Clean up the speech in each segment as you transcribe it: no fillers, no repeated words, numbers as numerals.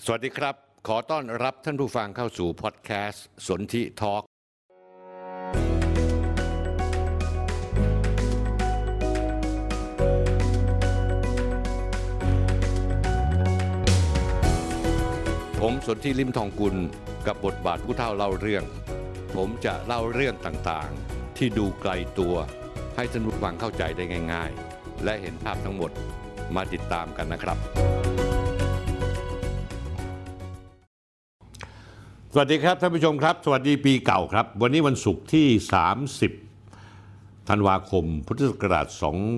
สวัสดีครับขอต้อนรับท่านผู้ฟังเข้าสู่พอดแคสต์สนธิทอล์กผมสนธิลิมทองกุลกับบทบาทผู้เฒ่าเล่าเรื่องผมจะเล่าเรื่องต่างๆที่ดูไกลตัวให้ท่านผู้ฟังเข้าใจได้ง่ายๆและเห็นภาพทั้งหมดมาติดตามกันนะครับสวัสดีครับท่านผู้ชมครับสวัสดีปีเก่าครับวันนี้วันศุกร์ที่30ธันวาคมพุทธศักราช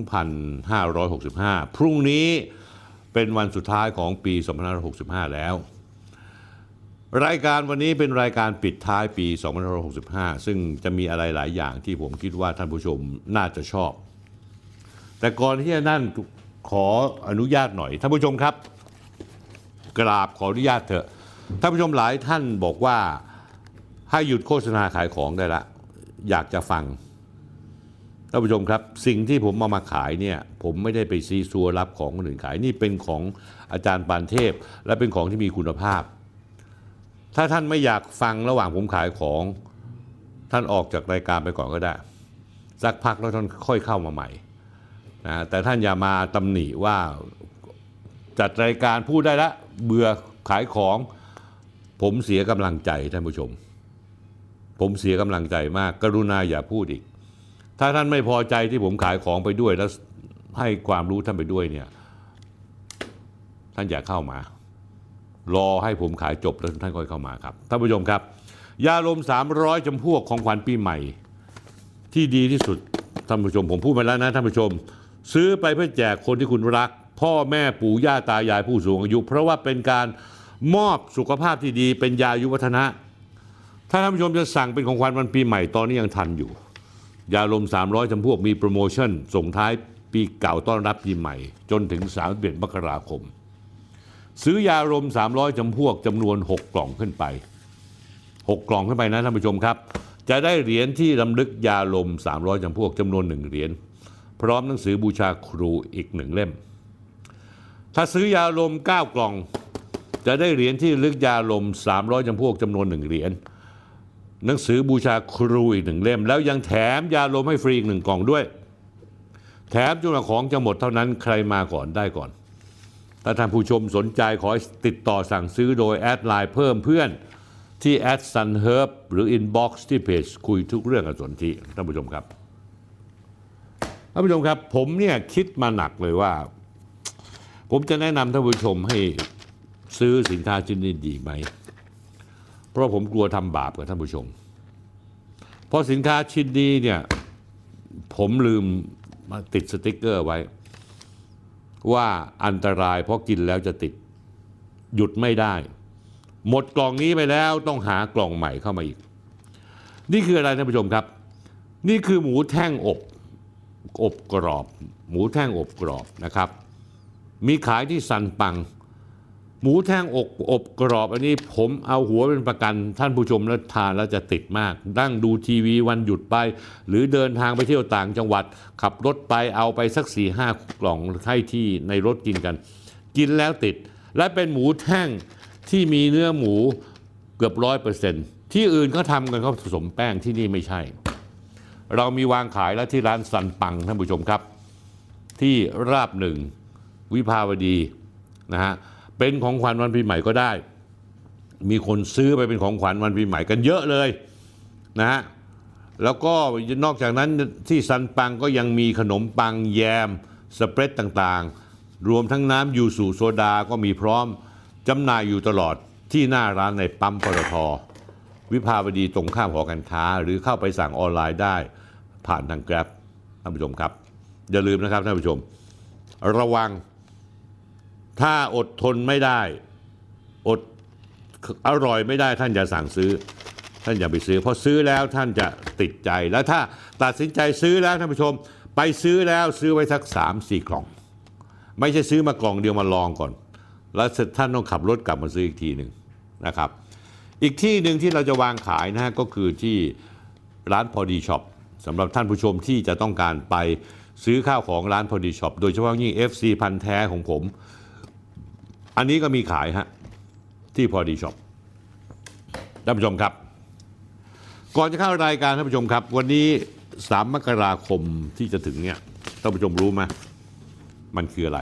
2565พรุ่งนี้เป็นวันสุดท้ายของปี2565แล้วรายการวันนี้เป็นรายการปิดท้ายปี2565ซึ่งจะมีอะไรหลายอย่างที่ผมคิดว่าท่านผู้ชมน่าจะชอบแต่ก่อนที่จะนั่นขออนุญาตหน่อยท่านผู้ชมครับกราบขออนุญาตเถอะท่านผู้ชมหลายท่านบอกว่าให้หยุดโฆษณาขายของได้ละอยากจะฟังท่านผู้ชมครับสิ่งที่ผมมาขายเนี่ยผมไม่ได้ไปซีซัวรับของคนอื่นขายนี่เป็นของอาจารย์ปานเทพและเป็นของที่มีคุณภาพถ้าท่านไม่อยากฟังระหว่างผมขายของท่านออกจากรายการไปก่อนก็ได้สักพักแล้วท่านค่อยเข้ามาใหม่นะแต่ท่านอย่ามาตำหนิว่าจัดรายการพูดได้ละเบื่อขายของผมเสียกำลังใจท่านผู้ชมผมเสียกำลังใจมากกรุณาอย่าพูดอีกถ้าท่านไม่พอใจที่ผมขายของไปด้วยแล้วให้ความรู้ท่านไปด้วยเนี่ยท่านอย่าเข้ามารอให้ผมขายจบแล้วท่านค่อยเข้ามาครับท่านผู้ชมครับยาลม300จำพวกของขวัญปีใหม่ที่ดีที่สุดท่านผู้ชมผมพูดไปแล้วนะท่านผู้ชมซื้อไปเพื่อแจกคนที่คุณรักพ่อแม่ปู่ย่าตายายผู้สูงอายุเพราะว่าเป็นการมอบสุขภาพที่ดีเป็นยาอายุวัฒนะถ้าท่านผู้ชมจะสั่งเป็นของขวัญวันปีใหม่ตอนนี้ยังทันอยู่ยาลม300จำพวกมีโปรโมชั่นส่งท้ายปีเก่าต้อนรับปีใหม่จนถึง31มกราคมซื้อยาลม300จำพวกจำนวน6กล่องขึ้นไป6กล่องขึ้นไปนะท่านผู้ชมครับจะได้เหรียญที่รำลึกยาลม300จำพวกจำนวน1เหรียญพร้อมหนังสือบูชาครูอีก1เล่มถ้าซื้อยาลม9กล่องจะได้เหรียญที่ระลึกยาลม300จำพวกจำนวน1เหรียญหนังสือบูชาครูอีก1เล่มแล้วยังแถมยาลมให้ฟรีอีก1กล่องด้วยแถมจนกว่าของจะหมดเท่านั้นใครมาก่อนได้ก่อนถ้าท่านผู้ชมสนใจขอติดต่อสั่งซื้อโดยแอดไลน์เพิ่มเพื่อนที่@sunherb หรือ inbox ที่เพจคุยทุกเรื่องกับสนธิท่านผู้ชมครับท่านผู้ชมครับผมเนี่ยคิดมาหนักเลยว่าผมจะแนะนำท่านผู้ชมให้ซื้อสินค้าชิ้นนี้ดีไหมเพราะผมกลัวทำบาปกับท่านผู้ชมเพราะสินค้าชิ้นนี้เนี่ยผมลืมมาติดสติ๊กเกอร์ไว้ว่าอันตรายเพราะกินแล้วจะติดหยุดไม่ได้หมดกล่องนี้ไปแล้วต้องหากล่องใหม่เข้ามาอีกนี่คืออะไรท่านผู้ชมครับนี่คือหมูแท่งอบกรอบหมูแท่งอบกรอบนะครับมีขายที่ซันปังหมูแท่งอบกรอบอันนี้ผมเอาหัวเป็นประกันท่านผู้ชมแล้วทานแล้วจะติดมากนั่งดูทีวีวันหยุดไปหรือเดินทางไปเที่ยวต่างจังหวัดขับรถไปเอาไปสัก 4-5 กล่องให้ที่ในรถกินกันกินแล้วติดและเป็นหมูแท่งที่มีเนื้อหมูเกือบ 100% ที่อื่นเขาทำกันเขาผสมแป้งที่นี่ไม่ใช่เรามีวางขายแล้วที่ร้านซันปังท่านผู้ชมครับที่ราบ1วิภาวดีนะฮะเป็นของขวัญวันปีใหม่ก็ได้มีคนซื้อไปเป็นของขวัญวันปีใหม่กันเยอะเลยนะฮะแล้วก็นอกจากนั้นที่ซันปังก็ยังมีขนมปังแยมสเปรดต่างๆรวมทั้งน้ำยูสุโซดาก็มีพร้อมจำหน่ายอยู่ตลอดที่หน้าร้านในปั๊มปตท.วิภาวดีตรงข้ามหอการค้าหรือเข้าไปสั่งออนไลน์ได้ผ่านทาง Grab ท่านผู้ชมครับอย่าลืมนะครับท่านผู้ชมระวังถ้าอดทนไม่ได้อดอร่อยไม่ได้ท่านอย่าสั่งซื้อท่านอย่าไปซื้อเพราะซื้อแล้วท่านจะติดใจแล้วถ้าตัดสินใจซื้อแล้วท่านผู้ชมไปซื้อแล้วซื้อไว้สัก 3-4 กล่องไม่ใช่ซื้อมากล่องเดียวมาลองก่อนแล้วท่านต้องขับรถกลับมาซื้ออีกทีหนึ่งนะครับอีกที่หนึ่งที่เราจะวางขายนะฮะก็คือที่ร้านพอดีช็อปสำหรับท่านผู้ชมที่จะต้องการไปซื้อข้าวของร้านพอดีช็อปโดยเฉพาะยิ่ง FC พันธุ์แท้ของผมอันนี้ก็มีขายฮะที่พอดีช็อปท่านผู้ชมครับก่อนจะเข้ารายการท่านผู้ชมครับวันนี้3 มกราคมที่จะถึงเนี่ยท่านผู้ชมรู้ไหมมันคืออะไร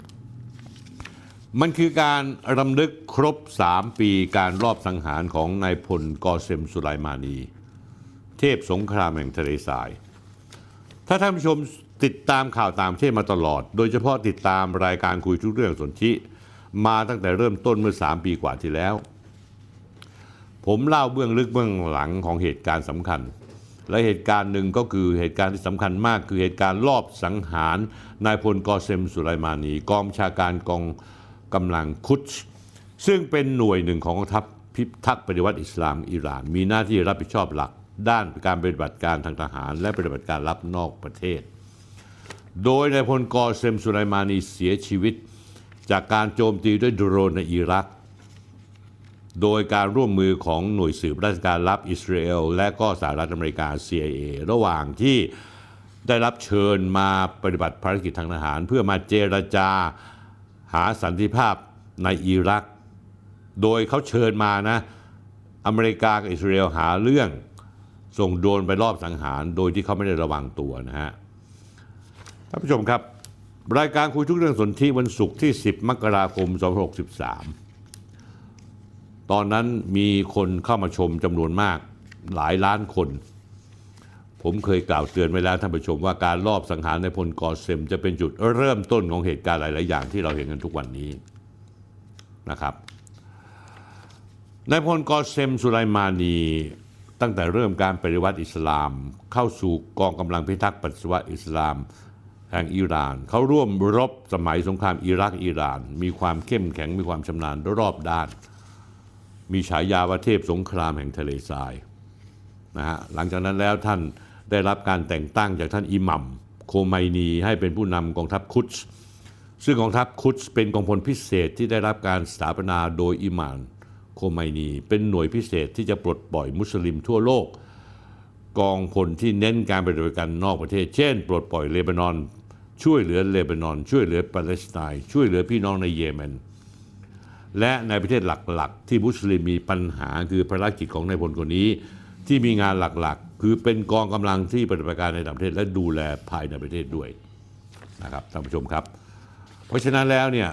มันคือการรำลึกครบ3 ปีการรอบสังหารของนายพลกอเซมสุไลมานีเทพสงครามแห่งทะเลทรายถ้าท่านผู้ชมติดตามข่าวต่างประเทศมาตลอดโดยเฉพาะติดตามรายการคุยทุกเรื่องสนธิมาตั้งแต่เริ่มต้นเมื่อ3 ปีกว่าที่แล้วผมเล่าเบื้องลึกเบื้องหลังของเหตุการณ์สำคัญและเหตุการณ์หนึ่งก็คือเหตุการณ์ที่สำคัญมากคือเหตุการณ์ลอบสังหารนายพลกอเซมสุไลมานีกองบัญชาการกองกำลังคุชซึ่งเป็นหน่วยหนึ่งของกองทัพพิทักษ์ปฏิวัติอิสลามอิหร่านมีหน้าที่รับผิดชอบหลักด้านการปฏิบัติการทางทหารและปฏิบัติการลับนอกประเทศโดยนายพลกอเซมสุไลมานีเสียชีวิตจากการโจมตีด้วยโดรนในอิรักโดยการร่วมมือของหน่วยสืบราชการลับอิสราเอลและก็สหรัฐอเมริกา CIA ระหว่างที่ได้รับเชิญมาปฏิบัติภารกิจทางทหารเพื่อมาเจรจาหาสันติภาพในอิรักโดยเขาเชิญมานะอเมริกากับอิสราเอลหาเรื่องส่งโดรนไปรอบสังหารโดยที่เขาไม่ได้ระวังตัวนะฮะท่านผู้ชมครับรายการคุยทุกเรื่องสนธิวันศุกร์ที่10 มกราคม 2563ตอนนั้นมีคนเข้ามาชมจำนวนมากหลายล้านคนผมเคยกล่าวเตือนไว้แล้วท่านผู้ชมว่าการลอบสังหารนายพลกอเซมจะเป็นจุดเริ่มต้นของเหตุการณ์หลายๆอย่างที่เราเห็นกันทุกวันนี้นะครับนายพลกอเซมสุไลมานีตั้งแต่เริ่มการปฏิวัติอิสลามเข้าสู่กองกำลังพิทักษ์ปฏิวัติอิสลามแห่งอิหร่านเขาร่วมรบสมัยสงครามอิรักอิหร่านมีความเข้มแข็งมีความชำนาญรอบด้านมีฉายาว่าเทพสงครามแห่งทะเลทรายนะฮะหลังจากนั้นแล้วท่านได้รับการแต่งตั้งจากท่านอิหมัมโคไมนีให้เป็นผู้นำกองทัพคุชซึ่งกองทัพคุชเป็นกองพลพิเศษที่ได้รับการสถาปนาโดยอิหม่ามโคไมนีเป็นหน่วยพิเศษที่จะปลดปล่อยมุสลิมทั่วโลกกองพลที่เน้นการปฏิบัติการนอกประเทศเช่นปลดปล่อยเลบานอนช่วยเหลือเลบานอนช่วยเหลือปาเลสไตน์ช่วยเหลือพี่น้องในเยเมนและในประเทศหลักๆที่มุสลิมมีปัญหาคือภารกิจของนายพลคนนี้ที่มีงานหลักๆคือเป็นกองกำลังที่ปฏิบัติการในต่างประเทศและดูแลภายในประเทศด้วยนะครับท่านผู้ชมครับเพราะฉะนั้นแล้วเนี่ย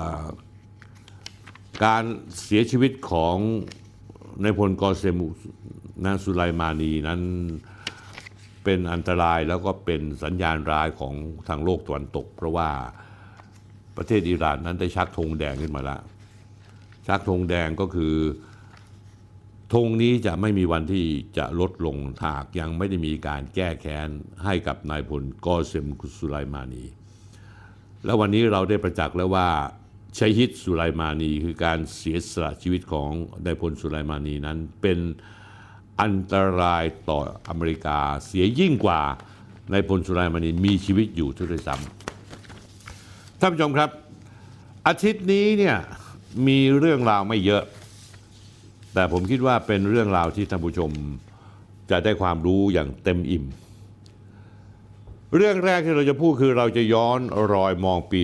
การเสียชีวิตของนายพลกอเซมสุไลมานีนั้นเป็นอันตรายแล้วก็เป็นสัญญาณร้ายของทางโลกตะวันตกเพราะว่าประเทศอิหร่านนั้นได้ชักธงแดงขึ้นมาแล้วชักธงแดงก็คือธงนี้จะไม่มีวันที่จะลดลงหากยังไม่ได้มีการแก้แค้นให้กับนายพลกอเซมสุไลมานีแล้ววันนี้เราได้ประจักษ์แล้วว่าชัยฮิดสุไลมานีคือการเสียสละชีวิตของนายพลสุไลมานีนั้นเป็นอันตรายต่ออเมริกาเสียยิ่งกว่านายพลสุไลมานีมีชีวิตอยู่ด้วยซ้ำท่านผู้ชมครับอาทิตย์นี้เนี่ยมีเรื่องราวไม่เยอะแต่ผมคิดว่าเป็นเรื่องราวที่ท่านผู้ชมจะได้ความรู้อย่างเต็มอิ่มเรื่องแรกที่เราจะพูดคือเราจะย้อนรอยมองปี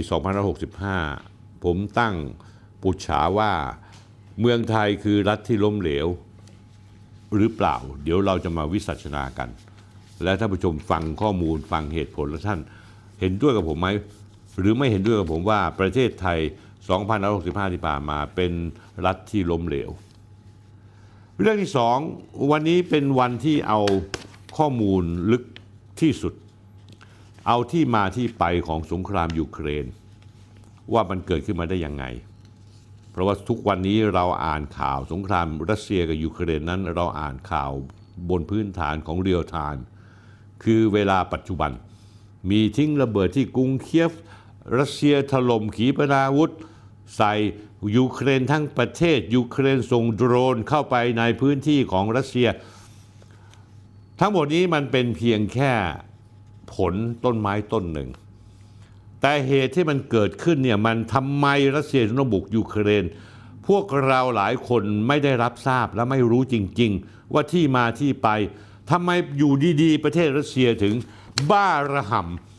2565 ผมตั้งปุจฉาว่าเมืองไทยคือรัฐที่ล้มเหลวหรือเปล่าเดี๋ยวเราจะมาวิสัชนากันและท่านผู้ชมฟังข้อมูลฟังเหตุผลและท่านเห็นด้วยกับผมไหมหรือไม่เห็นด้วยกับผมว่าประเทศไทย 2565 ที่ผ่านมาเป็นรัฐที่ล้มเหลวเรื่องที่สองวันนี้เป็นวันที่เอาข้อมูลลึกที่สุดเอาที่มาที่ไปของสงครามยูเครนว่ามันเกิดขึ้นมาได้ยังไงเพราะว่าทุกวันนี้เราอ่านข่าวสงครามรัสเซียกับยูเครนนั้นเราอ่านข่าวบนพื้นฐานของเรียลไทม์คือเวลาปัจจุบันมีทิ้งระเบิดที่กรุงเคียฟรัสเซียถล่มขีปนาวุธใส่ยูเครนทั้งประเทศยูเครนส่งโดรนเข้าไปในพื้นที่ของรัสเซียทั้งหมดนี้มันเป็นเพียงแค่ผลต้นไม้ต้นหนึ่งแต่เหตุที่มันเกิดขึ้นเนี่ยมันทำไมรัสเซียถึงต้องบุกยูเครนพวกเราหลายคนไม่ได้รับทราบและไม่รู้จริงๆว่าที่มาที่ไปทำไมอยู่ดีๆประเทศรัสเซียถึงบ้าระห่ำ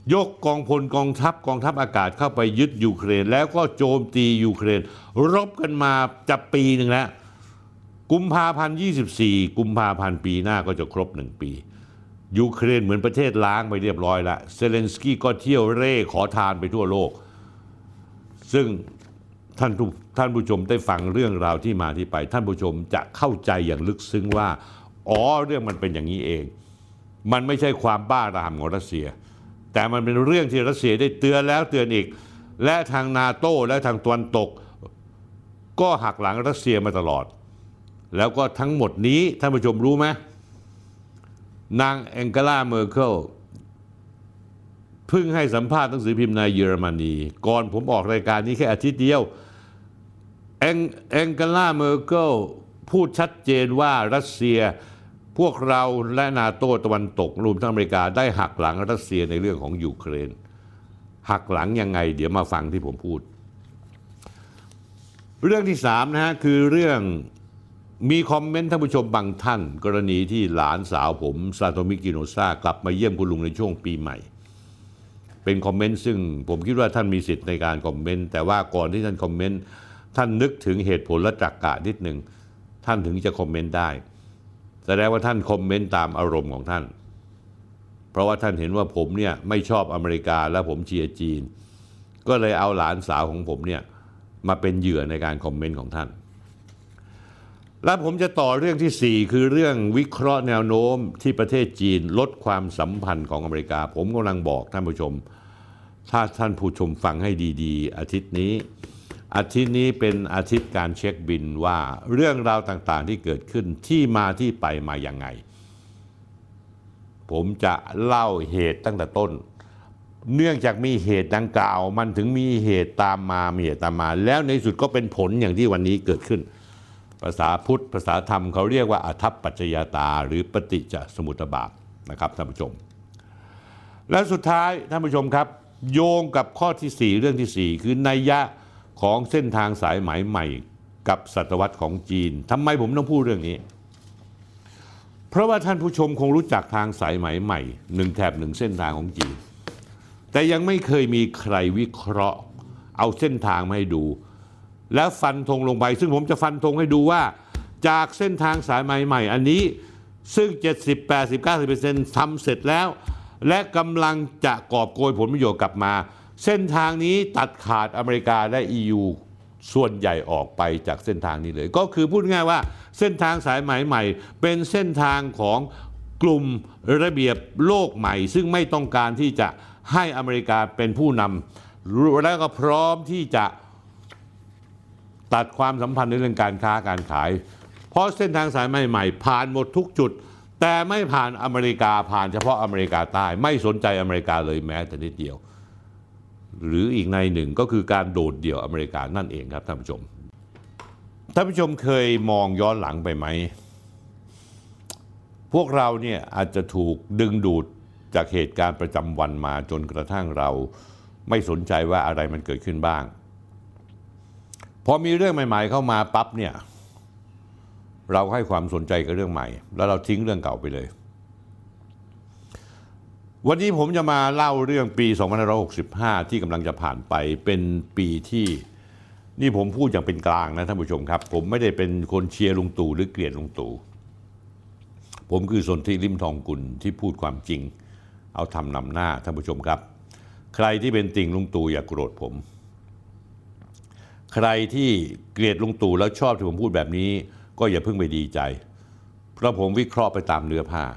ยกกองพลกองทัพอากาศเข้าไปยึดยูเครนแล้วก็โจมตียูเครนรบกันมาจะปีหนึ่งแล้วกุมภาพันธ์24กุมภาพันธ์ปีหน้าก็จะครบ1 ปียูเครนเหมือนประเทศล้างไปเรียบร้อยแล้วเซเลนสกี้ก็เที่ยวเร่ขอทานไปทั่วโลกซึ่งท่านผู้ชมได้ฟังเรื่องราวที่มาที่ไปท่านผู้ชมจะเข้าใจอย่างลึกซึ้งว่าเรื่องมันเป็นอย่างนี้เองมันไม่ใช่ความบ้าระห่ำของรัสเซียแต่มันเป็นเรื่องที่รัสเซียได้เตือนแล้วเตือนอีกและทางนาโต้และทางตะวันตกก็หักหลังรัสเซียมาตลอดแล้วก็ทั้งหมดนี้ท่านผู้ชมรู้ไหมนางแองเกลาเมอร์เคิลเพิ่งให้สัมภาษณ์หนังสือพิมพ์ในเยอรมนีก่อนผมออกรายการนี้แค่อาทิตย์เดียวแองเกลาเมอร์เคิลพูดชัดเจนว่ารัสเซียพวกเราและนาโต้ตะวันตกรวมทั้งอเมริกาได้หักหลังรัสเซียในเรื่องของยูเครนหักหลังยังไงเดี๋ยวมาฟังที่ผมพูดเรื่องที่3นะฮะคือเรื่องมีคอมเมนต์ท่านผู้ชมบางท่านกรณีที่หลานสาวผมซาโตมิกิโนซากลับมาเยี่ยมคุณลุงในช่วงปีใหม่เป็นคอมเมนต์ซึ่งผมคิดว่าท่านมีสิทธิ์ในการคอมเมนต์แต่ว่าก่อนที่ท่านคอมเมนต์ท่านนึกถึงเหตุผลและตรรกะนิดหนึ่งท่านถึงจะคอมเมนต์ได้แสดงว่าท่านคอมเมนต์ตามอารมณ์ของท่านเพราะว่าท่านเห็นว่าผมเนี่ยไม่ชอบอเมริกาและผมเชียร์จีนก็เลยเอาหลานสาวของผมเนี่ยมาเป็นเหยื่อในการคอมเมนต์ของท่านและผมจะต่อเรื่องที่4คือเรื่องวิเคราะห์แนวโน้มที่ประเทศจีนลดความสัมพันธ์ของอเมริกาผมกำลังบอกท่านผู้ชมถ้าท่านผู้ชมฟังให้ดีๆอาทิตย์นี้เป็นอาทิตย์การเช็คบินว่าเรื่องราวต่างๆที่เกิดขึ้นที่มาที่ไปมาอย่างไงผมจะเล่าเหตุตั้งแต่ต้นเนื่องจากมีเหตุดังกล่าวมันถึงมีเหตุตามมาแล้วในสุดก็เป็นผลอย่างที่วันนี้เกิดขึ้นภาษาพุทธภาษาธรรมเขาเรียกว่าอทัปปัจจยตาหรือปฏิจจสมุปบาทนะครับท่านผู้ชมและสุดท้ายท่านผู้ชมครับโยงกับข้อที่4เรื่องที่4คือนัยยะของเส้นทางสายไหมใหม่กับศตวรรษของจีนทำไมผมต้องพูดเรื่องนี้เพราะว่าท่านผู้ชมคงรู้จักทางสายไหมใหม่1แถบ1เส้นทางของจีนแต่ยังไม่เคยมีใครวิเคราะห์เอาเส้นทางมาให้ดูแล้วฟันธงลงไปซึ่งผมจะฟันธงให้ดูว่าจากเส้นทางสายไหมใหม่อันนี้ซึ่ง 70, 80, 90% ทำเสร็จแล้วและกำลังจะกอบโกยผลประโยชน์กลับมาเส้นทางนี้ตัดขาดอเมริกาและ EU ส่วนใหญ่ออกไปจากเส้นทางนี้เลยก็คือพูดง่ายว่าเส้นทางสายไหมใหม่เป็นเส้นทางของกลุ่มระเบียบโลกใหม่ซึ่งไม่ต้องการที่จะให้อเมริกาเป็นผู้นำและก็พร้อมที่จะตัดความสัมพันธ์ในเรื่องการค้าการขายเพราะเส้นทางสายไหมใหม่ผ่านหมดทุกจุดแต่ไม่ผ่านอเมริกาผ่านเฉพาะอเมริกาใต้ไม่สนใจอเมริกาเลยแม้แต่นิดเดียวหรืออีกในหนึ่งก็คือการโดดเดี่ยวอเมริกานั่นเองครับท่านผู้ชมเคยมองย้อนหลังไปไหมพวกเราเนี่ยอาจจะถูกดึงดูดจากเหตุการณ์ประจำวันมาจนกระทั่งเราไม่สนใจว่าอะไรมันเกิดขึ้นบ้างพอมีเรื่องใหม่ๆเข้ามาปั๊บเนี่ยเราให้ความสนใจกับเรื่องใหม่แล้วเราทิ้งเรื่องเก่าไปเลยวันนี้ผมจะมาเล่าเรื่องปี2565ที่กำลังจะผ่านไปเป็นปีที่นี่ผมพูดอย่างเป็นกลางนะท่านผู้ชมครับผมไม่ได้เป็นคนเชียร์ลุงตู่หรือเกลียดลุงตู่ผมคือสนธิ ลิ้มทองกุลที่พูดความจริงเอาทำนำหน้าท่านผู้ชมครับใครที่เป็นติ่งลุงตู่อย่าโกรธผมใครที่เกลียดลุงตู่แล้วชอบที่ผมพูดแบบนี้ก็อย่าเพิ่งไปดีใจเพราะผมวิเคราะห์ไปตามเนื้อผ้า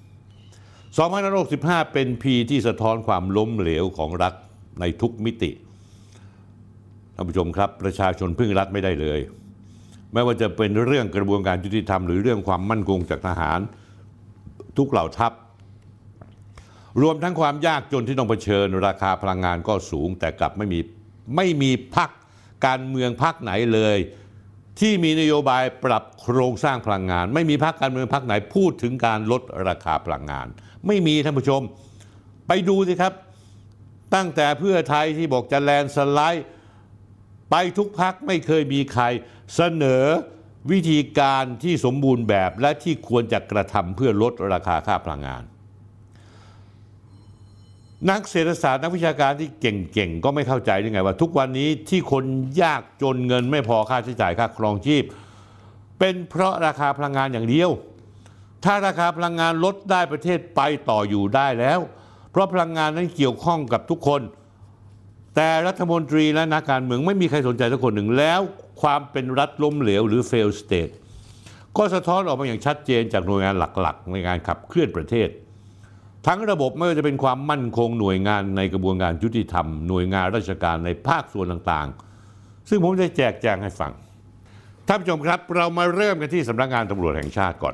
2565เป็นปีที่สะท้อนความล้มเหลวของรัฐในทุกมิติท่านผู้ชมครับประชาชนพึ่งรัฐไม่ได้เลยไม่ว่าจะเป็นเรื่องกระบวนการยุติธรรมหรือเรื่องความมั่นคงจากทหารทุกเหล่าทัพรวมทั้งความยากจนที่ต้องเผชิญราคาพลังงานก็สูงแต่กลับไม่มีพรรคการเมืองพรรคไหนเลยที่มีนโยบายปรับโครงสร้างพลังงานไม่มีพรรคการเมืองพรรคไหนพูดถึงการลดราคาพลังงานไม่มีท่านผู้ชมไปดูสิครับตั้งแต่เพื่อไทยที่บอกจะแลนด์สไลด์ไปทุกพรรคไม่เคยมีใครเสนอวิธีการที่สมบูรณ์แบบและที่ควรจะกระทำเพื่อลดราคาค่าพลังงานนักเศรษฐศาสตร์นักวิชาการที่เก่งๆก็ไม่เข้าใจได้ไงว่าทุกวันนี้ที่คนยากจนเงินไม่พอค่าใช้จ่ายค่าครองชีพเป็นเพราะราคาพลังงานอย่างเดียวถ้าราคาพลังงานลดได้ประเทศไปต่ออยู่ได้แล้วเพราะพลังงานนั้นเกี่ยวข้องกับทุกคนแต่รัฐมนตรีและนักการเมืองไม่มีใครสนใจสักคนหนึ่งแล้วความเป็นรัฐล้มเหลวหรือ fail state ก็สะท้อนออกมาอย่างชัดเจนจากหน่วยงานหลักๆในการขับเคลื่อนประเทศทั้งระบบไม่ว่าจะเป็นความมั่นคงหน่วยงานในกระบวนการยุติธรรมหน่วยงานราชการในภาคส่วนต่างๆซึ่งผมจะแจกแจงให้ฟังท่านผู้ชมครับเรามาเริ่มกันที่สำนักงานตำรวจแห่งชาติก่อน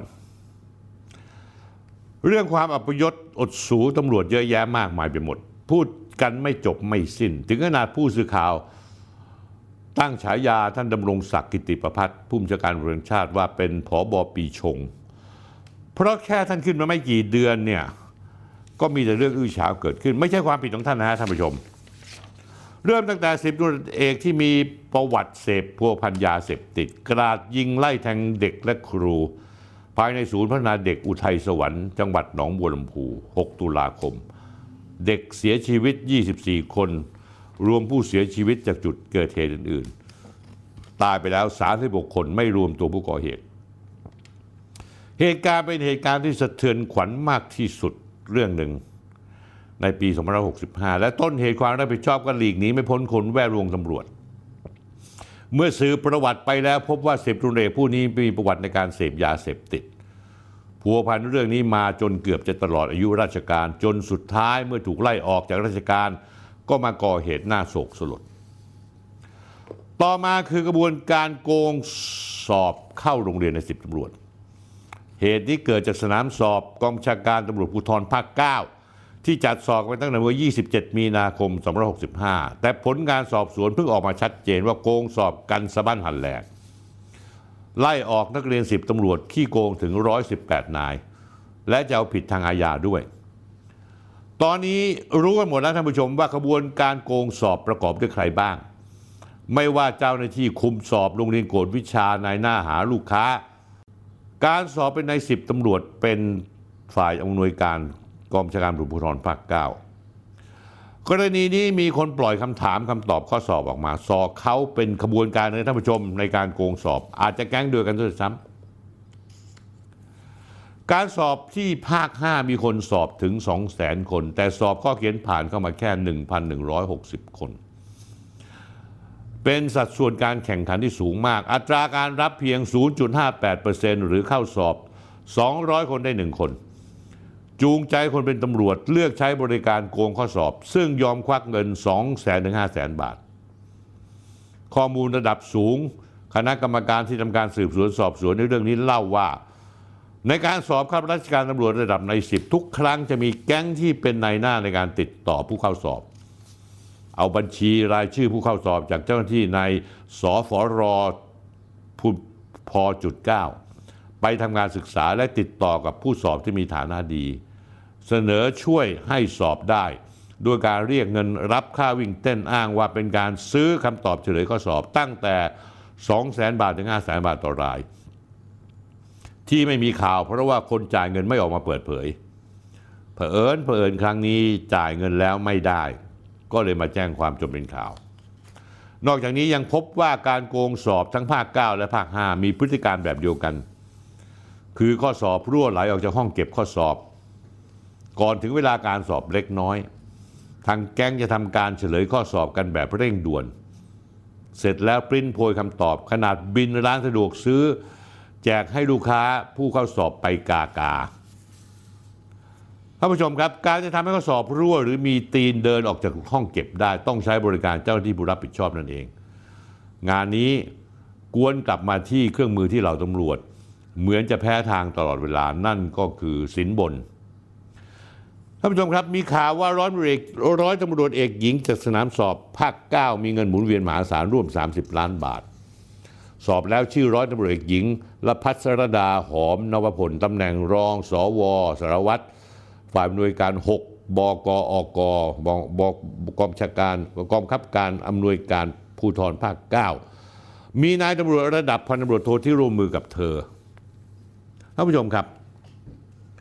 เรื่องความอัปยศอดสูตำรวจเยอะแยะมากมายไปหมดพูดกันไม่จบไม่สิ้นถึงขนาดผู้สื่อข่าวตั้งฉายาท่านดำรงศักดิ์กิติประภัสผู้บัญชาการตำรวจแห่งชาติว่าเป็นผบ.ปีชงเพราะแค่ท่านขึ้นมาไม่กี่เดือนเนี่ยก็มีแต่เรื่องอื้อฉาวเกิดขึ้นไม่ใช่ความผิดของท่านนะฮะท่านผู้ชมเริ่มตั้งแต่10 ตำรวจเอกที่มีประวัติเสพพัวพันยาเสพติดกราดยิงไล่แทงเด็กและครูภายในศูนย์พัฒนาเด็กอุทัยสวรรค์จังหวัดหนองบัวลำพู6 ตุลาคมเด็กเสียชีวิต24 คนรวมผู้เสียชีวิตจากจุดเกิดเหตุอื่นๆตายไปแล้ว36 คนไม่รวมตัวผู้ก่อเหตุเหตุการณ์เป็นเหตุการณ์ที่สะเทือนขวัญมากที่สุดเรื่องหนึ่งในปี2565และต้นเหตุความรับผิดชอบก็หลีกหนีไม่พ้นคนแวดวงตำรวจเมื่อสืบประวัติไปแล้วพบว่า10 ตำรวจเอกผู้นี้มีประวัติในการเสพยาเสพติดพัวพันเรื่องนี้มาจนเกือบจะตลอดอายุราชการจนสุดท้ายเมื่อถูกไล่ออกจากราชการก็มาก่อเหตุน่าโศกสลดต่อมาคือกระบวนการโกงสอบเข้าโรงเรียนใน10 ตำรวจเหตุนี้เกิดจากสนามสอบกองบัญชาการตำรวจภูธรภาค 9ที่จัดสอบไปตั้งแต่วัน27 มีนาคม2565แต่ผลการสอบสวนเพิ่งออกมาชัดเจนว่าโกงสอบกันสะบั้นหันแหลกไล่ออกนักเรียน10 ตำรวจขี้โกงถึง118 นายและจะเอาผิดทางอาญาด้วยตอนนี้รู้กันหมดแล้วท่านผู้ชมว่าขบวนการโกงสอบประกอบด้วยใครบ้างไม่ว่าเจ้าหน้าที่คุมสอบโรงเรียนกวดวิชานายหน้าหาลูกค้าการสอบเป็นนาย10 ตำรวจเป็นฝ่ายอำนวยการกองบัญชาการตำรวจภูธรภาค 9กรณีนี้มีคนปล่อยคำถามคำตอบข้อสอบออกมาสอบเขาเป็นขบวนการในท่านผู้ชมในการโกงสอบอาจจะแก๊งเดียวกันด้วยซ้ำการสอบที่ภาค 5มีคนสอบถึง 200,000 คนแต่สอบข้อเขียนผ่านเข้ามาแค่ 1,160 คนเป็นสัดส่วนการแข่งขันที่สูงมากอัตราการรับเพียง 0.58% หรือเข้าสอบ200 คนได้1 คนจูงใจคนเป็นตำรวจเลือกใช้บริการโกงข้อสอบซึ่งยอมควักเงิน 200,000 ถึง 500,000 บาทข้อมูลระดับสูงคณะกรรมการที่ทำการสืบสวนสอบสวนในเรื่องนี้เล่าว่าในการสอบข้าราชการตำรวจระดับใน10ทุกครั้งจะมีแก๊งที่เป็นนายหน้าในการติดต่อผู้เข้าสอบเอาบัญชีรายชื่อผู้เข้าสอบจากเจ้าหน้าที่ในสฟรพ.9 ไปทำงานศึกษาและติดต่อกับผู้สอบที่มีฐานะดีเสนอช่วยให้สอบได้โดยการเรียกเงินรับค่าวิ่งเต้นอ้างว่าเป็นการซื้อคำตอบเฉลยข้อสอบตั้งแต่ 200,000 บาทถึง 500,000 บาทต่อรายที่ไม่มีข่าวเพราะว่าคนจ่ายเงินไม่ออกมาเปิดเผยเผอิญครั้งนี้จ่ายเงินแล้วไม่ได้ก็เลยมาแจ้งความจนเป็นข่าวนอกจากนี้ยังพบว่าการโกงสอบทั้งภาค 9 และภาค 5มีพฤติการแบบเดียวกันคือข้อสอบรั่วไหลออกจากห้องเก็บข้อสอบก่อนถึงเวลาการสอบเล็กน้อยทางแก๊งจะทำการเฉลยข้อสอบกันแบบเร่งด่วนเสร็จแล้วปริ้นโพยคำตอบขนาดบินร้านสะดวกซื้อแจกให้ลูกค้าผู้เข้าสอบไปกากาท่านผู้ชมครับการจะทำให้ข้อสอบรั่วหรือมีตีนเดินออกจากห้องเก็บได้ต้องใช้บริการเจ้าหน้าที่ผู้รับผิดชอบนั่นเองงานนี้กวนกลับมาที่เครื่องมือที่เหล่าตำรวจเหมือนจะแพ้ทางตลอดเวลานั่นก็คือสินบนท่านผู้ชมครับมีข่าวว่าร้อยตำรวจเอกหญิงจากสนามสอบภาค 9มีเงินหมุนเวียนมหาศาลร่วม30 ล้านบาทสอบแล้วชื่อร้อยตำรวจเอกหญิงละพัสรดาหอมนวพลตำแหน่งรองสวสารวัตรฝ่ายอำนวยการ6บกอกกองบัญชาการกองบังคับการอำนวยการภูธรภาค 9มีนายตำรวจระดับพันตำรวจโทที่ร่วมมือกับเธอท่านผู้ชมครับ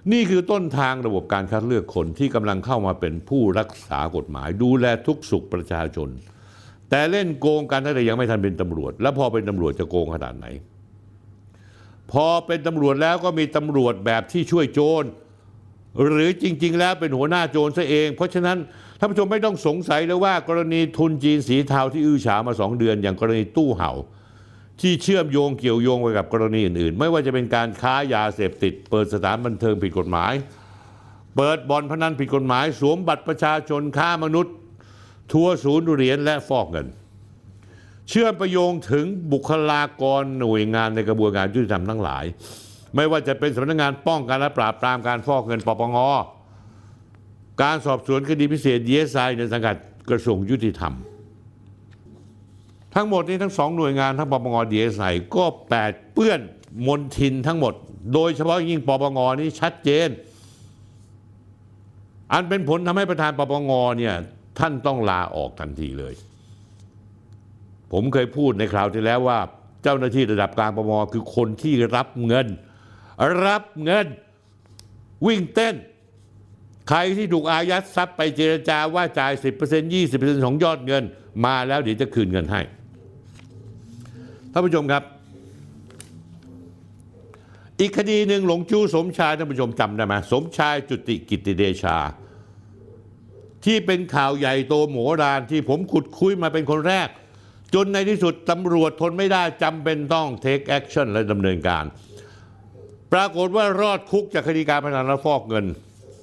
นี่คือต้นทางระบบการคัดเลือกคนที่กำลังเข้ามาเป็นผู้รักษากฎหมายดูแลทุกสุขประชาชนแต่เล่นโกงกันตั้งแต่ยังไม่ทันเป็นตำรวจแล้วพอเป็นตำรวจจะโกงขนาดไหนพอเป็นตำรวจแล้วก็มีตำรวจแบบที่ช่วยโจรหรือจริงๆแล้วเป็นหัวหน้าโจรซะเองเพราะฉะนั้นท่านผู้ชมไม่ต้องสงสัยเลยว่ากรณีทุนจีนสีเทาที่อื้อฉาวมา2 เดือนอย่างกรณีตู้เห่าที่เชื่อมโยงเกี่ยวโยงไปกับกรณีอื่นๆไม่ว่าจะเป็นการค้ายาเสพติดเปิดสถานบันเทิงผิดกฎหมายเปิดบ่อนพนันผิดกฎหมายสวมบัตรประชาชนค้ามนุษย์ทัวร์ศูนย์เหรียญและฟอกเงินเชื่อมประโยงถึงบุคลากรหน่วยงานในกระบวนการยุติธรรมทั้งหลายไม่ว่าจะเป็นสำนักงานป้องกันและปราบปรามการฟอกเงินปปงการสอบสวนคดีพิเศษ DSI ในสังกัดกระทรวงยุติธรรมทั้งหมดนี้ทั้ง2หน่วยงานทั้งปปง DSI ก็แปดเปื้อนมลทินทั้งหมดโดยเฉพาะยิ่งปปงนี้ชัดเจนอันเป็นผลทำให้ประธานปปงเนี่ยท่านต้องลาออกทันทีเลยผมเคยพูดในคราวที่แล้วว่าเจ้าหน้าที่ระดับกลางปปงคือคนที่รับเงินวิ่งเต้นใครที่ถูกอายัดทรัพย์ไปเจรจาว่าจ่าย 10% 20% ของยอดเงินมาแล้วเดี๋ยวจะคืนเงินให้ท่านผู้ชมครับอีกคดีหนึ่งหลงจู้สมชายท่านผู้ชมจำได้ไหมสมชายจุติกิตติเดชาที่เป็นข่าวใหญ่โตโหฬารที่ผมขุดคุยมาเป็นคนแรกจนในที่สุดตำรวจทนไม่ได้จำเป็นต้อง take action และดำเนินการปรากฏว่ารอดคุกจากคดีการพนันและฟอกเงิน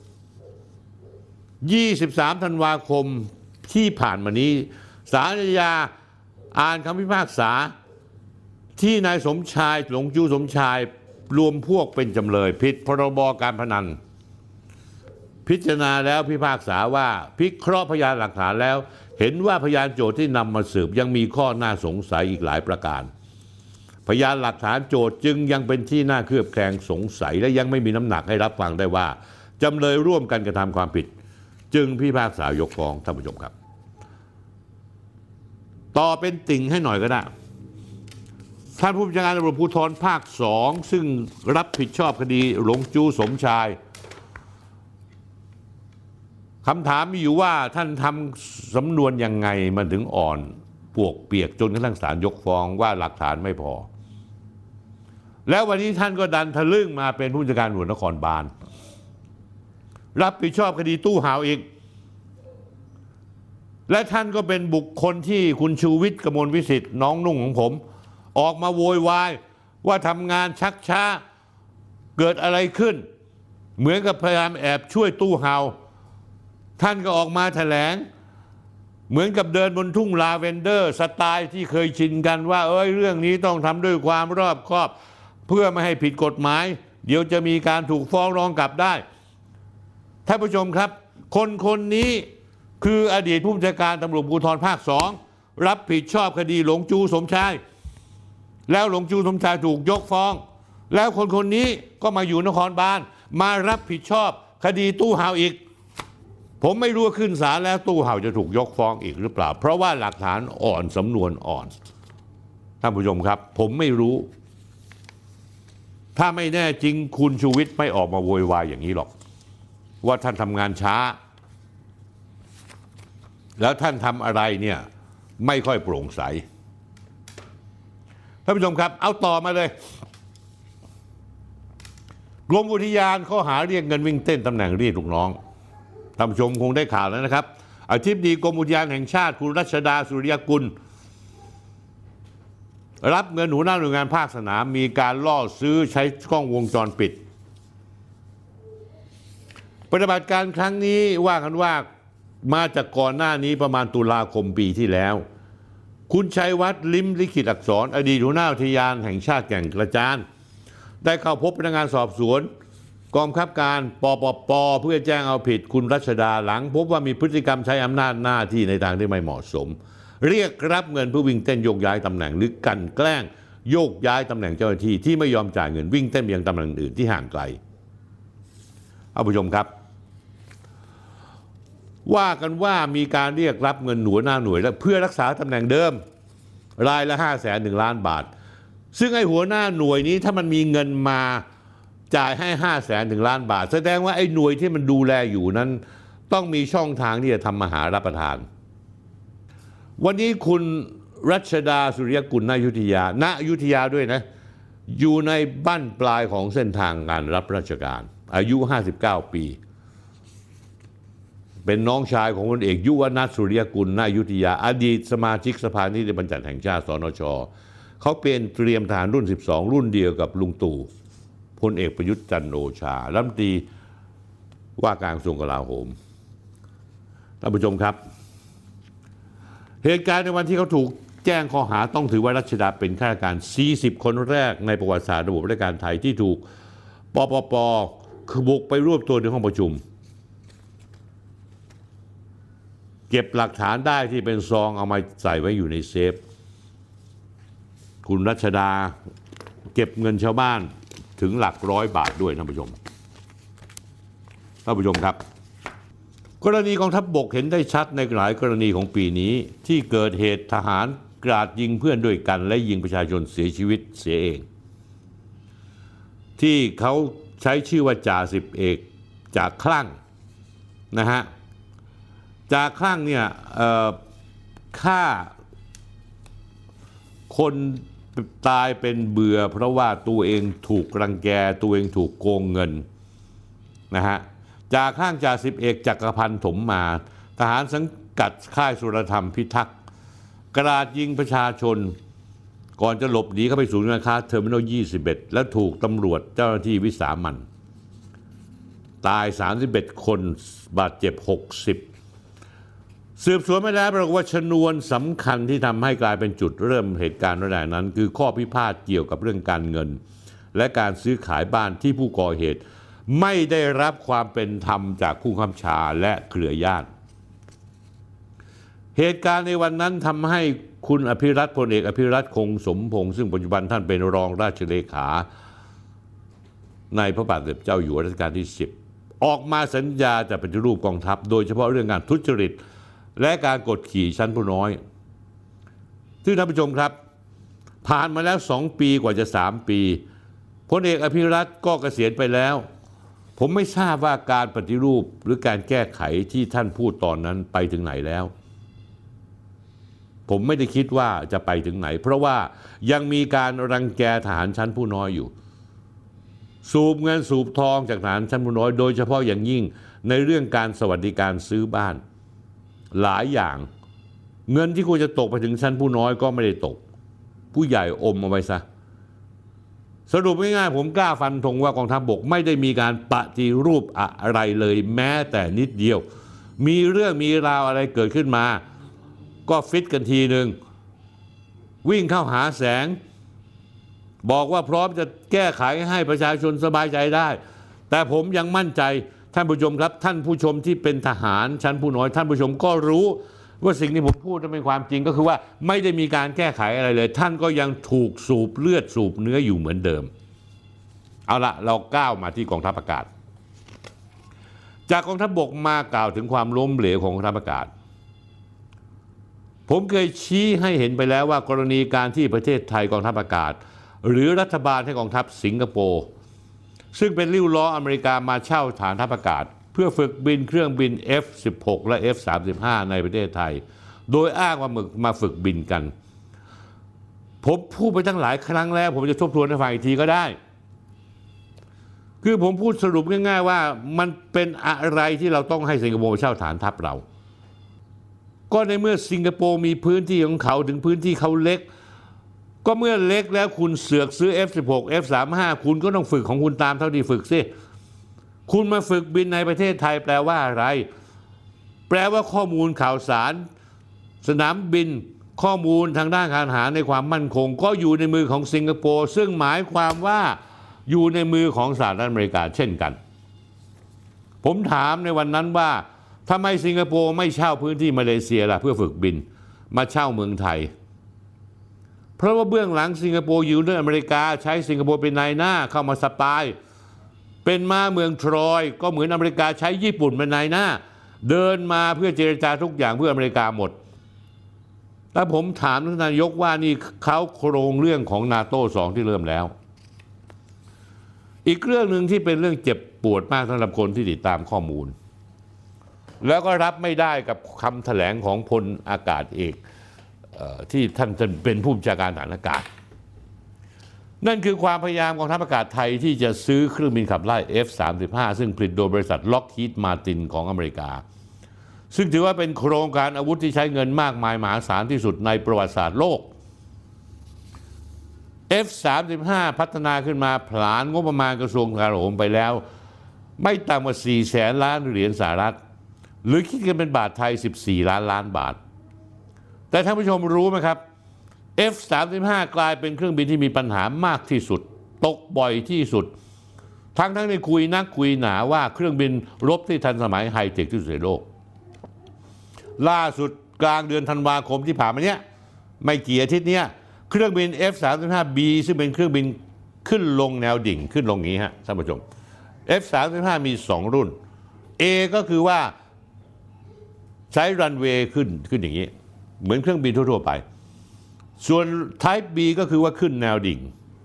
23 ธันวาคมที่ผ่านมานี้ศาลอาญาอ่านคำพิพากษาที่นายสมชายหลงจู้สมชายรวมพวกเป็นจำเลยผิดพรบการพนันพิจารณาแล้วพิพากษาว่าพิเคราะห์พยานหลักฐานแล้วเห็นว่าพยานโจทย์ที่นำมาสืบยังมีข้อน่าสงสัยอีกหลายประการพยานหลักฐานโจทย์จึงยังเป็นที่น่าเคลือบแคลงสงสัยและยังไม่มีน้ำหนักให้รับฟังได้ว่าจำเลยร่วมกันกระทำความผิดจึงพิพากษายกฟ้องท่านผู้ชมครับต่อเป็นติ่งให้หน่อยก็ได้ท่านผู้บัญชาการตำรวจภูธรภาค 2ซึ่งรับผิดชอบคดีหลงจู้สมชายคำถามมีอยู่ว่าท่านทำสำนวนยังไงมันถึงอ่อนปวกเปียกจนกระทั่งศาลยกฟ้องว่าหลักฐานไม่พอแล้ววันนี้ท่านก็ดันทะลึ่งมาเป็นผู้บัญชาการตำรวจนครบาลรับผิดชอบคดีตู้ห่าวอีกและท่านก็เป็นบุคคลที่คุณชูวิทย์กมลวิสิทธิ์น้องนุ่งของผมออกมาโวยวายว่าทำงานชักช้าเกิดอะไรขึ้นเหมือนกับพยายามแอบช่วยตู้ห่าวท่านก็ออกมาแถลงเหมือนกับเดินบนทุ่งลาเวนเดอร์สไตล์ที่เคยชินกันว่าเรื่องนี้ต้องทำด้วยความรอบคอบเพื่อไม่ให้ผิดกฎหมายเดี๋ยวจะมีการถูกฟ้องร้องกลับได้ท่านผู้ชมครับคนนี้คืออดีตผู้บัญชาการตำรวจภูธรภาค 2รับผิดชอบคดีหลงจู้สมชายแล้วหลงจู้สมชายถูกยกฟ้องแล้วคนนี้ก็มาอยู่นครบาลมารับผิดชอบคดีตู้ห่าวอีกผมไม่รู้ว่าขึ้นศาลแล้วตู้ห่าวจะถูกยกฟ้องอีกหรือเปล่าเพราะว่าหลักฐานอ่อนสำนวนอ่อนท่านผู้ชมครับผมไม่รู้ถ้าไม่แน่จริงคุณชูวิทย์ไม่ออกมาโวยวายอย่างนี้หรอกว่าท่านทำงานช้าแล้วท่านทำอะไรเนี่ยไม่ค่อยโปร่งใสท่านผู้ชมครับเอาต่อมาเลยกรมอุทยานข้อหาเรียกเงินวิ่งเต้นตำแหน่งเรียกลูกน้องท่านผู้ชมคงได้ข่าวแล้วนะครับอธิบดีกรมอุทยานแห่งชาติคุณรัชดาสุริยกุลรับเงินหัวหน้าหน่วยงานภาคสนามมีการล่อซื้อใช้กล้องวงจรปิดปฏิบัติการครั้งนี้ว่ากันว่ามาจากก่อนหน้านี้ประมาณตุลาคมปีที่แล้วคุณชัยวัฒน์ลิ้มลิขิตอักษรอดีตหัวหน้าอุทยานแห่งชาติแก่งกระจานได้เข้าพบพนักงานสอบสวนกองบังคับการปปป.เพื่อแจ้งเอาผิดคุณรัชดาหลังพบว่ามีพฤติกรรมใช้อำนาจหน้าที่ในทางที่ไม่เหมาะสมเรียกรับเงินเพื่อวิ่งเต้นโยกย้ายตำแหน่งหรือกลั่นแกล้งโยกย้ายตำแหน่งเจ้าหน้าที่ที่ไม่ยอมจ่ายเงินวิ่งเต้นไปยังตำแหน่งอื่นที่ห่างไกลท่านผู้ชมครับว่ากันว่ามีการเรียกรับเงินหัวหน้าหน่วยและเพื่อรักษาตำแหน่งเดิมรายละ501,000,000 บาทซึ่งไอ้หัวหน้าหน่วยนี้ถ้ามันมีเงินมาจ่ายให้500,000 ถึงล้านบาทแสดงว่าไอ้หน่วยที่มันดูแลอยู่นั้นต้องมีช่องทางที่จะทำมาหารับประทานวันนี้คุณรัชดาสุริยกุลณอยุธยาด้วยนะอยู่ในบั้นปลายของเส้นทางการรับราชการอายุ59 ปีเป็นน้องชายของพลเอกยุวนัทสุริยกุลณอยุธยาอดีตสมาชิกสภานิติบัญญัติแห่งชาติสนช.เขาเป็นเตรียมทหารรุ่น12รุ่นเดียวกับลุงตู่พลเอกประยุทธ์จันทร์โอชารัฐมนตรีว่าการกระทรวงกลาโหมท่านผู้ชมครับเหตุการณ์ในวันที่เขาถูกแจ้งข้อหาต้องถือว่ารัชดาเป็นข้าราชการ40 คนแรกในประวัติศาสตร์ระบบราชการไทยที่ถูกปปคือบุกไปรวบตัวในห้องประชุมเก็บหลักฐานได้ที่เป็นซองเอามาใส่ไว้อยู่ในเซฟคุณรัชดาเก็บเงินชาวบ้านถึงหลัก100 บาทด้วยท่านผู้ชมครับกรณีกองทัพบกเห็นได้ชัดในหลายกรณีของปีนี้ที่เกิดเหตุทหารกราดยิงเพื่อนด้วยกันและยิงประชาชนเสียชีวิตเสียเองที่เขาใช้ชื่อว่าจ่าสิบเอกจากคลั่งนะฮะจากคลั่งเนี่ยฆ่าคนตายเป็นเบื่อเพราะว่าตัวเองถูกรังแกตัวเองถูกโกงเงินนะฮะจากข้างจ่าสิบเอกจักรพันธ์ถมมาทหารสังกัดค่ายสุรธรรมพิทักษ์กราดยิงประชาชนก่อนจะหลบหนีเข้าไปศูนย์การค้าเทอร์มินอล 21 และถูกตำรวจเจ้าหน้าที่วิสามัญตาย 31 คนบาดเจ็บ 60สืบสวนไม่ได้ปรากฏว่าชนวนสำคัญที่ทำให้กลายเป็นจุดเริ่มเหตุการณ์ระดับนั้นคือข้อพิพาทเกี่ยวกับเรื่องการเงินและการซื้อขายบ้านที่ผู้ก่อเหตุไม่ได้รับความเป็นธรรมจากผู้บังคับบัญชาและเครือญาติเหตุการณ์ในวันนั้นทำให้คุณอภิรัตน์พลเอกอภิรัตน์คงสมพงษ์ซึ่งปัจจุบันท่านเป็นรองราชเลขาในพระบาทสมเด็จเจ้าอยู่หัวรัชกาลที่10ออกมาสัญญาจะปฏิรูปกองทัพโดยเฉพาะเรื่องการทุจริตและการกดขี่ชั้นผู้น้อยซึ่งท่านผู้ชมครับผ่านมาแล้ว2 ปีกว่าจะ3 ปีพลเอกอภิรัตน์ก็เกษียณไปแล้วผมไม่ทราบว่าการปฏิรูปหรือการแก้ไขที่ท่านพูดตอนนั้นไปถึงไหนแล้วผมไม่ได้คิดว่าจะไปถึงไหนเพราะว่ายังมีการรังแกทหารชั้นผู้น้อยอยู่สูบเงินสูบทองจากทหารชั้นผู้น้อยโดยเฉพาะอย่างยิ่งในเรื่องการสวัสดิการซื้อบ้านหลายอย่างเงินที่ควรจะตกไปถึงชั้นผู้น้อยก็ไม่ได้ตกผู้ใหญ่อมเอาไว้ซะสรุปง่ายๆผมกล้าฟันธงว่ากองทัพบกไม่ได้มีการปฏิรูปอะไรเลยแม้แต่นิดเดียวมีเรื่องมีราวอะไรเกิดขึ้นมาก็ฟิตกันทีหนึ่งวิ่งเข้าหาแสงบอกว่าพร้อมจะแก้ไขให้ประชาชนสบายใจได้แต่ผมยังมั่นใจท่านผู้ชมครับท่านผู้ชมที่เป็นทหารชั้นผู้น้อยท่านผู้ชมก็รู้ว่าสิ่งที่ผมพูดเป็นความจริงก็คือว่าไม่ได้มีการแก้ไขอะไรเลยท่านก็ยังถูกสูบเลือดสูบเนื้ออยู่เหมือนเดิมเอาละเราก้าวมาที่กองทัพอากาศจากกองทัพบกมากล่าวถึงความล้มเหลวของกองทัพอากาศผมเคยชี้ให้เห็นไปแล้วว่ากรณีการที่ประเทศไทยกองทัพอากาศหรือรัฐบาลให้กองทัพสิงคโปร์ซึ่งเป็นริ้วล้ออเมริกามาเช่าฐานทัพอากาศเพื่อฝึกบินเครื่องบิน F-16 และ F-35 ในประเทศไทยโดยอ้างว่ามาฝึกบินกันผมพูดไปตั้งหลายครั้งแล้วผมจะทบทวนให้ฟังอีกทีก็ได้คือผมพูดสรุปง่ายๆว่ามันเป็นอะไรที่เราต้องให้สิงคโปร์เช่าฐานทัพเราก็ในเมื่อสิงคโปร์มีพื้นที่ของเขาถึงพื้นที่เขาเล็กก็เมื่อเล็กแล้วคุณเสือกซื้อ F-16 F-35 คุณก็ต้องฝึกของคุณตามเท่าที่ฝึกสิคุณมาฝึกบินในประเทศไทยแปลว่าอะไรแปลว่าข้อมูลข่าวสารสนามบินข้อมูลทางด้านการทหารในความมั่นคงก็อยู่ในมือของสิงคโปร์ซึ่งหมายความว่าอยู่ในมือของสหรัฐอเมริกาเช่นกันผมถามในวันนั้นว่าทำไมสิงคโปร์ไม่เช่าพื้นที่มาเลเซียล่ะเพื่อฝึกบินมาเช่าเมืองไทยเพราะว่าเบื้องหลังสิงคโปร์อยู่ด้วยอเมริกาใช้สิงคโปร์เป็นนายหน้าเข้ามาสปายเป็นม้าเมืองทรอยก็เหมือนอเมริกาใช้ญี่ปุ่นเป็นนายหน้าเดินมาเพื่อเจรจาทุกอย่างเพื่ออเมริกาหมดแล้วผมถามท่านนายกว่านี่เขาโครงเรื่องของNATO 2ที่เริ่มแล้วอีกเรื่องหนึ่งที่เป็นเรื่องเจ็บปวดมากสำหรับคนที่ติดตามข้อมูลแล้วก็รับไม่ได้กับคำแถลงของพลอากาศเอกที่ท่านเป็นผู้บัญชาการทหารอากาศนั่นคือความพยายามกองทัพอากาศไทยที่จะซื้อเครื่องบินขับไล่ F-35 ซึ่งผลิตโดยบริษัท Lockheed Martin ของอเมริกาซึ่งถือว่าเป็นโครงการอาวุธที่ใช้เงินมากมายมหาศาลที่สุดในประวัติศาสตร์โลก F-35 พัฒนาขึ้นมาผลาญงบประมาณกระทรวงกลาโหมไปแล้วไม่ต่ำกว่า 400,000 ล้านเหรียญสหรัฐหรือคิดกันเป็นบาทไทย 14 ล้านบาทแต่ท่านผู้ชมรู้ไหมครับ F-35 กลายเป็นเครื่องบินที่มีปัญหามากที่สุดตกบ่อยที่สุดทั้งที่คุยหนาว่าเครื่องบินรบที่ทันสมัยไฮเทคที่สุดในโลกล่าสุดกลางเดือนธันวาคมที่ผ่านมาเนี้ยไม่กี่อาทิตย์เนี้ยเครื่องบิน F-35B ซึ่งเป็นเครื่องบินขึ้นลงแนวดิ่งขึ้นลงอย่างนี้ฮะท่านผู้ชม F-35 มี2รุ่น A ก็คือว่าใช้รันเวย์ขึ้นอย่างนี้เหมือนเครื่องบินทั่วๆไปส่วน Type B ก็คือว่าขึ้นแนวดิ่ง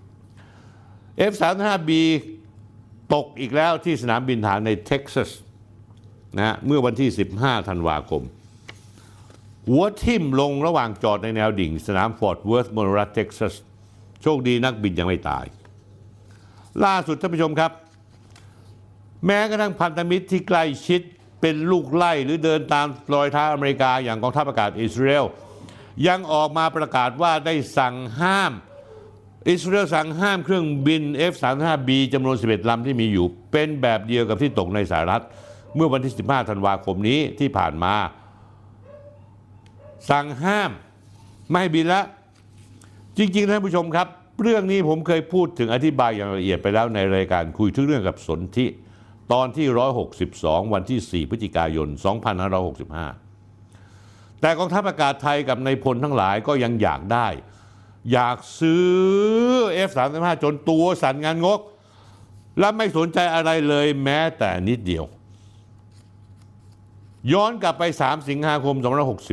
F-35B ตกอีกแล้วที่สนามบินฐานในเท็กซัสนะเมื่อวันที่ 15 ธันวาคมหัวทิ่มลงระหว่างจอดในแนวดิ่งสนามฟอร์ตเวิร์ธเมืองรัฐเท็กซัสโชคดีนักบินยังไม่ตายล่าสุดท่านผู้ชมครับแม้กระทั่งพันธมิตรที่ใกล้ชิดเป็นลูกไล่หรือเดินตามรอยเท้าอเมริกาอย่างกองทัพอากาศอิสราเอลยังออกมาประกาศว่าได้สั่งห้ามอิสราเอลสั่งห้ามเครื่องบิน F-35B จำนวน 11 ลำที่มีอยู่เป็นแบบเดียวกับที่ตกในสหรัฐเมื่อวันที่ 15 ธันวาคมนี้ที่ผ่านมาสั่งห้ามไม่ให้บินแล้วจริงๆท่านผู้ชมครับเรื่องนี้ผมเคยพูดถึงอธิบายอย่างละเอียดไปแล้วในรายการคุยทุกเรื่องกับสนธิตอนที่162วันที่ 4 พฤศจิกายน 2565แต่กองทัพอากาศไทยกับนายพลทั้งหลายก็ยังอยากได้อยากซื้อ F-35 จนตัวสั่นงานงกและไม่สนใจอะไรเลยแม้แต่นิดเดียวย้อนกลับไป 3 สิงหาคม 2565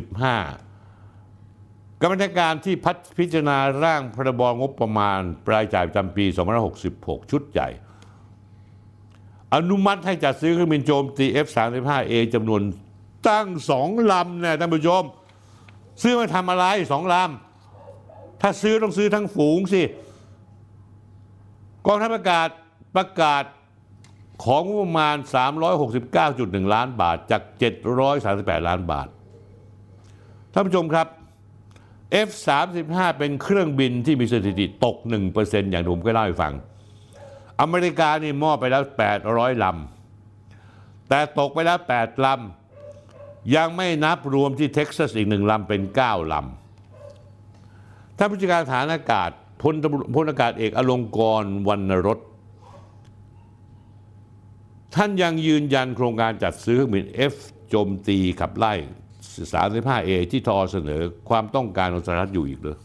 กรรมการที่พิจารณาร่างพรบงบประมาณรายจ่ายประจำปี 2566 ชุดใหญ่อนุมัติให้จัดซื้อเครื่องบินโจมตี F-35A จำนวนตั้ง2 ลำเนี่ยท่านผู้ชมซื้อมาทำอะไร2 ลำถ้าซื้อต้องซื้อทั้งฝูงสิกองทัพอากาศประกาศของงบประมาณ 369.1 ล้านบาทจาก 738 ล้านบาทท่านผู้ชมครับ F-35 เป็นเครื่องบินที่มีสถิติตก 1% อย่างผมก็เล่าให้ฟังอเมริกานี่มอบไปแล้ว800 ลำแต่ตกไปแล้ว8 ลำยังไม่นับรวมที่เท็กซัสอีก1 ลำเป็น9 ลำท่านผู้จัดการฐานอากาศพลอากาศเอกอลงกรณ์ วรรณรสท่านยังยืนยันโครงการจัดซื้อเครื่องบิน F โจมตีขับไล่ 35A ที่ทอเสนอความต้องการของสหรัฐอยู่อีกเลย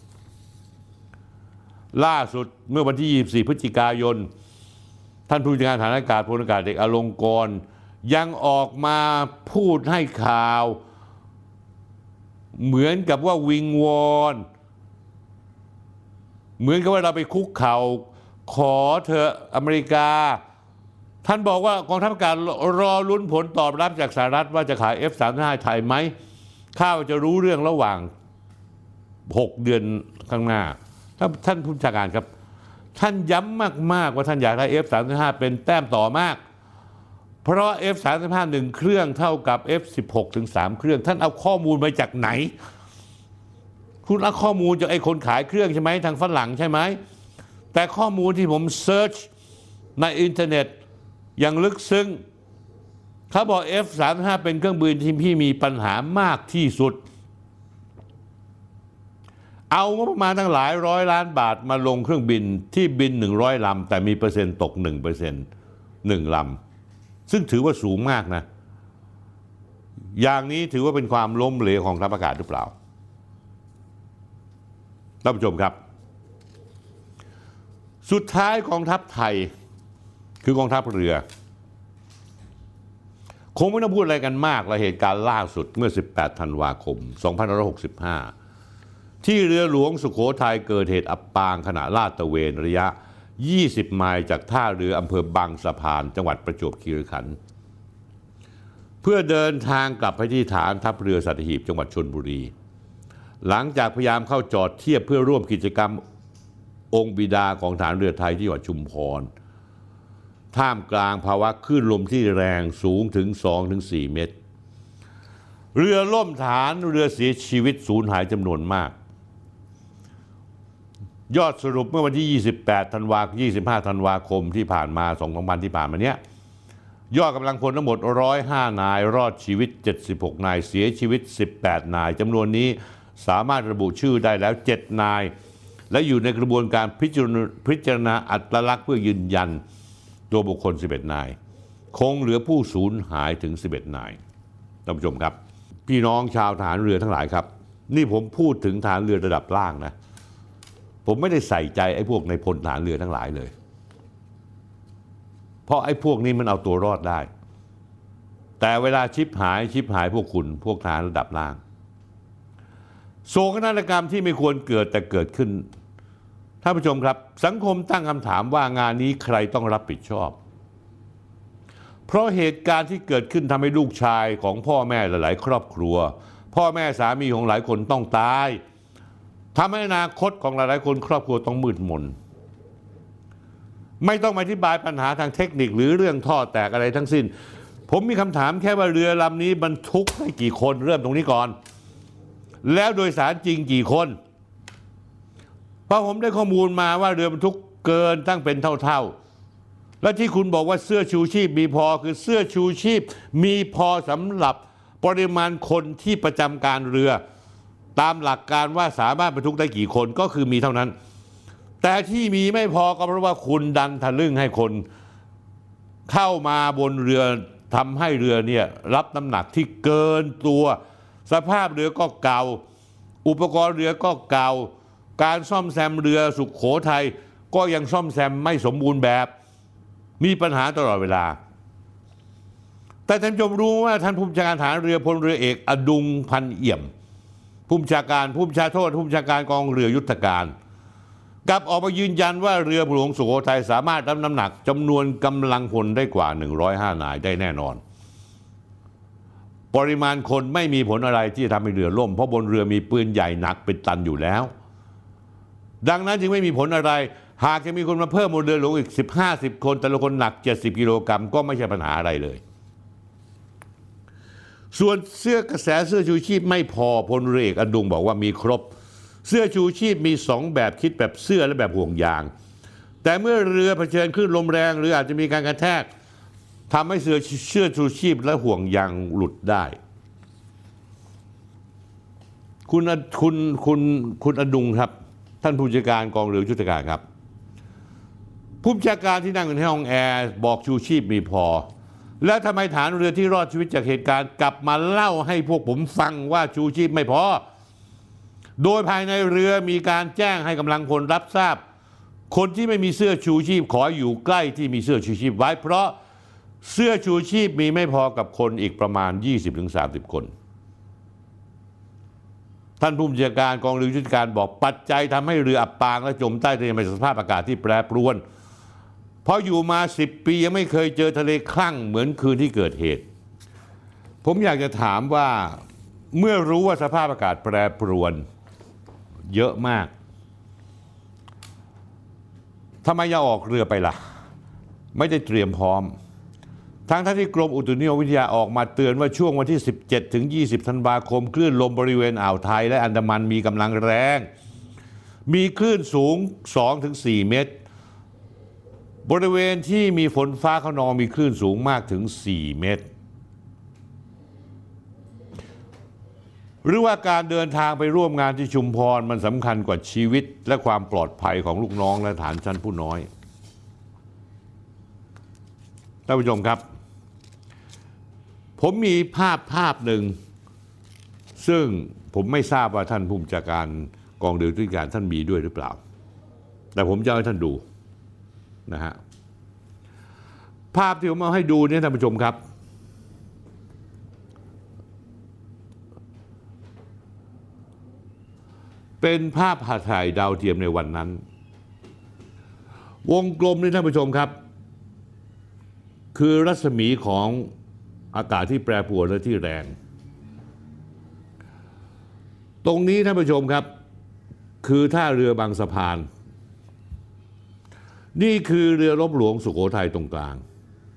ล่าสุดเมื่อวันที่ 24 พฤศจิกายนท่านผู้จัดการฐานอากาศพลอากาศเอกอลงกรณ์ยังออกมาพูดให้ข่าวเหมือนกับว่าวิงวอนเหมือนกับว่าเราไปคุกเข่าขอเธออเมริกาท่านบอกว่ากองทัพอากาศรอลุ้นผลตอบรับจากสหรัฐว่าจะขาย F-35 ไทยไหมข้าวจะรู้เรื่องระหว่าง6 เดือนข้างหน้าท่านผู้บัญชาการครับท่านย้ำมากๆว่าท่านอยากได้ F-35 เป็นแต้มต่อมากเพราะ F-35 1 เครื่องเท่ากับ F-16 ถึง 3 เครื่องท่านเอาข้อมูลมาจากไหนคุณเอาข้อมูลจากไอ้คนขายเครื่องใช่ไหมทางฝรั่งใช่ไหมแต่ข้อมูลที่ผมเซิร์ชในอินเทอร์เน็ตอย่างลึกซึ้งเขาบอก F-35 เป็นเครื่องบินที่มีปัญหามากที่สุดเอางบประมาณตั้งหลายร้อยล้านบาทมาลงเครื่องบินที่บิน100 ลำแต่มีเปอร์เซ็นต์ตก 1% 1 ลำซึ่งถือว่าสูงมากนะอย่างนี้ถือว่าเป็นความล้มเหลวของทัพอากาศหรือเปล่าท่านผู้ชมครับสุดท้ายกองทัพไทยคือกองทัพเรือคงไม่ต้องพูดอะไรกันมากและเหตุการณ์ล่าสุดเมื่อ 18 ธันวาคม 2565 ที่เรือหลวงสุโขทัยเกิดเหตุอับปางขณะลาดตระเวนระยะ 20 ไมล์จากท่าเรืออำเภอบางสะพานจังหวัดประจวบคีรีขันธ์เพื่อเดินทางกลับไปที่ฐานทัพเรือสัตหีบจังหวัดชลบุรีหลังจากพยายามเข้าจอดเทียบเพื่อร่วมกิจกรรมองค์บิดาของฐานเรือไทยที่จังหวัดชุมพรท่ามกลางภาวะคลื่นลมที่แรงสูงถึง 2-4 เมตรเรือล่มฐานเรือเสียชีวิตสูญหายจำนวนมากยอดสรุปเมื่อวันที่ 25 ธันวาคมที่ผ่านมา 2-3 วันที่ผ่านมาเนี้ยยอดกำลังพลทั้งหมด105 นายรอดชีวิต76 นายเสียชีวิต18 นายจำนวนนี้สามารถระบุชื่อได้แล้ว7 นายและอยู่ในกระบวนการพิจารณาอัตลักษณ์เพื่อยืนยันตัวบุคคล11 นายคงเหลือผู้สูญหายถึง11 นายท่านผู้ชมครับพี่น้องชาวทหารเรือทั้งหลายครับนี่ผมพูดถึงทหารเรือระดับล่างนะผมไม่ได้ใส่ใจไอ้พวกในพลทหารเรือทั้งหลายเลยเพราะไอ้พวกนี้มันเอาตัวรอดได้แต่เวลาชิบหายพวกคุณพวกทหารระดับล่างโศกนาฏกรรมที่ไม่ควรเกิดแต่เกิดขึ้นท่านผู้ชมครับสังคมตั้งคำถามว่างานนี้ใครต้องรับผิดชอบเพราะเหตุการณ์ที่เกิดขึ้นทำให้ลูกชายของพ่อแม่หลายๆครอบครัวพ่อแม่สามีของหลายคนต้องตายทำให้อนาคตของหลายๆคนครอบครัวต้องมืดมนไม่ต้องมาอธิบายปัญหาทางเทคนิคหรือเรื่องท่อแตกอะไรทั้งสิ้นผมมีคำถามแค่ว่าเรือลำนี้บรรทุกให้กี่คนเริ่มตรงนี้ก่อนแล้วโดยสารจริงกี่คนเพราะผมได้ข้อมูลมาว่าเรือบรรทุกเกินตั้งเป็นเท่าและที่คุณบอกว่าเสื้อชูชีพมีพอคือเสื้อชูชีพมีพอสำหรับปริมาณคนที่ประจำการเรือตามหลักการว่าสามารถบรรทุกได้กี่คนก็คือมีเท่านั้นแต่ที่มีไม่พอก็เพราะว่าคุณดันทะลึ่งให้คนเข้ามาบนเรือทำให้เรือเนี่ยรับน้ำหนักที่เกินตัวสภาพเรือก็เก่าอุปกรณ์เรือก็เก่าการซ่อมแซมเรือสุโขทัยก็ยังซ่อมแซมไม่สมบูรณ์แบบมีปัญหาตลอดเวลาแต่ท่านผู้ชมรู้ว่าท่านผู้บัญชาการทหารเรือพลเรือเอกอดุงพันเอี่ยมผู้บัญชาการกองเรือยุทธการกลับออกมายืนยันว่าเรือหลวงสุโขทัยสามารถรับน้ำหนักจำนวนกำลังพลได้กว่า105 นายได้แน่นอนปริมาณคนไม่มีผลอะไรที่จะทำให้เรือล่มเพราะบนเรือมีปืนใหญ่หนักเป็นตันอยู่แล้วดังนั้นจึงไม่มีผลอะไรหากจะมีคนมาเพิ่มบนเรือหลวงอีก10-50 คนแต่ละคนหนัก70 กิโลกรัมก็ไม่ใช่ปัญหาอะไรเลยส่วนกระแสเสื้อชูชีพไม่พอพลเรือเอกอดุงบอกว่ามีครบเสื้อชูชีพมี2 แบบคิดแบบเสื้อและแบบห่วงยางแต่เมื่อเรือเผชิญคลื่นลมแรงหรืออาจจะมีการกระแทกทำให้เสื้อชูชีพและห่วงยางหลุดได้คุณอดุงครับท่านผู้จัดการกองเรือยุทธการครับผู้บัญชาการที่นั่งอยู่ในห้องแอร์บอกชูชีพมีพอแล้วทำไมฐานเรือที่รอดชีวิตจากเหตุการณ์กลับมาเล่าให้พวกผมฟังว่าชูชีพไม่พอโดยภายในเรือมีการแจ้งให้กำลังพลรับทราบคนที่ไม่มีเสื้อชูชีพขออยู่ใกล้ที่มีเสื้อชูชีพไว้เพราะเสื้อชูชีพมีไม่พอกับคนอีกประมาณ 20-30 คนท่านผู้บัญชาการกองเรือยุทธการบอกปัจจัยทำให้เรืออับปางและจมใต้ทะเลในสภาพอากาศที่แปรปรวนเพราะอยู่มา10 ปียังไม่เคยเจอทะเลคลั่งเหมือนคืนที่เกิดเหตุผมอยากจะถามว่าเมื่อรู้ว่าสภาพอากาศแปรปรวนเยอะมากทำไมยังออกเรือไปล่ะไม่ได้เตรียมพร้อมทั้งที่กรมอุตุนิยมวิทยาออกมาเตือนว่าช่วงวันที่ 17-20 ธันวาคมคลื่นลมบริเวณอ่าวไทยและอันดามันมีกำลังแรงมีคลื่นสูง 2-4 เมตรบริเวณที่มีฝนฟ้าคะนองมีคลื่นสูงมากถึง4 เมตรหรือว่าการเดินทางไปร่วมงานที่ชุมพรมันสำคัญกว่าชีวิตและความปลอดภัยของลูกน้องและฐานชั้นผู้น้อยท่านผู้ชมครับผมมีภาพหนึ่งซึ่งผมไม่ทราบว่าท่านผู้บัญชาการกองเรือยุทธการท่านมีด้วยหรือเปล่าแต่ผมจะให้ท่านดูนะฮะภาพที่ผมเอาให้ดูเนี่ยท่านผู้ชมครับเป็นภาพถ่ายดาวเทียมในวันนั้นวงกลมนี่ท่านผู้ชมครับคือรัศมีของอากาศที่แปรปรวนและที่แรงตรงนี้ท่านผู้ชมครับคือท่าเรือบางสะพานนี่คือเรือรบหลวงสุโขทัยตรงกลาง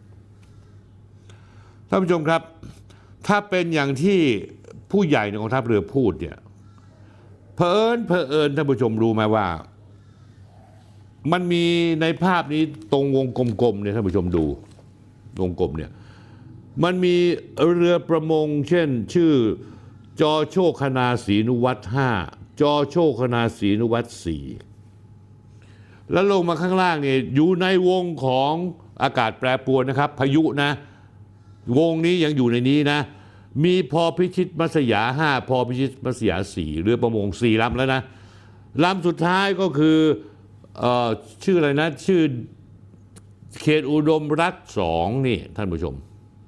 ท่านผู้ชมครับถ้าเป็นอย่างที่ผู้ใหญ่ในกองทัพเรือพูดเนี่ยเผอิญท่านผู้ชมรู้ไหมว่ามันมีในภาพนี้ตรงวงกลมๆเนี่ยท่านผู้ชมดูวงกลมเนี่ยมันมีเรือประมงเช่นชื่อจอโชคนาศรีนุวัตร5จอโชคนาศรีนุวัตร4แล้วลงมาข้างล่างเนี่ยอยู่ในวงของอากาศแปรปรวนนะครับพายุนะวงนี้ยังอยู่ในนี้นะมีพอพิชิตมัสยา5พอพิชิตมัสยา4เรือประมง4ลำแล้วนะลำสุดท้ายก็คือชื่ออะไรนะชื่อเขตอุดมรัฐ2นี่ท่านผู้ชม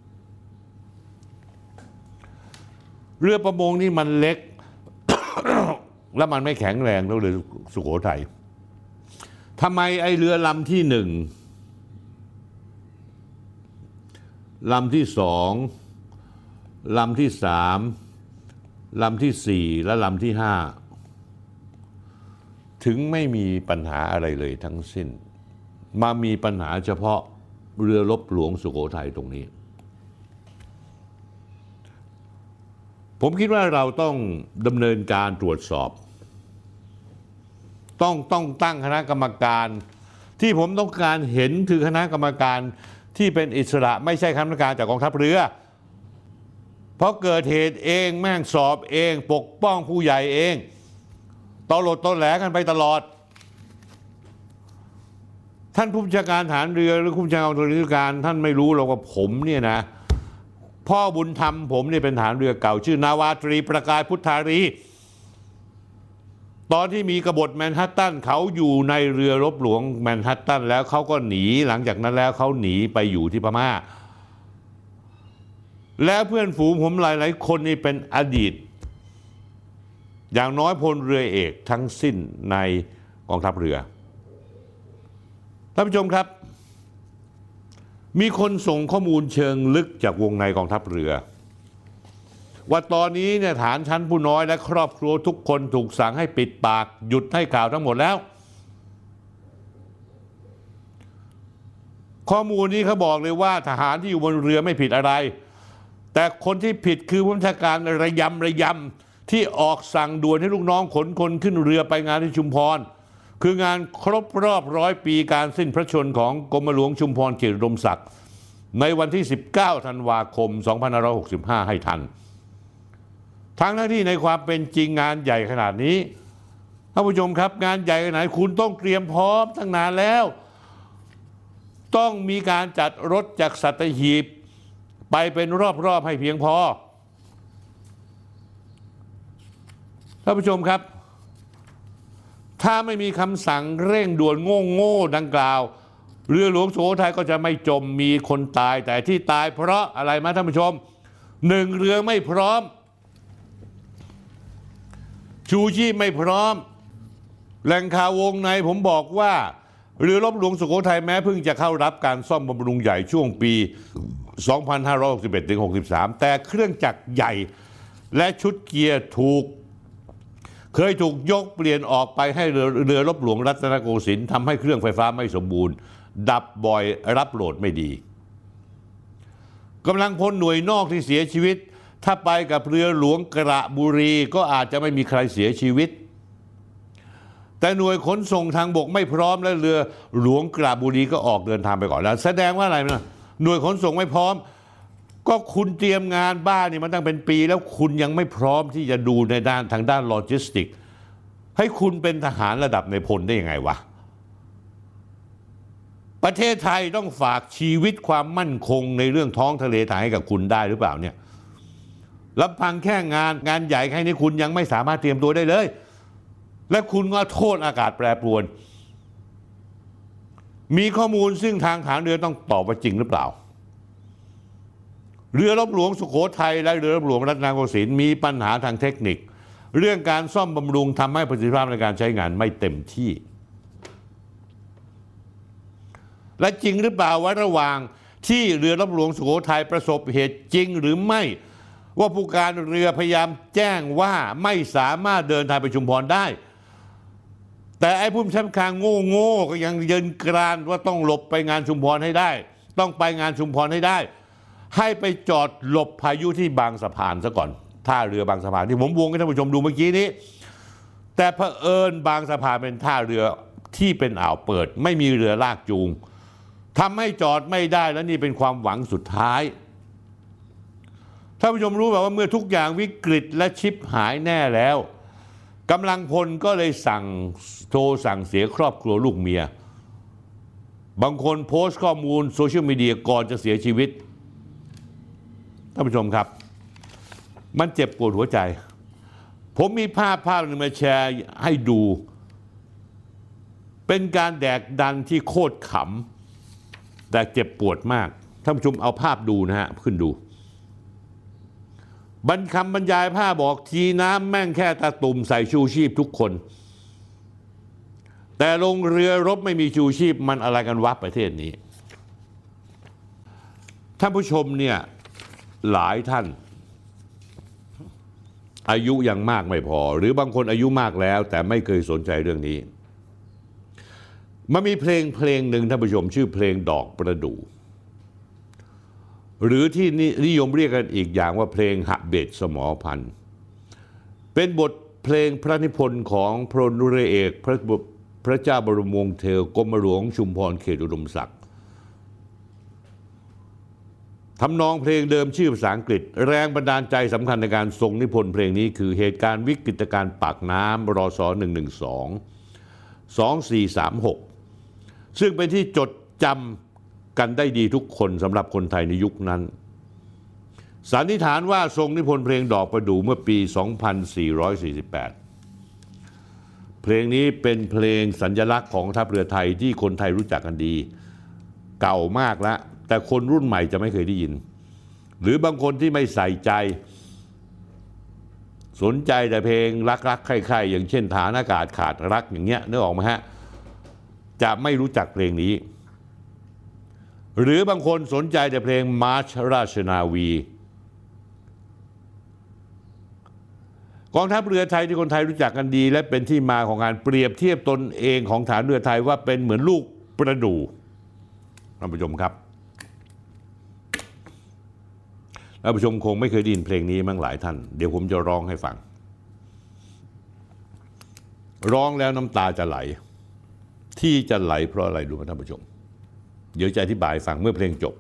เรือประมงนี่มันเล็ก และมันไม่แข็งแรงเท่าเรือสุโขทัยทำไมไอ้เรือลำที่1ลำที่2ลำที่3ลำที่4และลำที่5ถึงไม่มีปัญหาอะไรเลยทั้งสิ้นมามีปัญหาเฉพาะเรือรบหลวงสุโขทัยตรงนี้ผมคิดว่าเราต้องดำเนินการตรวจสอบต้องตั้งคณะกรรมการที่ผมต้องการเห็นคือคณะกรรมการที่เป็นอิสระไม่ใช่คณะกรรมการจากกองทัพเรือเพราะเกิดเหตุเองแม่งสอบเองปกป้องผู้ใหญ่เองตลดตนแหลกันไปตลอดท่านผู้บัญชาการฐานเรือหรือผู้บัญชาการกองทัพการท่านไม่รู้หรอกว่าผมเนี่ยนะพ่อบุญธรรมผมเนี่ยเป็นฐานเรือเก่าชื่อนาวาตรีประกายพุทธารีตอนที่มีกบฏแมนฮัตตันเขาอยู่ในเรือรบหลวงแมนฮัตตันแล้วเขาก็หนีหลังจากนั้นแล้วเขาหนีไปอยู่ที่พม่าแล้วเพื่อนฝูงผมหลายๆคนนี่เป็นอดีตอย่างน้อยพลเรือเอกทั้งสิ้นในกองทัพเรือท่านผู้ชมครับมีคนส่งข้อมูลเชิงลึกจากวงในกองทัพเรือว่าตอนนี้เนี่ยฐานชั้นผู้น้อยและครอบครัวทุกคนถูกสั่งให้ปิดปากหยุดให้ข่าวทั้งหมดแล้วข้อมูลนี้เขาบอกเลยว่าทหารที่อยู่บนเรือไม่ผิดอะไรแต่คนที่ผิดคือผู้บัญชาการระยำที่ออกสั่งด่วนให้ลูกน้องขนคนขึ้นเรือไปงานที่ชุมพรคืองานครบรอบ100 ปีการสิ้นพระชนม์ของกรมหลวงชุมพรเขตอุดมศักดิ์ในวันที่19 ธันวาคม 2565 ให้ทันทั้งที่ในความเป็นจริงงานใหญ่ขนาดนี้ท่านผู้ชมครับงานใหญ่ขนาดไหนคุณต้องเตรียมพร้อมตั้งนานแล้วต้องมีการจัดรถจากสัตหีบไปเป็นรอบๆให้เพียงพอท่านผู้ชมครับถ้าไม่มีคำสั่งเร่งด่วนโง่ดังกล่าวเรือหลวงสุโขทัยก็จะไม่จมมีคนตายแต่ที่ตายเพราะอะไรมาท่านผู้ชม1เรือไม่พร้อมชูชีพไม่พร้อมแหล่งข่าววงในผมบอกว่าเรือรบหลวงสุโขทัยแม้เพิ่งจะเข้ารับการซ่อมบำรุงใหญ่ช่วงปี 2561-63 แต่เครื่องจักรใหญ่และชุดเกียร์เคยถูกยกเปลี่ยนออกไปให้เรือรบหลวงรัตนโกสินทร์ทำให้เครื่องไฟฟ้าไม่สมบูรณ์ดับบ่อยรับโหลดไม่ดีกำลังพลหน่วยนอกที่เสียชีวิตถ้าไปกับเรือหลวงกระบุรีก็อาจจะไม่มีใครเสียชีวิตแต่หน่วยขนส่งทางบกไม่พร้อมและเรือหลวงกระบุรีก็ออกเดินทางไปก่อนแล้วแสดงว่าอะไรนะหน่วยขนส่งไม่พร้อมก็คุณเตรียมงานบ้านนี่มันตั้งเป็นปีแล้วคุณยังไม่พร้อมที่จะดูในทางด้านโลจิสติกให้คุณเป็นทหารระดับในพลได้ยังไงวะประเทศไทยต้องฝากชีวิตความมั่นคงในเรื่องท้องทะเลไทยให้กับคุณได้หรือเปล่าเนี่ยลำพังแค่งานใหญ่แค่นี้คุณยังไม่สามารถเตรียมตัวได้เลยและคุณก็โทษอากาศแปรปรวนมีข้อมูลซึ่งทางฐานเรือต้องตอบว่าจริงหรือเปล่าเรือรบหลวงสุโขทัยและเรือรบหลวงรัตนโกสินทร์มีปัญหาทางเทคนิคเรื่องการซ่อมบำรุงทำให้ประสิทธิภาพในการใช้งานไม่เต็มที่และจริงหรือเปล่าว่าระหว่างที่เรือรบหลวงสุโขทัยประสบเหตุจริงหรือไม่ว่าผู้การเรือพยายามแจ้งว่าไม่สามารถเดินทางไปชุมพรได้แต่ไอ้ผู้บัญชาการโง่ก็ยังยืนกรานว่าต้องหลบไปงานชุมพรให้ได้ต้องไปงานชุมพรให้ได้ให้ไปจอดหลบพายุที่บางสะพานซะก่อนท่าเรือบางสะพานที่ผมวงให้ท่านผู้ชมดูเมื่อกี้นี้แต่เผอิญบางสะพานเป็นท่าเรือที่เป็นอ่าวเปิดไม่มีเรือลากจูงทำให้จอดไม่ได้และนี่เป็นความหวังสุดท้ายท่านผู้ชมรู้ไหมว่าเมื่อทุกอย่างวิกฤตและชิบหายแน่แล้วกำลังพลก็เลยโทรสั่งเสียครอบครัวลูกเมียบางคนโพสต์ข้อมูลโซเชียลมีเดียก่อนจะเสียชีวิตท่านผู้ชมครับมันเจ็บปวดหัวใจผมมีภาพหนึ่งมาแชร์ให้ดูเป็นการแดกดันที่โคตรขำแต่เจ็บปวดมากท่านผู้ชมเอาภาพดูนะฮะขึ้นดูบรรยายภาพบอกทีน้ำแม่งแค่ตาตุ่มใส่ชูชีพทุกคนแต่ลงเรือรบไม่มีชูชีพมันอะไรกันวะประเทศนี้ท่านผู้ชมเนี่ยหลายท่านอายุยังมากไม่พอหรือบางคนอายุมากแล้วแต่ไม่เคยสนใจเรื่องนี้มันมีเพลงหนึ่งท่านผู้ชมชื่อเพลงดอกประดู่หรือที่นิยมเรียกกันอีกอย่างว่าเพลงหเบศสมรพันธ์เป็นบทเพลงพระนิพนธ์ของพลเรือเอกพระเจ้าบรมวงศ์เธอกรมหลวงชุมพรเขตอุดมศักดิ์ทำนองเพลงเดิมชื่อภาษาอังกฤษแรงบันดาลใจสำคัญในการทรงนิพนธ์เพลงนี้คือเหตุการณ์วิกฤตการณ์ปากน้ำรศ112-2436ซึ่งเป็นที่จดจำกันได้ดีทุกคนสำหรับคนไทยในยุคนั้นสันนิษฐานว่าทรงนิพนธ์เพลงดอกประดู่เมื่อปี 2448 เพลงนี้เป็นเพลงสัญลักษณ์ของทัพเรือไทยที่คนไทยรู้จักกันดีเก่ามากแล้วแต่คนรุ่นใหม่จะไม่เคยได้ยินหรือบางคนที่ไม่ใส่ใจสนใจแต่เพลงรักๆใคร่ๆอย่างเช่นฐานอากาศขาดรักอย่างเงี้ยนึกออกไหมฮะจะไม่รู้จักเพลงนี้หรือบางคนสนใจแต่เพลงมาร์ชราชนาวีกองทัพเรือไทยที่คนไทยรู้จักกันดีและเป็นที่มาของการเปรียบเทียบตนเองของฐานเรือไทยว่าเป็นเหมือนลูกประดู่ท่านผู้ชมครับท่านผู้ชมคงไม่เคยได้ยินเพลงนี้มั้งหลายท่านเดี๋ยวผมจะร้องให้ฟังร้องแล้วน้ำตาจะไหลที่จะไหลเพราะอะไรรู้ไหมท่านผู้ชมเดี๋ยวจะอธิบายฟังเมื่อเพลงจบ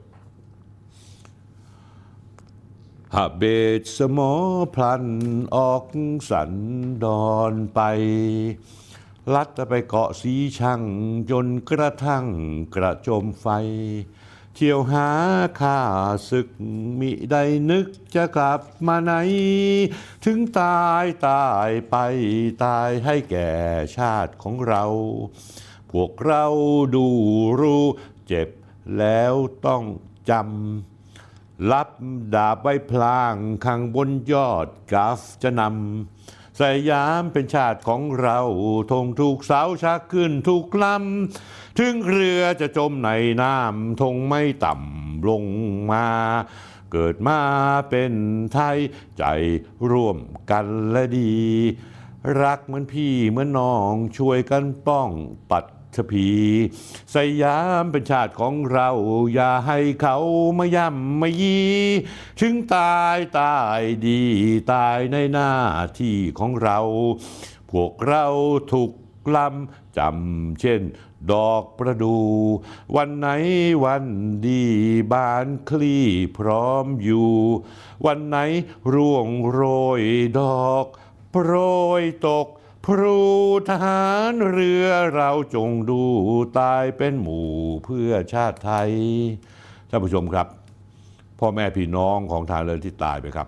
หเบศสมรพลันออกสันดอนไปลัดไปเกาะสีชังจนกระทั่งกระโจมไฟเที่ยวหาข้าศึกมิได้นึกจะกลับมาไหนถึงตายไปตายให้แก่ชาติของเราพวกเราดูรู้เจ็บแล้วต้องจำรับดาบไว้พลางข้างบนยอดกราฟจะนำสยามเป็นชาติของเราธงถูกเสาชักขึ้นทุกลำถึงเรือจะจมในน้ำธงไม่ต่ำลงมาเกิดมาเป็นไทยใจร่วมกันและดีรักเหมือนพี่เหมือนน้องช่วยกันป้องปัดทภีสยามเป็นชาติของเราอย่าให้เขามาย่ำมายีถึงตายดีตายในหน้าที่ของเราพวกเราถูกลำจำเช่นดอกประดู่วันไหนวันดีบานคลี่พร้อมอยู่วันไหนร่วงโรยดอกโปรยตกพรูทหารเรือเราจงดูตายเป็นหมู่เพื่อชาติไทยท่านผู้ชมครับพ่อแม่พี่น้องของทหารเรือที่ตายไปครับ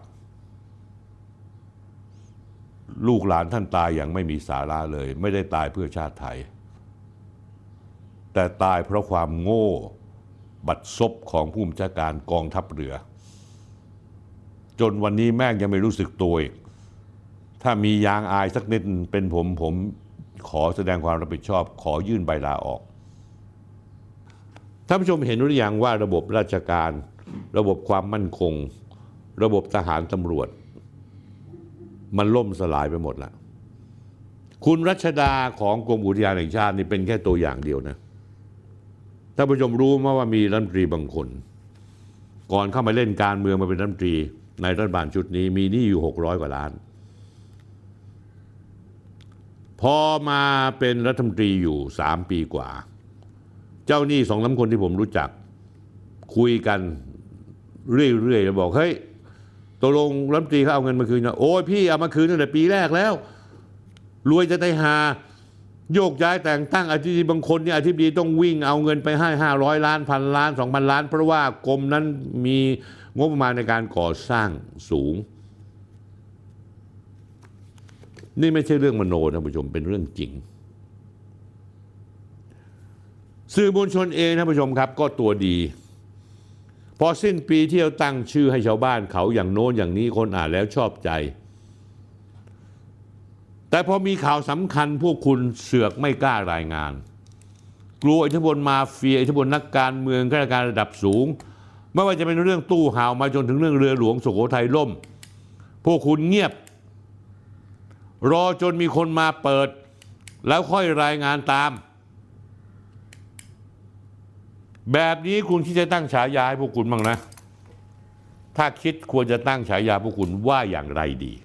ลูกหลานท่านตายอย่างไม่มีสาระเลยไม่ได้ตายเพื่อชาติไทยแต่ตายเพราะความโง่บัดซบของผู้บัญชาการกองทัพเรือจนวันนี้แม่งยังไม่รู้สึกตัวอีกถ้ามียางอายสักนิดเป็นผมขอแสดงความรับผิดชอบขอยื่นใบลาออกท่านผู้ชมเห็นหรือยังว่าระบบราชการระบบความมั่นคงระบบทหารตำรวจมันล่มสลายไปหมดแล้วคุณรัชดาของกรมอุทยานแห่งชาตินี่เป็นแค่ตัวอย่างเดียวนะท่านผู้ชมรู้ไหมว่ามีรัฐมนตรีบางคนก่อนเข้ามาเล่นการเมืองมาเป็นรัฐมนตรีในรัฐบาลชุดนี้มีหนี้อยู่600 กว่าล้านพอมาเป็นรัฐมนตรีอยู่3 ปีกว่าเจ้าหนี้2-3 คนที่ผมรู้จักคุยกันเรื่อยๆแล้วบอกเฮ้ยตกลงรัฐมนตรีเขาเอาเงินมาคืนนะโอ้ยพี่เอามาคืนตั้งแต่ปีแรกแล้วรวยจะได้หาโยกย้ายแต่งตั้งอธิบดีบางคนเนี่ยอธิบดีต้องวิ่งเอาเงินไปให้500 ล้าน1,000 ล้าน2,000 ล้านเพราะว่ากรมนั้นมีงบประมาณในการก่อสร้างสูงนี่ไม่ใช่เรื่องมโนท่านผู้ชมเป็นเรื่องจริงสื่อมวลชนเองท่านผู้ชมครับก็ตัวดีพอสิ้นปีเที่ยวตั้งชื่อให้ชาวบ้านเขาอย่างโน้นอย่างนี้คนอ่านแล้วชอบใจแต่พอมีข่าวสำคัญพวกคุณเสือกไม่กล้ารายงานกลัวอิทธิพลมาเฟียอิทธิพลนักการเมืองข้าราชการระดับสูงไม่ว่าจะเป็นเรื่องตู้ห่าวมาจนถึงเรื่องเรือหลวงสุโขทัยล่มพวกคุณเงียบรอจนมีคนมาเปิดแล้วค่อยรายงานตามแบบนี้คุณคิดจะตั้งฉายาให้พวกคุณบ้างนะถ้าคิดควรจะตั้งฉายาพวกคุณว่าอย่างไรดี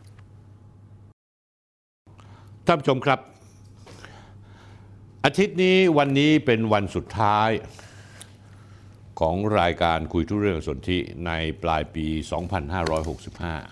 ท่านผู้ชมครับอาทิตย์นี้วันนี้เป็นวันสุดท้ายของรายการคุยทุกเรื่องสนธิในปลายปี 2565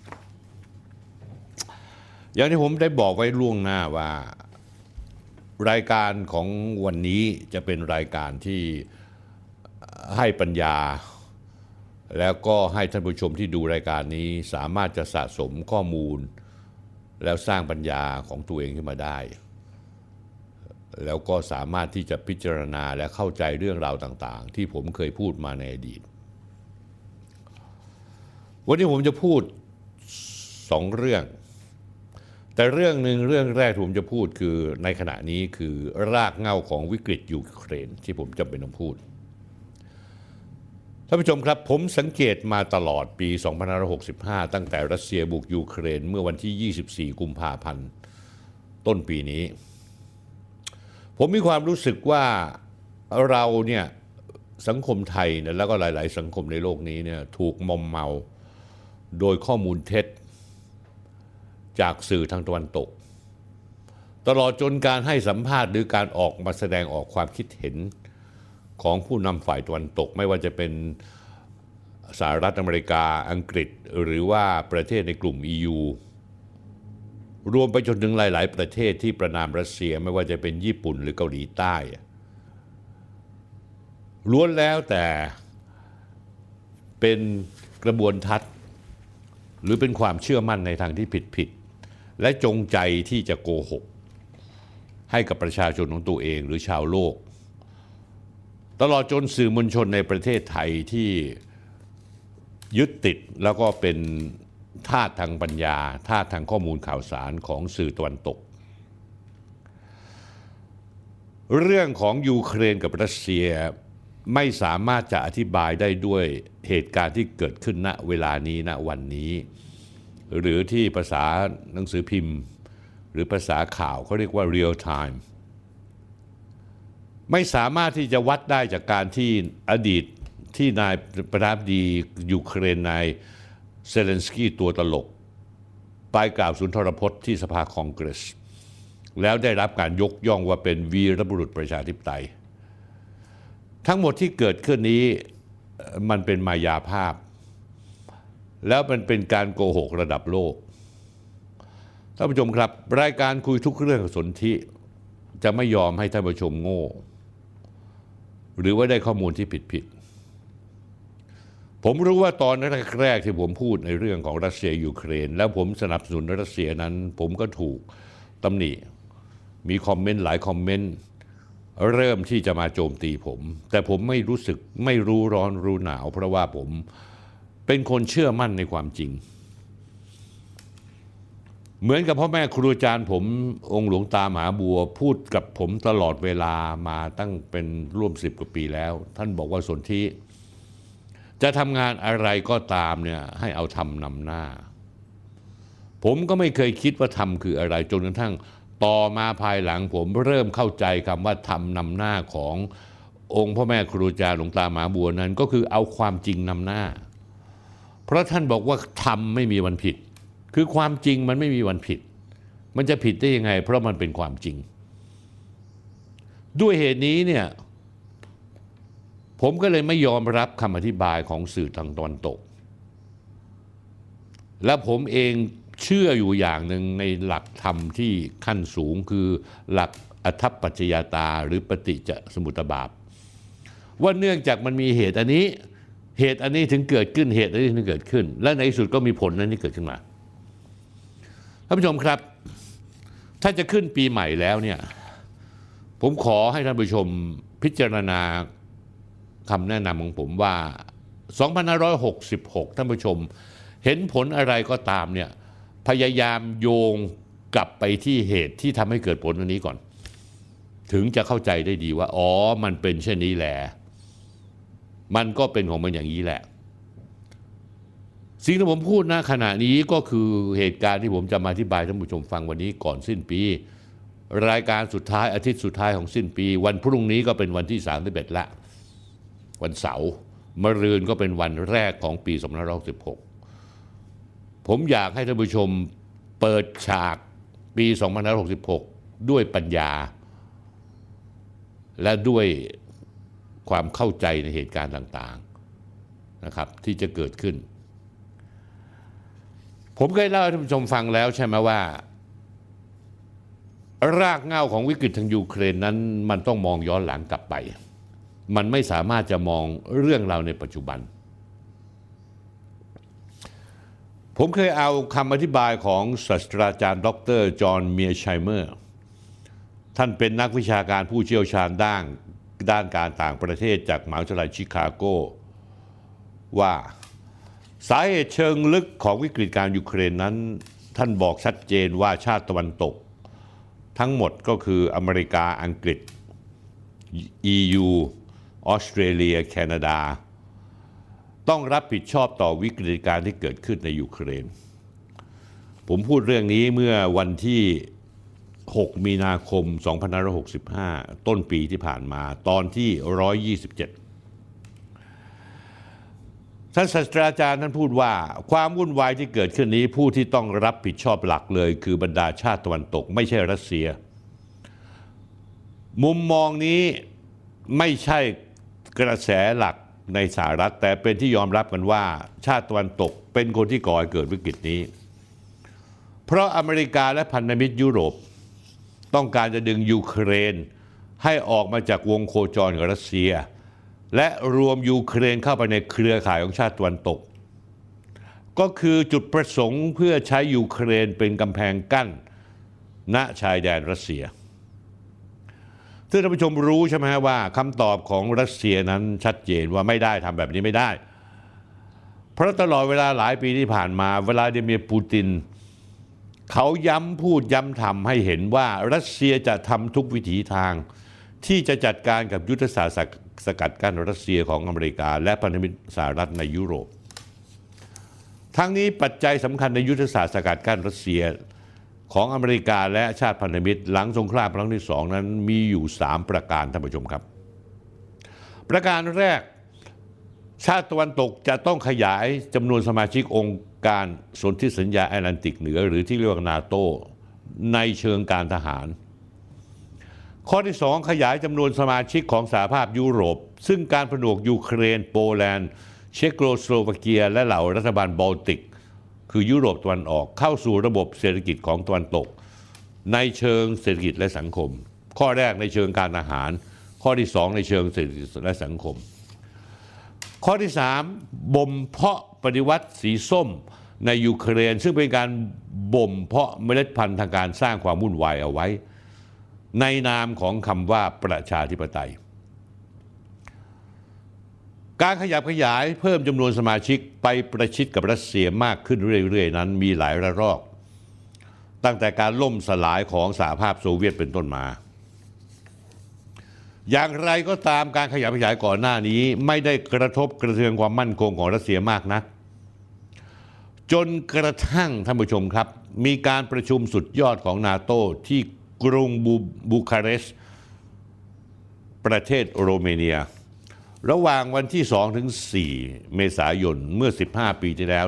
อย่างที่ผมได้บอกไว้ล่วงหน้าว่ารายการของวันนี้จะเป็นรายการที่ให้ปัญญาแล้วก็ให้ท่านผู้ชมที่ดูรายการนี้สามารถจะสะสมข้อมูลแล้วสร้างปัญญาของตัวเองขึ้นมาได้แล้วก็สามารถที่จะพิจารณาและเข้าใจเรื่องราวต่างๆที่ผมเคยพูดมาในอดีตวันนี้ผมจะพูด2 เรื่องแต่เรื่องแรกที่ผมจะพูดคือในขณะนี้คือรากเหง้าของวิกฤตยูเครนที่ผมจำเป็นต้องพูดท่านผู้ชมครับผมสังเกตมาตลอดปี 2565 ตั้งแต่รัสเซียบุกยูเครนเมื่อวันที่ 24 กุมภาพันธ์ต้นปีนี้ผมมีความรู้สึกว่าเราเนี่ยสังคมไทยเนี่ยแล้วก็หลายๆสังคมในโลกนี้เนี่ยถูกมอมเมาโดยข้อมูลเท็จจากสื่อทางตะวันตกตลอดจนการให้สัมภาษณ์หรือการออกมาแสดงออกความคิดเห็นของผู้นำฝ่ายตะวันตกไม่ว่าจะเป็นสหรัฐอเมริกาอังกฤษหรือว่าประเทศในกลุ่ม EU รวมไปจนถึงหลายๆประเทศที่ประณามรัสเซียไม่ว่าจะเป็นญี่ปุ่นหรือเกาหลีใต้ล้วนแล้วแต่เป็นกระบวนทัศน์หรือเป็นความเชื่อมั่นในทางที่ผิดและจงใจที่จะโกหกให้กับประชาชนของตัวเองหรือชาวโลกตลอดจนสื่อมวลชนในประเทศไทยที่ยึดติดแล้วก็เป็นทาสทางปัญญาทาสทางข้อมูลข่าวสารของสื่อตะวันตกเรื่องของยูเครนกับรัสเซียไม่สามารถจะอธิบายได้ด้วยเหตุการณ์ที่เกิดขึ้นณเวลานี้ณวันนี้หรือที่ภาษาหนังสือพิมพ์หรือภาษาข่าวเขาเรียกว่า real time ไม่สามารถที่จะวัดได้จากการที่อดีตที่นายประธานาธิบดียูเครนนายเซเลนสกี้ตัวตลกไปกล่าวสุนทรพจน์ที่สภาคองเกรสแล้วได้รับการยกย่องว่าเป็นวีรบุรุษประชาธิปไตยทั้งหมดที่เกิดขึ้นนี้มันเป็นมายาภาพแล้วมันเป็นการโกหกระดับโลกท่านผู้ชมครับรายการคุยทุกเรื่องสนธิจะไม่ยอมให้ท่านผู้ชมโง่หรือว่าได้ข้อมูลที่ผิดผมรู้ว่าตอนแรกที่ผมพูดในเรื่องของรัสเซียยูเครนแล้วผมสนับสนุนรัสเซียนั้นผมก็ถูกตำหนิมีคอมเมนต์หลายคอมเมนต์เริ่มที่จะมาโจมตีผมแต่ผมไม่รู้ร้อนรู้หนาวเพราะว่าผมเป็นคนเชื่อมั่นในความจริงเหมือนกับพ่อแม่ครูอาจารย์ผมองค์หลวงตามหาบัวพูดกับผมตลอดเวลามาตั้งเป็นร่วม10 กว่าปีแล้วท่านบอกว่าสนธิจะทำงานอะไรก็ตามเนี่ยให้เอาทำนำหน้าผมก็ไม่เคยคิดว่าทำคืออะไรจนกระทั่งต่อมาภายหลังผมเริ่มเข้าใจคำว่าทำนำหน้าขององค์พ่อแม่ครูอาจารย์หลวงตามหาบัวนั้นก็คือเอาความจริงนำหน้าเพราะท่านบอกว่าทำไม่มีวันผิดคือความจริงมันไม่มีวันผิดมันจะผิดได้ยังไงเพราะมันเป็นความจริงด้วยเหตุนี้เนี่ยผมก็เลยไม่ยอมรับคำอธิบายของสื่อทางตะวันตกและผมเองเชื่ออยู่อย่างหนึ่งในหลักธรรมที่ขั้นสูงคือหลักอัฏฐปัจจยตาหรือปฏิจจสมุปบาทว่าเนื่องจากมันมีเหตุอันนี้ถึงเกิดขึ้นเหตุอันนี้ถึงเกิดขึ้นและในที่สุดก็มีผลนั้นที่เกิดขึ้นมาท่านผู้ชมครับถ้าจะขึ้นปีใหม่แล้วเนี่ยผมขอให้ท่านผู้ชมพิจารณาคำแนะนำของผมว่า2566ท่านผู้ชมเห็นผลอะไรก็ตามเนี่ยพยายามโยงกลับไปที่เหตุที่ทำให้เกิดผลอันนี้ก่อนถึงจะเข้าใจได้ดีว่าอ๋อมันเป็นเช่นนี้แหละมันก็เป็นของมันอย่างนี้แหละสิ่งที่ผมพูดนะขณะนี้ก็คือเหตุการณ์ที่ผมจะมาอธิบายท่านผู้ชมฟังวันนี้ก่อนสิ้นปีรายการสุดท้ายอาทิตย์สุดท้ายของสิ้นปีวันพรุ่งนี้ก็เป็นวันที่31ละวันเสาร์มะรืนก็เป็นวันแรกของปี2566ผมอยากให้ท่านผู้ชมเปิดฉากปี2566ด้วยปัญญาและด้วยความเข้าใจในเหตุการณ์ต่างๆนะครับที่จะเกิดขึ้นผมเคยเล่าให้ท่านผู้ชมฟังแล้วใช่ไหมว่ารากเหง้าของวิกฤตทางยูเครนนั้นมันต้องมองย้อนหลังกลับไปมันไม่สามารถจะมองเรื่องราวในปัจจุบันผมเคยเอาคำอธิบายของศาสตราจารย์ดร.จอห์นเมียร์ไชเมอร์ท่านเป็นนักวิชาการผู้เชี่ยวชาญด้านการต่างประเทศจากมหาวิทยาลัยชิคาโกว่าสาเหตุเชิงลึกของวิกฤตการยูเครนนั้นท่านบอกชัดเจนว่าชาติตะวันตกทั้งหมดก็คืออเมริกาอังกฤษ EU ออสเตรเลียแคนาดาต้องรับผิดชอบต่อวิกฤตการณ์ที่เกิดขึ้นในยูเครนผมพูดเรื่องนี้เมื่อวันที่6 มีนาคม 2565ต้นปีที่ผ่านมาตอนที่127ท่านศาสตราจารย์ท่านพูดว่าความวุ่นวายที่เกิดขึ้นนี้ผู้ที่ต้องรับผิดชอบหลักเลยคือบรรดาชาติตะวันตกไม่ใช่รัสเซียมุมมองนี้ไม่ใช่กระแสหลักในสหรัฐแต่เป็นที่ยอมรับกันว่าชาติตะวันตกเป็นคนที่ก่อให้เกิดวิกฤตนี้เพราะอเมริกาและพันธมิตรยุโรปต้องการจะดึงยูเครนให้ออกมาจากวงโคจรกับรัสเซียและรวมยูเครนเข้าไปในเครือข่ายของชาติตะวันตกก็คือจุดประสงค์เพื่อใช้ยูเครนเป็นกำแพงกั้นณชายแดนรัสเซียซึ่งท่านผู้ชมรู้ใช่ไหมว่าคำตอบของรัสเซียนั้นชัดเจนว่าไม่ได้ทำแบบนี้ไม่ได้เพราะตลอดเวลาหลายปีที่ผ่านมาวลาดิเมียร์ปูตินเขาย้ำพูดย้ำทำให้เห็นว่ารัสเซียจะทำทุกวิถีทางที่จะจัดการกับยุทธศาสตร์สกัดกั้นรัสเซียของอเมริกาและพันธมิตรสหรัฐในยุโรปทั้งนี้ปัจจัยสำคัญในยุทธศาสตร์สกัดกั้นรัสเซียของอเมริกาและชาติพันธมิตรหลังสงครามครั้งที่2นั้นมีอยู่3ประการท่านผู้ชมครับประการแรกชาติตะวันตกจะต้องขยายจำนวนสมาชิกองค์การสนธิสัญญาแอตแลนติกเหนือหรือที่เรียกว่านาโตในเชิงการทหารข้อที่2ขยายจำนวนสมาชิกของสหภาพยุโรปซึ่งการผนวกยูเครนโปแลนด์เชโกสโลวาเกียและเหล่ารัฐบาลบอลติกคือยุโรปตะวันออกเข้าสู่ระบบเศรษฐกิจของตะวันตกในเชิงเศรษฐกิจและสังคมข้อแรกในเชิงการทหารข้อที่2ในเชิงเศรษฐกิจและสังคมข้อที่3บ่มเพาะปฏิวัติสีส้มในยูเครนซึ่งเป็นการบ่มเพาะเมล็ดพันธุ์ทางการสร้างความวุ่นวายเอาไว้ในนามของคำว่าประชาธิปไตยการขยับขยายเพิ่มจำนวนสมาชิกไปประชิดกับรัสเซียมากขึ้นเรื่อยๆนั้นมีหลายระลอกตั้งแต่การล่มสลายของสหภาพโซเวียตเป็นต้นมาอย่างไรก็ตามการขยับขยายก่อนหน้านี้ไม่ได้กระทบกระเทือนความมั่นคงของรัสเซียมากนักจนกระทั่งท่านผู้ชมครับมีการประชุมสุดยอดของนาโต้ที่กรุงบูคาเรสต์ประเทศโรเมเนียระหว่างวันที่2 ถึง 4 เมษายนเมื่อ15 ปีที่แล้ว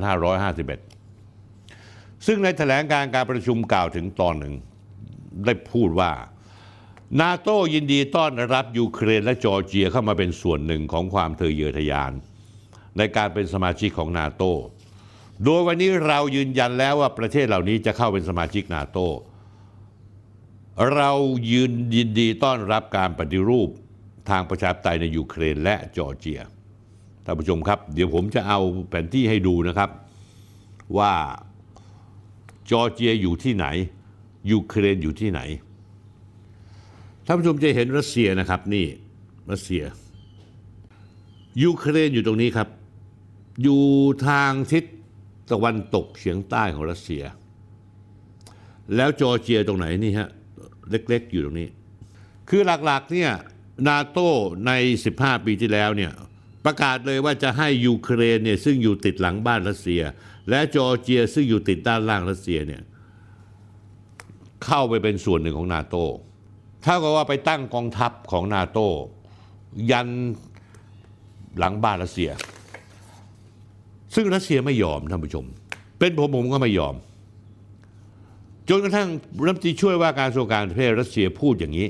2551 ซึ่งในแถลงการประชุมกล่าวถึงตอนหนึ่งได้พูดว่านาโต้ยินดีต้อนรับยูเครนและจอร์เจียเข้ามาเป็นส่วนหนึ่งของความทะเยอทะยานในการเป็นสมาชิกของนาโต้โดยวันนี้เรายืนยันแล้วว่าประเทศเหล่านี้จะเข้าเป็นสมาชิกนาโต้เรายินดีต้อนรับการปฏิรูปทางประชาธิปไตยในยูเครนและจอร์เจียท่านผู้ชมครับเดี๋ยวผมจะเอาแผนที่ให้ดูนะครับว่าจอร์เจียอยู่ที่ไหนยูเครนอยู่ที่ไหนท่านผู้ชมจะเห็นรัสเซียนะครับนี่รัสเซียยูเครนอยู่ตรงนี้ครับอยู่ทางทิศตะวันตกเฉียงใต้ของรัสเซียแล้วจอร์เจียตรงไหนนี่ฮะเล็กๆอยู่ตรงนี้คือหลักๆเนี่ยนาโต้ใน15 ปีที่แล้วเนี่ยประกาศเลยว่าจะให้ยูเครนเนี่ยซึ่งอยู่ติดหลังบ้านรัสเซียและจอร์เจียซึ่งอยู่ติดด้านล่างรัสเซียเนี่ยเข้าไปเป็นส่วนหนึ่งของนาโต้ถ้าก็ว่าไปตั้งกองทัพของนาโต้ยันหลังบ้านรัสเซียซึ่งรัสเซียไม่ยอมท่านผู้ชมเป็นผมก็ไม่ยอมจนกระทั่งรัฐมนตรีช่วยว่าการกระทรวงการต่างประเทศรัสเซียพูดอย่างนี้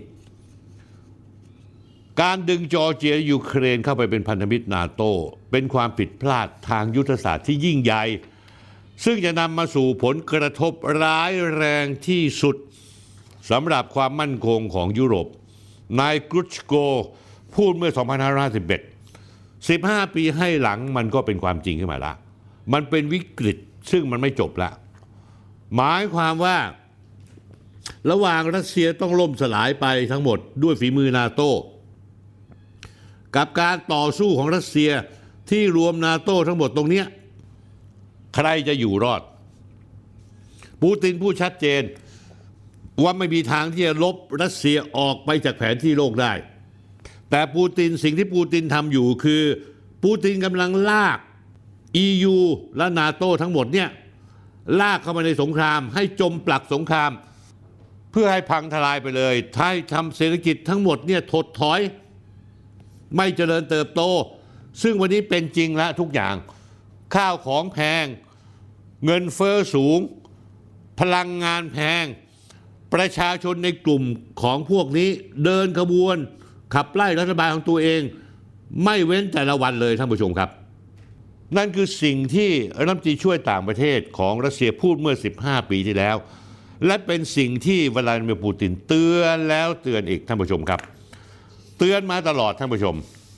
การดึงจอร์เจียยูเครนเข้าไปเป็นพันธมิตรนาโต้เป็นความผิดพลาดทางยุทธศาสตร์ที่ยิ่งใหญ่ซึ่งจะนำมาสู่ผลกระทบร้ายแรงที่สุดสำหรับความมั่นคงของยุโรปนายกรุชโกพูดเมื่อ 2551 15 ปีให้หลังมันก็เป็นความจริงขึ้นมาละมันเป็นวิกฤตซึ่งมันไม่จบละหมายความว่าระหว่างรัสเซียต้องล่มสลายไปทั้งหมดด้วยฝีมือนาโต้กับการต่อสู้ของรัสเซียที่รวมนาโต้ทั้งหมดตรงนี้ใครจะอยู่รอดปูตินพูดชัดเจนว่าไม่มีทางที่จะลบรัสเซียออกไปจากแผนที่โลกได้แต่ปูตินสิ่งที่ปูตินทำอยู่คือปูตินกำลังลาก EU และนาโต้ทั้งหมดเนี่ยลากเข้ามาในสงครามให้จมปลักสงครามเพื่อให้พังทลายไปเลยให้ทำเศรษฐกิจทั้งหมดเนี่ยถดถอยไม่เจริญเติบโตซึ่งวันนี้เป็นจริงแล้วทุกอย่างข้าวของแพงเงินเฟ้อสูงพลังงานแพงประชาชนในกลุ่มของพวกนี้เดินขบวนขับไล่รัฐบาลของตัวเองไม่เว้นแต่ละวันเลยท่านผู้ชมครับนั่นคือสิ่งที่รัฐมนตรีช่วยต่างประเทศของรัสเซียพูดเมื่อ15 ปีที่แล้วและเป็นสิ่งที่วลาดิเมียร์ปูตินเตือนแล้วเตือนอีกท่านผู้ชมครับเตือนมาตลอดท่านผู้ชม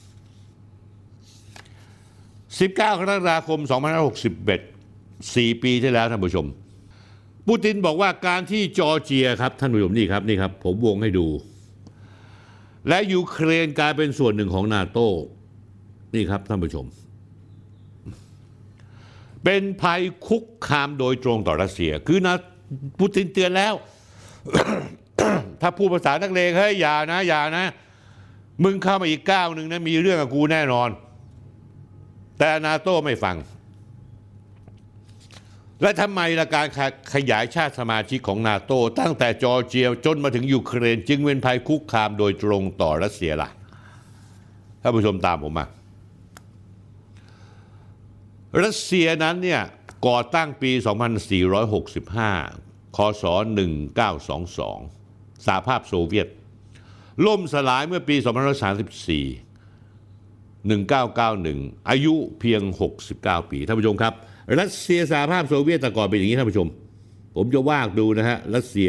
19 กรกฎาคม 2561 4 ปีที่แล้วท่านผู้ชมปูตินบอกว่าการที่จอร์เจียครับท่านผู้ชมนี่ครับผมวงให้ดูและยูเครนกลายเป็นส่วนหนึ่งของนาโต้นี่ครับท่านผู้ชมเป็นภัยคุกคามโดยตรงต่อรัสเซียคือนะปูตินเตือนแล้ว ถ้าพูดภาษานักเลงเฮ้ยอย่านะมึงเข้ามาอีกก้าวหนึ่งนะมีเรื่องกับกูแน่นอนแต่นาโต้ไม่ฟังและทำไมล่ะการขยายชาติสมาชิกของนาโต้ตั้งแต่จอร์เจียจนมาถึงยูเครนจึงเป็นภัยคุกคามโดยตรงต่อรัสเซียล่ะท่านผู้ชมตามผมมารัสเซียนั้นเนี่ยก่อตั้งปี 2465 คศ 1922 สหภาพโซเวียตล่มสลายเมื่อปี 2534 1991 อายุเพียง 69 ปีท่านผู้ชมครับรัสเซียสหภาพโซเวียตแต่ก่อนเป็นอย่างนี้ท่านผู้ชมผมจะวาดดูนะฮะรัสเซีย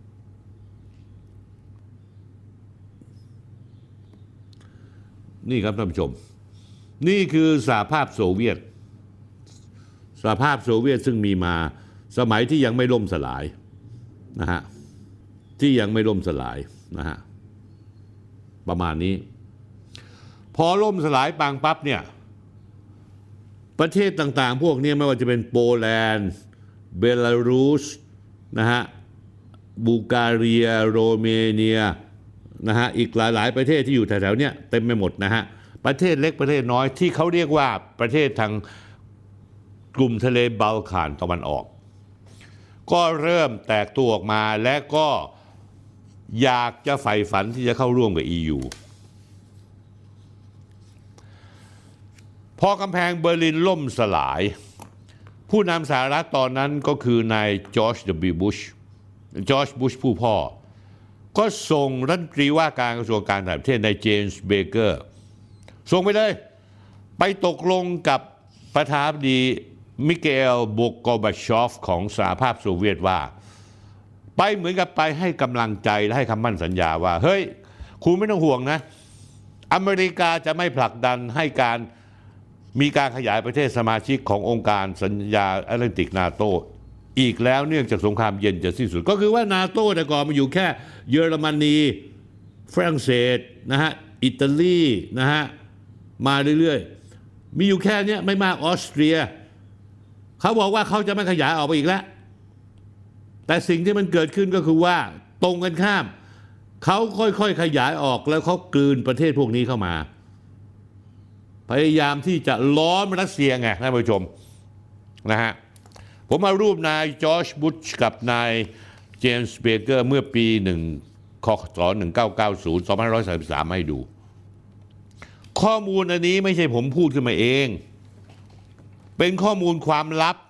นี่ครับท่านผู้ชมนี่คือสหภาพโซเวียตสหภาพโซเวียตซึ่งมีมาสมัยที่ยังไม่ล่มสลายนะฮะที่ยังไม่ล่มสลายนะฮะประมาณนี้พอล่มสลายปังปั๊บเนี่ยประเทศต่างๆพวกนี้ไม่ว่าจะเป็นโปแลนด์เบลารุสนะฮะบูการีโรเมเนียนะฮะอีกหลายๆประเทศที่อยู่แถวๆเนี้ยเต็มไปหมดนะฮะประเทศเล็กประเทศน้อยที่เขาเรียกว่าประเทศทางกลุ่มทะเลบัลข่านตะวันออกก็เริ่มแตกตัวออกมาและก็อยากจะใฝ่ฝันที่จะเข้าร่วมกับ EU พอกำแพงเบอร์ลินล่มสลายผู้นำสหรัฐตอนนั้นก็คือนายจอร์จ W. บุชผู้พ่อก็ส่งรัฐมนตรีว่าการกระทรวงการต่างประเทศนายเจมส์เบเกอร์ส่งไปเลยไปตกลงกับประธานาธิบดีมิเกลโบกอบาชอฟของสหภาพโซเวียตว่าไปเหมือนกับไปให้กำลังใจและให้คำมั่นสัญญาว่าเฮ้ยคุณไม่ต้องห่วงนะอเมริกาจะไม่ผลักดันให้มีการขยายประเทศสมาชิกขององค์การสัญญาแอตแลนติกนาโตอีกแล้วเนื่องจากสงครามเย็นจะสิ้นสุดก็คือว่านาโตแต่ก่อนมันอยู่แค่เยอรมนีฝรั่งเศสนะฮะอิตาลีนะฮะมาเรื่อยๆมีอยู่แค่นี้ไม่มากออสเตรียเขาบอกว่าเขาจะไม่ขยายออกไปอีกแล้วแต่สิ่งที่มันเกิดขึ้นก็คือว่าตรงกันข้ามเขาค่อยๆขยายออกแล้วเขากลืนประเทศพวกนี้เข้ามาพยายามที่จะล้อมรัสเซียไงท่านผู้ชมนะฮะผมมารูปนายจอร์จบุชกับนายเจมส์เบเกอร์เมื่อปีคศ1990 2533ให้ดูข้อมูลอันนี้ไม่ใช่ผมพูดขึ้นมาเองเป็นข้อมูลความลับ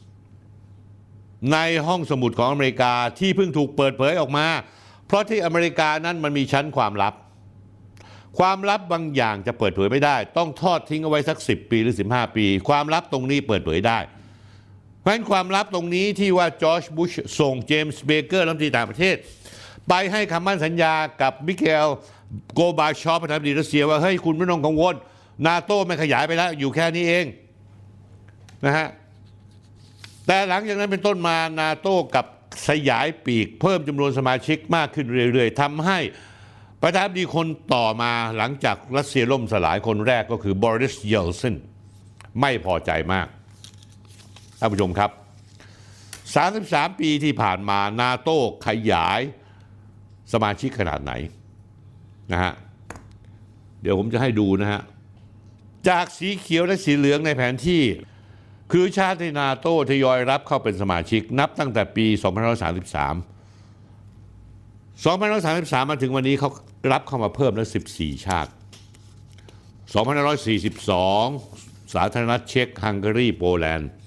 ในห้องสมุดของอเมริกาที่เพิ่งถูกเปิดเผยออกมาเพราะที่อเมริกานั้นมันมีชั้นความลับบางอย่างจะเปิดเผยไม่ได้ต้องทอดทิ้งเอาไว้สัก10 ปีหรือ15 ปีความลับตรงนี้เปิดเผยได้เพราะฉะนั้นความลับตรงนี้ที่ว่าจอร์จบุชส่งเจมส์เบเกอร์รัฐมนตรีต่างประเทศไปให้คำมั่นสัญญากับมิเกลโกบาชอฟประธานาธิบดีรัสเซียว่าเฮ้ยคุณไม่ต้องกังวลนาโต้ไม่ขยายไปแล้วอยู่แค่นี้เองนะฮะแต่หลังจากนั้นเป็นต้นมานาโต้กับสยายปีกเพิ่มจำนวนสมาชิกมากขึ้นเรื่อยๆทำให้ประธานาธิบดีคนต่อมาหลังจากรัสเซียล่มสลายคนแรกก็คือบอริส เยลซินไม่พอใจมากท่านผู้ชมครับ33 ปีที่ผ่านมานาโต้ขยายสมาชิกขนาดไหนนะฮะเดี๋ยวผมจะให้ดูนะฮะจากสีเขียวและสีเหลืองในแผนที่คือชาติในนาโต้ทยอยรับเข้าเป็นสมาชิกนับตั้งแต่ปี2533มาถึงวันนี้เขารับเข้ามาเพิ่มแล้ว14 ชาติ2542สาธารณรัฐเช็กฮังการีโปแลนด์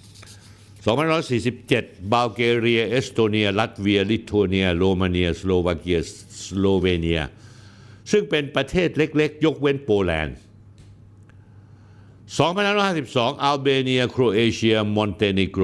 2547บัลแกเรียเอสโตเนียลัตเวียลิทัวเนียโรมาเนียสโลวาเกียสโลเวเนียซึ่งเป็นประเทศเล็กๆยกเว้นโปแลนด์2552อัลเบเนียโครเอเชียมอนเตเนโกร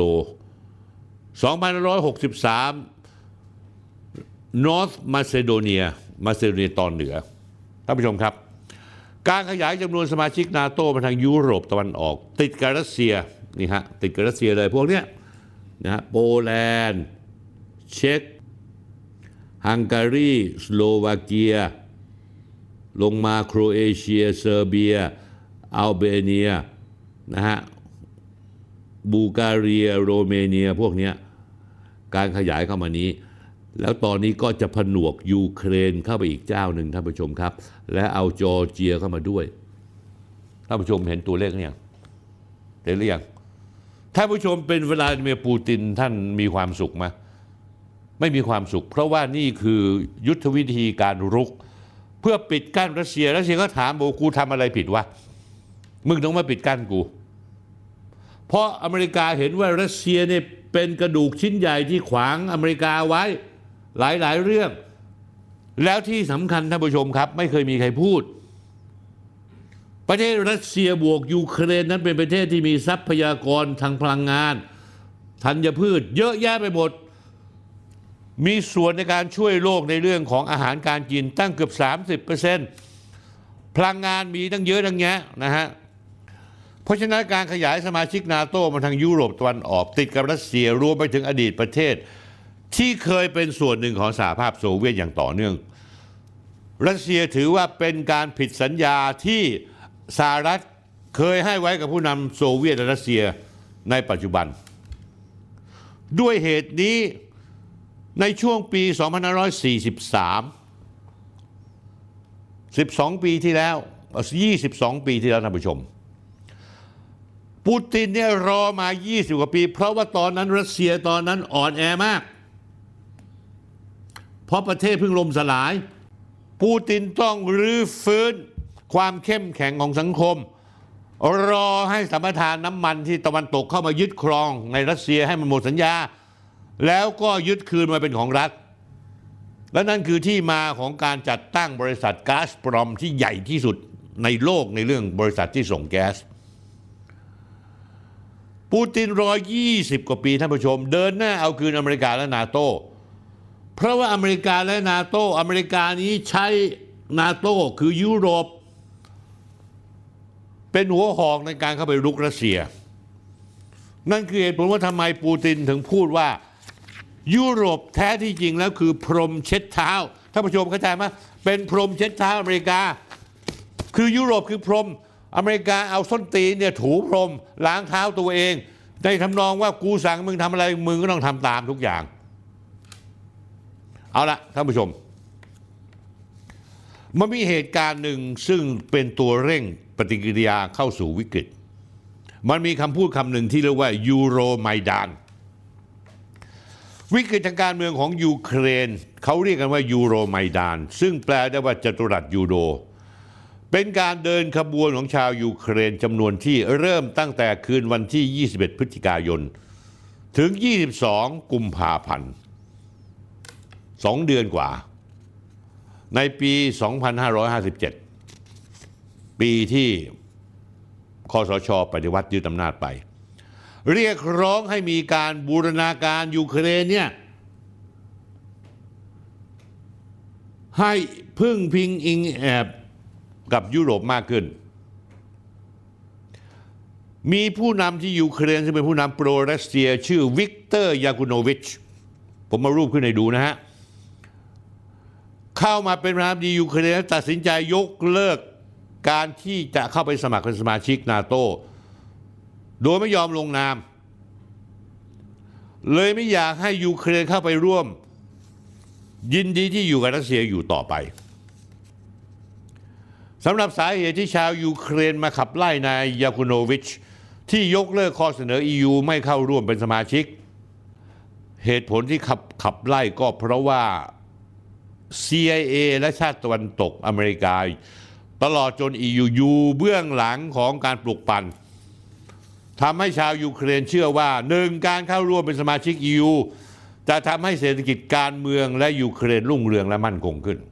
2563นอร์ทมาซิโดเนียตอนเหนือท่านผู้ชมครับการขยายจำนวนสมาชิกนาโต้มาทางยุโรปตะวันออกติดกับรัสเซียนี่ฮะติดกับรัสเซียเลยพวกเนี้ยนะฮะโปแลนด์เช็กฮังการีสโลวาเกียลงมาโครเอเชียเซอร์เบียอัลเบเนียนะฮะบูการีโรเมเนียพวกเนี้ยการขยายเข้ามานี้แล้วตอนนี้ก็จะผนวกยูเครนเข้าไปอีกเจ้าหนึ่งท่านผู้ชมครับและเอาจอร์เจียเข้ามาด้วยท่านผู้ชมเห็นตัวเลขหรือยังเห็นหรือยังท่านผู้ชมเป็นวลาดิเมียร์ปูตินท่านมีความสุขไหมไม่มีความสุขเพราะว่านี่คือยุทธวิธีการรุกเพื่อปิดกั้นรัสเซียก็ถามบอกกูทำอะไรผิดวะมึงต้องมาปิดกั้นกูเพราะอเมริกาเห็นว่ารัสเซียเนี่ยเป็นกระดูกชิ้นใหญ่ที่ขวางอเมริกาไว้หลายเรื่องแล้วที่สำคัญท่านผู้ชมครับไม่เคยมีใครพูดประเทศรัสเซียบวกยูเครนนั้นเป็นประเทศที่มีทรัพยากรทางพลังงานธัญพืชเยอะแยะไปหมดมีส่วนในการช่วยโลกในเรื่องของอาหารการกินตั้งเกือบ 30% พลังงานมีตั้งเยอะตั้งแยะนะฮะเพราะฉะนั้นการขยายสมาชิกนาโต้มาทางยุโรปตะวันออกติดกับรัสเซียรวมไปถึงอดีตประเทศที่เคยเป็นส่วนหนึ่งของสหภาพโซเวียตอย่างต่อเนื่องรัสเซียถือว่าเป็นการผิดสัญญาที่สหรัฐเคยให้ไว้กับผู้นำโซเวียตและรัสเซียในปัจจุบันด้วยเหตุนี้ในช่วงปี2543 12 ปีที่แล้ว22 ปีที่แล้วท่านผู้ชมปูตินเนี่ยรอมา20 กว่าปีเพราะว่าตอนนั้นรัสเซียตอนนั้นอ่อนแอมากเพราะประเทศเพิ่งล่มสลายปูตินต้องรื้อฟื้นความเข้มแข็งของสังคมรอให้สัมปทานน้ำมันที่ตะวันตกเข้ามายึดครองในรัสเซียให้มันหมดสัญญาแล้วก็ยึดคืนมาเป็นของรัฐและนั่นคือที่มาของการจัดตั้งบริษัทก๊าซปรอมที่ใหญ่ที่สุดในโลกในเรื่องบริษัทที่ส่งแก๊สปูตินรอ20 กว่าปีท่านผู้ชมเดินหน้าเอาคืนอเมริกาและนาโต้เพราะว่าอเมริกาและนาโต้อเมริกานี้ใช้นาโต้คือยุโรปเป็นหัวหอกในการเข้าไปรุกรัสเซียนั่นคือเหตุผลว่าทำไมปูตินถึงพูดว่ายุโรปแท้ที่จริงแล้วคือพรมเช็ดเท้าท่านผู้ชมเข้าใจไหมเป็นพรมเช็ดเท้าอเมริกาคือยุโรปคือพรมอเมริกาเอาส้นตีนเนี่ยถูพรมล้างเท้าตัวเองในทำนองว่ากูสั่งมึงทำอะไรมึงก็ต้องทำตามทุกอย่างเอาละท่านผู้ชมมันมีเหตุการณ์หนึ่งซึ่งเป็นตัวเร่งปฏิกิริยาเข้าสู่วิกฤตมันมีคำพูดคำหนึ่งที่เรียกว่ายูโรไมดานวิกฤตทางการเมืองของยูเครนเขาเรียกกันว่ายูโรไมดานซึ่งแปลได้ว่าจัตุรัสยูโรเป็นการเดินขบวนของชาวยูเครนจำนวนที่เริ่มตั้งแต่คืนวันที่ 21 พฤศจิกายนถึง 22 กุมภาพันธ์ 2 เดือนกว่าในปี 2557 ปีที่คสช.ปฏิวัติยึดอำนาจไปเรียกร้องให้มีการบูรณาการยูเครนเนี่ยให้พึ่งพิงอิงแอบกับยุโรปมากขึ้นมีผู้นำที่ยูเครนซึ่งเป็นผู้นำโปรรัสเซียชื่อวิกเตอร์ยากุโนวิชผมมารูปขึ้นให้ดูนะฮะเข้ามาเป็นประธานาธิบดียูเครนตัดสินใจยกเลิกการที่จะเข้าไปสมัครเป็นสมาชิกนาโต้โดยไม่ยอมลงนามเลยไม่อยากให้ยูเครนเข้าไปร่วมยินดีที่อยู่กับรัสเซียอยู่ต่อไปสำหรับสาเหตุที่ชาวยูเครนมาขับไล่นายยาคุโนวิชที่ยกเลิกข้อเสนอ EU ไม่เข้าร่วมเป็นสมาชิกเหตุผลที่ขับไล่ก็เพราะว่า CIA และชาติตะวันตกอเมริกาตลอดจน EU อยู่เบื้องหลังของการปลุกปั่นทำให้ชาวยูเครนเชื่อว่า1การเข้าร่วมเป็นสมาชิก EU จะทำให้เศรษฐกิจการเมืองและยูเครนรุ่งเรืองและมั่นคงขึ้น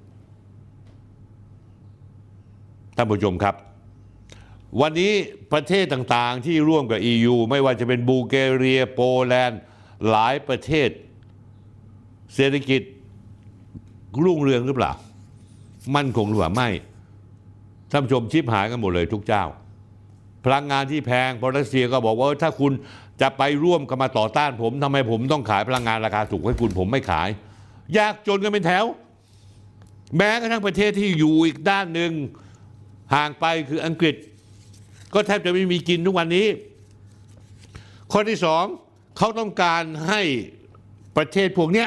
ท่านผู้ชมครับวันนี้ประเทศต่างๆที่ร่วมกับ EU ไม่ว่าจะเป็นบูลแกเรียโปแลนด์หลายประเทศเศรษฐกิจรุ่งเรืองหรือเปล่ามั่นคงหรือเปล่าไม่ท่านผู้ชมชิบหายกันหมดเลยทุกเจ้าพลังงานที่แพงเพราะรัสเซียก็บอกว่าถ้าคุณจะไปร่วมกันมาต่อต้านผมทำไมผมต้องขายพลังงานราคาถูกให้คุณผมไม่ขายยากจนกันเป็นแถวแม้กระทั่งประเทศที่อยู่อีกด้านหนึ่งห่างไปคืออังกฤษก็แทบจะไม่มีกินทุกวันนี้ข้อที่สองเขาต้องการให้ประเทศพวกนี้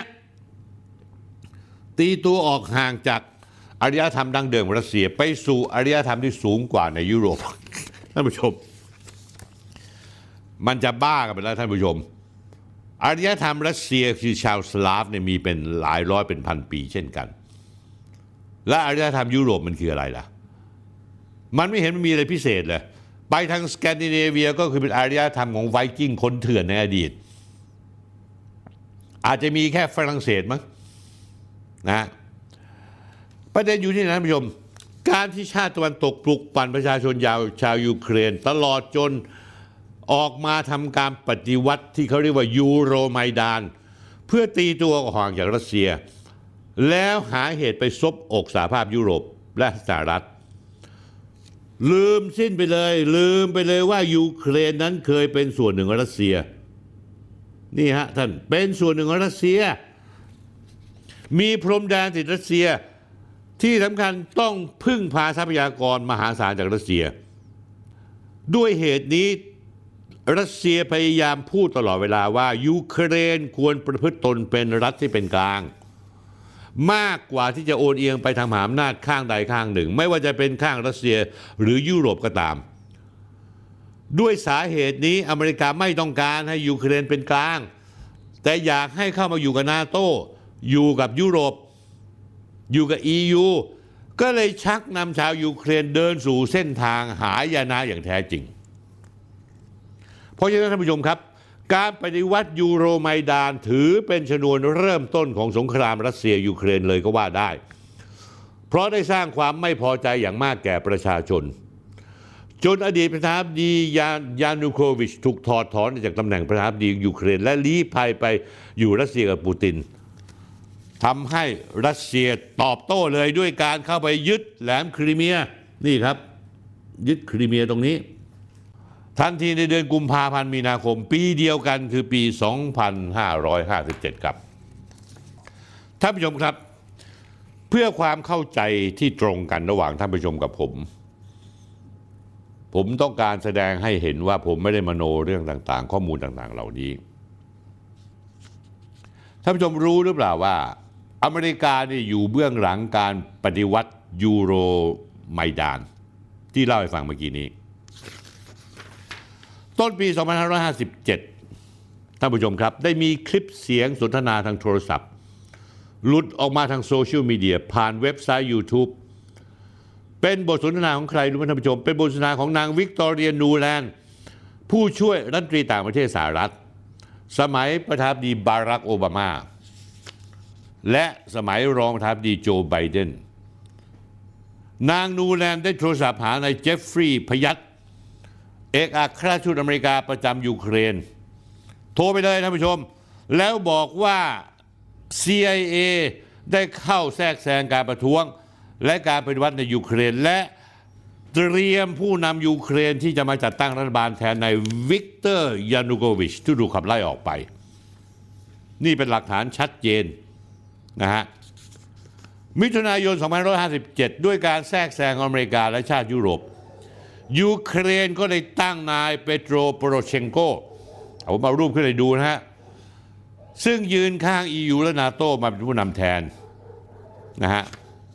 ตีตัวออกห่างจากอารยธรรมดั้งเดิมของรัสเซียไปสู่อารยธรรมที่สูงกว่าในยุโรปท่านผู้ชมมันจะบ้ากันไปแล้วท่านผู้ชมอารยธรรมรัสเซียคือชาวสลาฟเนี่ยมีเป็นหลายร้อยเป็นพันปีเช่นกันและอารยธรรมยุโรปมันคืออะไรล่ะมันไม่เห็นมันมีอะไรพิเศษเลยไปทางสแกนดิเนเวียก็คือเป็นอารยธรรมของไวกิ้งคนเถื่อนในอดีตอาจจะมีแค่ฝรั่งเศสมั้งนะประเด็นอยู่ที่นั้นท่านผู้ชมการที่ชาติตะวันตกปลุกปั่นประชาชนชาวยูเครนตลอดจนออกมาทำการปฏิวัติที่เขาเรียกว่ายูโรไมดานเพื่อตีตัวห่างจากรัสเซียแล้วหาเหตุไปซบอกสหภาพยุโรปและสหรัฐลืมสิ้นไปเลยว่ายูเครนนั้นเคยเป็นส่วนหนึ่งของรัสเซียนี่ฮะท่านเป็นส่วนหนึ่งของรัสเซียมีพรมแดนติดรัสเซียที่สำคัญต้องพึ่งพาทรัพยากรมหาศาลจากรัสเซียด้วยเหตุนี้รัสเซียพยายามพูดตลอดเวลาว่ายูเครนควรประพฤติตนเป็นรัฐที่เป็นกลางมากกว่าที่จะโอนเอียงไปทางมหาอำนาจข้างใดข้างหนึ่งไม่ว่าจะเป็นข้างรัสเซียหรือยุโรปก็ตามด้วยสาเหตุนี้อเมริกาไม่ต้องการให้ยูเครนเป็นกลางแต่อยากให้เข้ามาอยู่กับนาโต้อยู่กับยุโรปอยู่กับ EU ก็เลยชักนำชาวยูเครนเดินสู่เส้นทางหายนะอย่างแท้จริงเพราะฉะนั้นท่านผู้ชมครับการปฏิวัติยูโรไมดานถือเป็นชนวนเริ่มต้นของสงครามรัสเซียยูเครนเลยก็ว่าได้เพราะได้สร้างความไม่พอใจอย่างมากแก่ประชาชนจนอดีตประธานาธิบดียานูโควิชถูกถอดถอนจากตำแหน่งประธานาธิบดียูเครนและลี้ภัยไปอยู่รัสเซียกับปูตินทำให้รัสเซียตอบโต้เลยด้วยการเข้าไปยึดแหลมครีเมียนี่ครับยึดครีเมียตรงนี้ทันทีในเดือนกุมภาพันธ์มีนาคมปีเดียวกันคือปี 2557 ครับท่านผู้ชมครับเพื่อความเข้าใจที่ตรงกันระหว่างท่านผู้ชมกับผมต้องการแสดงให้เห็นว่าผมไม่ได้มโนเรื่องต่างๆข้อมูลต่างๆเหล่านี้ท่านผู้ชมรู้หรือเปล่าว่าอเมริกาเนี่ยอยู่เบื้องหลังการปฏิวัติยูโรไมดานที่เล่าให้ฟังเมื่อกี้นี้ต้นปี 2557 ท่านผู้ชมครับได้มีคลิปเสียงสนทนาทางโทรศัพท์หลุดออกมาทางโซเชียลมีเดียผ่านเว็บไซต์ YouTube เป็นบทสนทนาของใครรู้ไหมท่านผู้ชมเป็นบทสนทนาของนางวิกตอเรียนูแลนด์ผู้ช่วยรัฐมนตรีต่างประเทศสหรัฐสมัยประธานาธิบดีบารักโอบามาและสมัยรองประธานาธิบดีโจไบเดนนางนูแลนด์ได้โทรศัพท์หานายเจฟฟรีย์พยัตเอกอัครราชทูตอเมริกาประจำยูเครนโทรไปเลยท่านผู้ชมแล้วบอกว่า CIA ได้เข้าแทรกแซงการประท้วงและการปฏิวัติในยูเครนและเตรียมผู้นำยูเครนที่จะมาจัดตั้งรัฐบาลแทนนายวิกเตอร์ยานูโควิชที่ถูกขับไล่ออกไปนี่เป็นหลักฐานชัดเจนนะฮะมิถุนายน 2557 ด้วยการแทรกแซงอเมริกาและชาติยุโรปยูเครนก็ได้ตั้งนายเปโตรโปโรเชนโกผมเอารูปขึ้นให้ดูนะฮะซึ่งยืนข้าง EU และนาโต้มาเป็นผู้นำแทนนะฮะ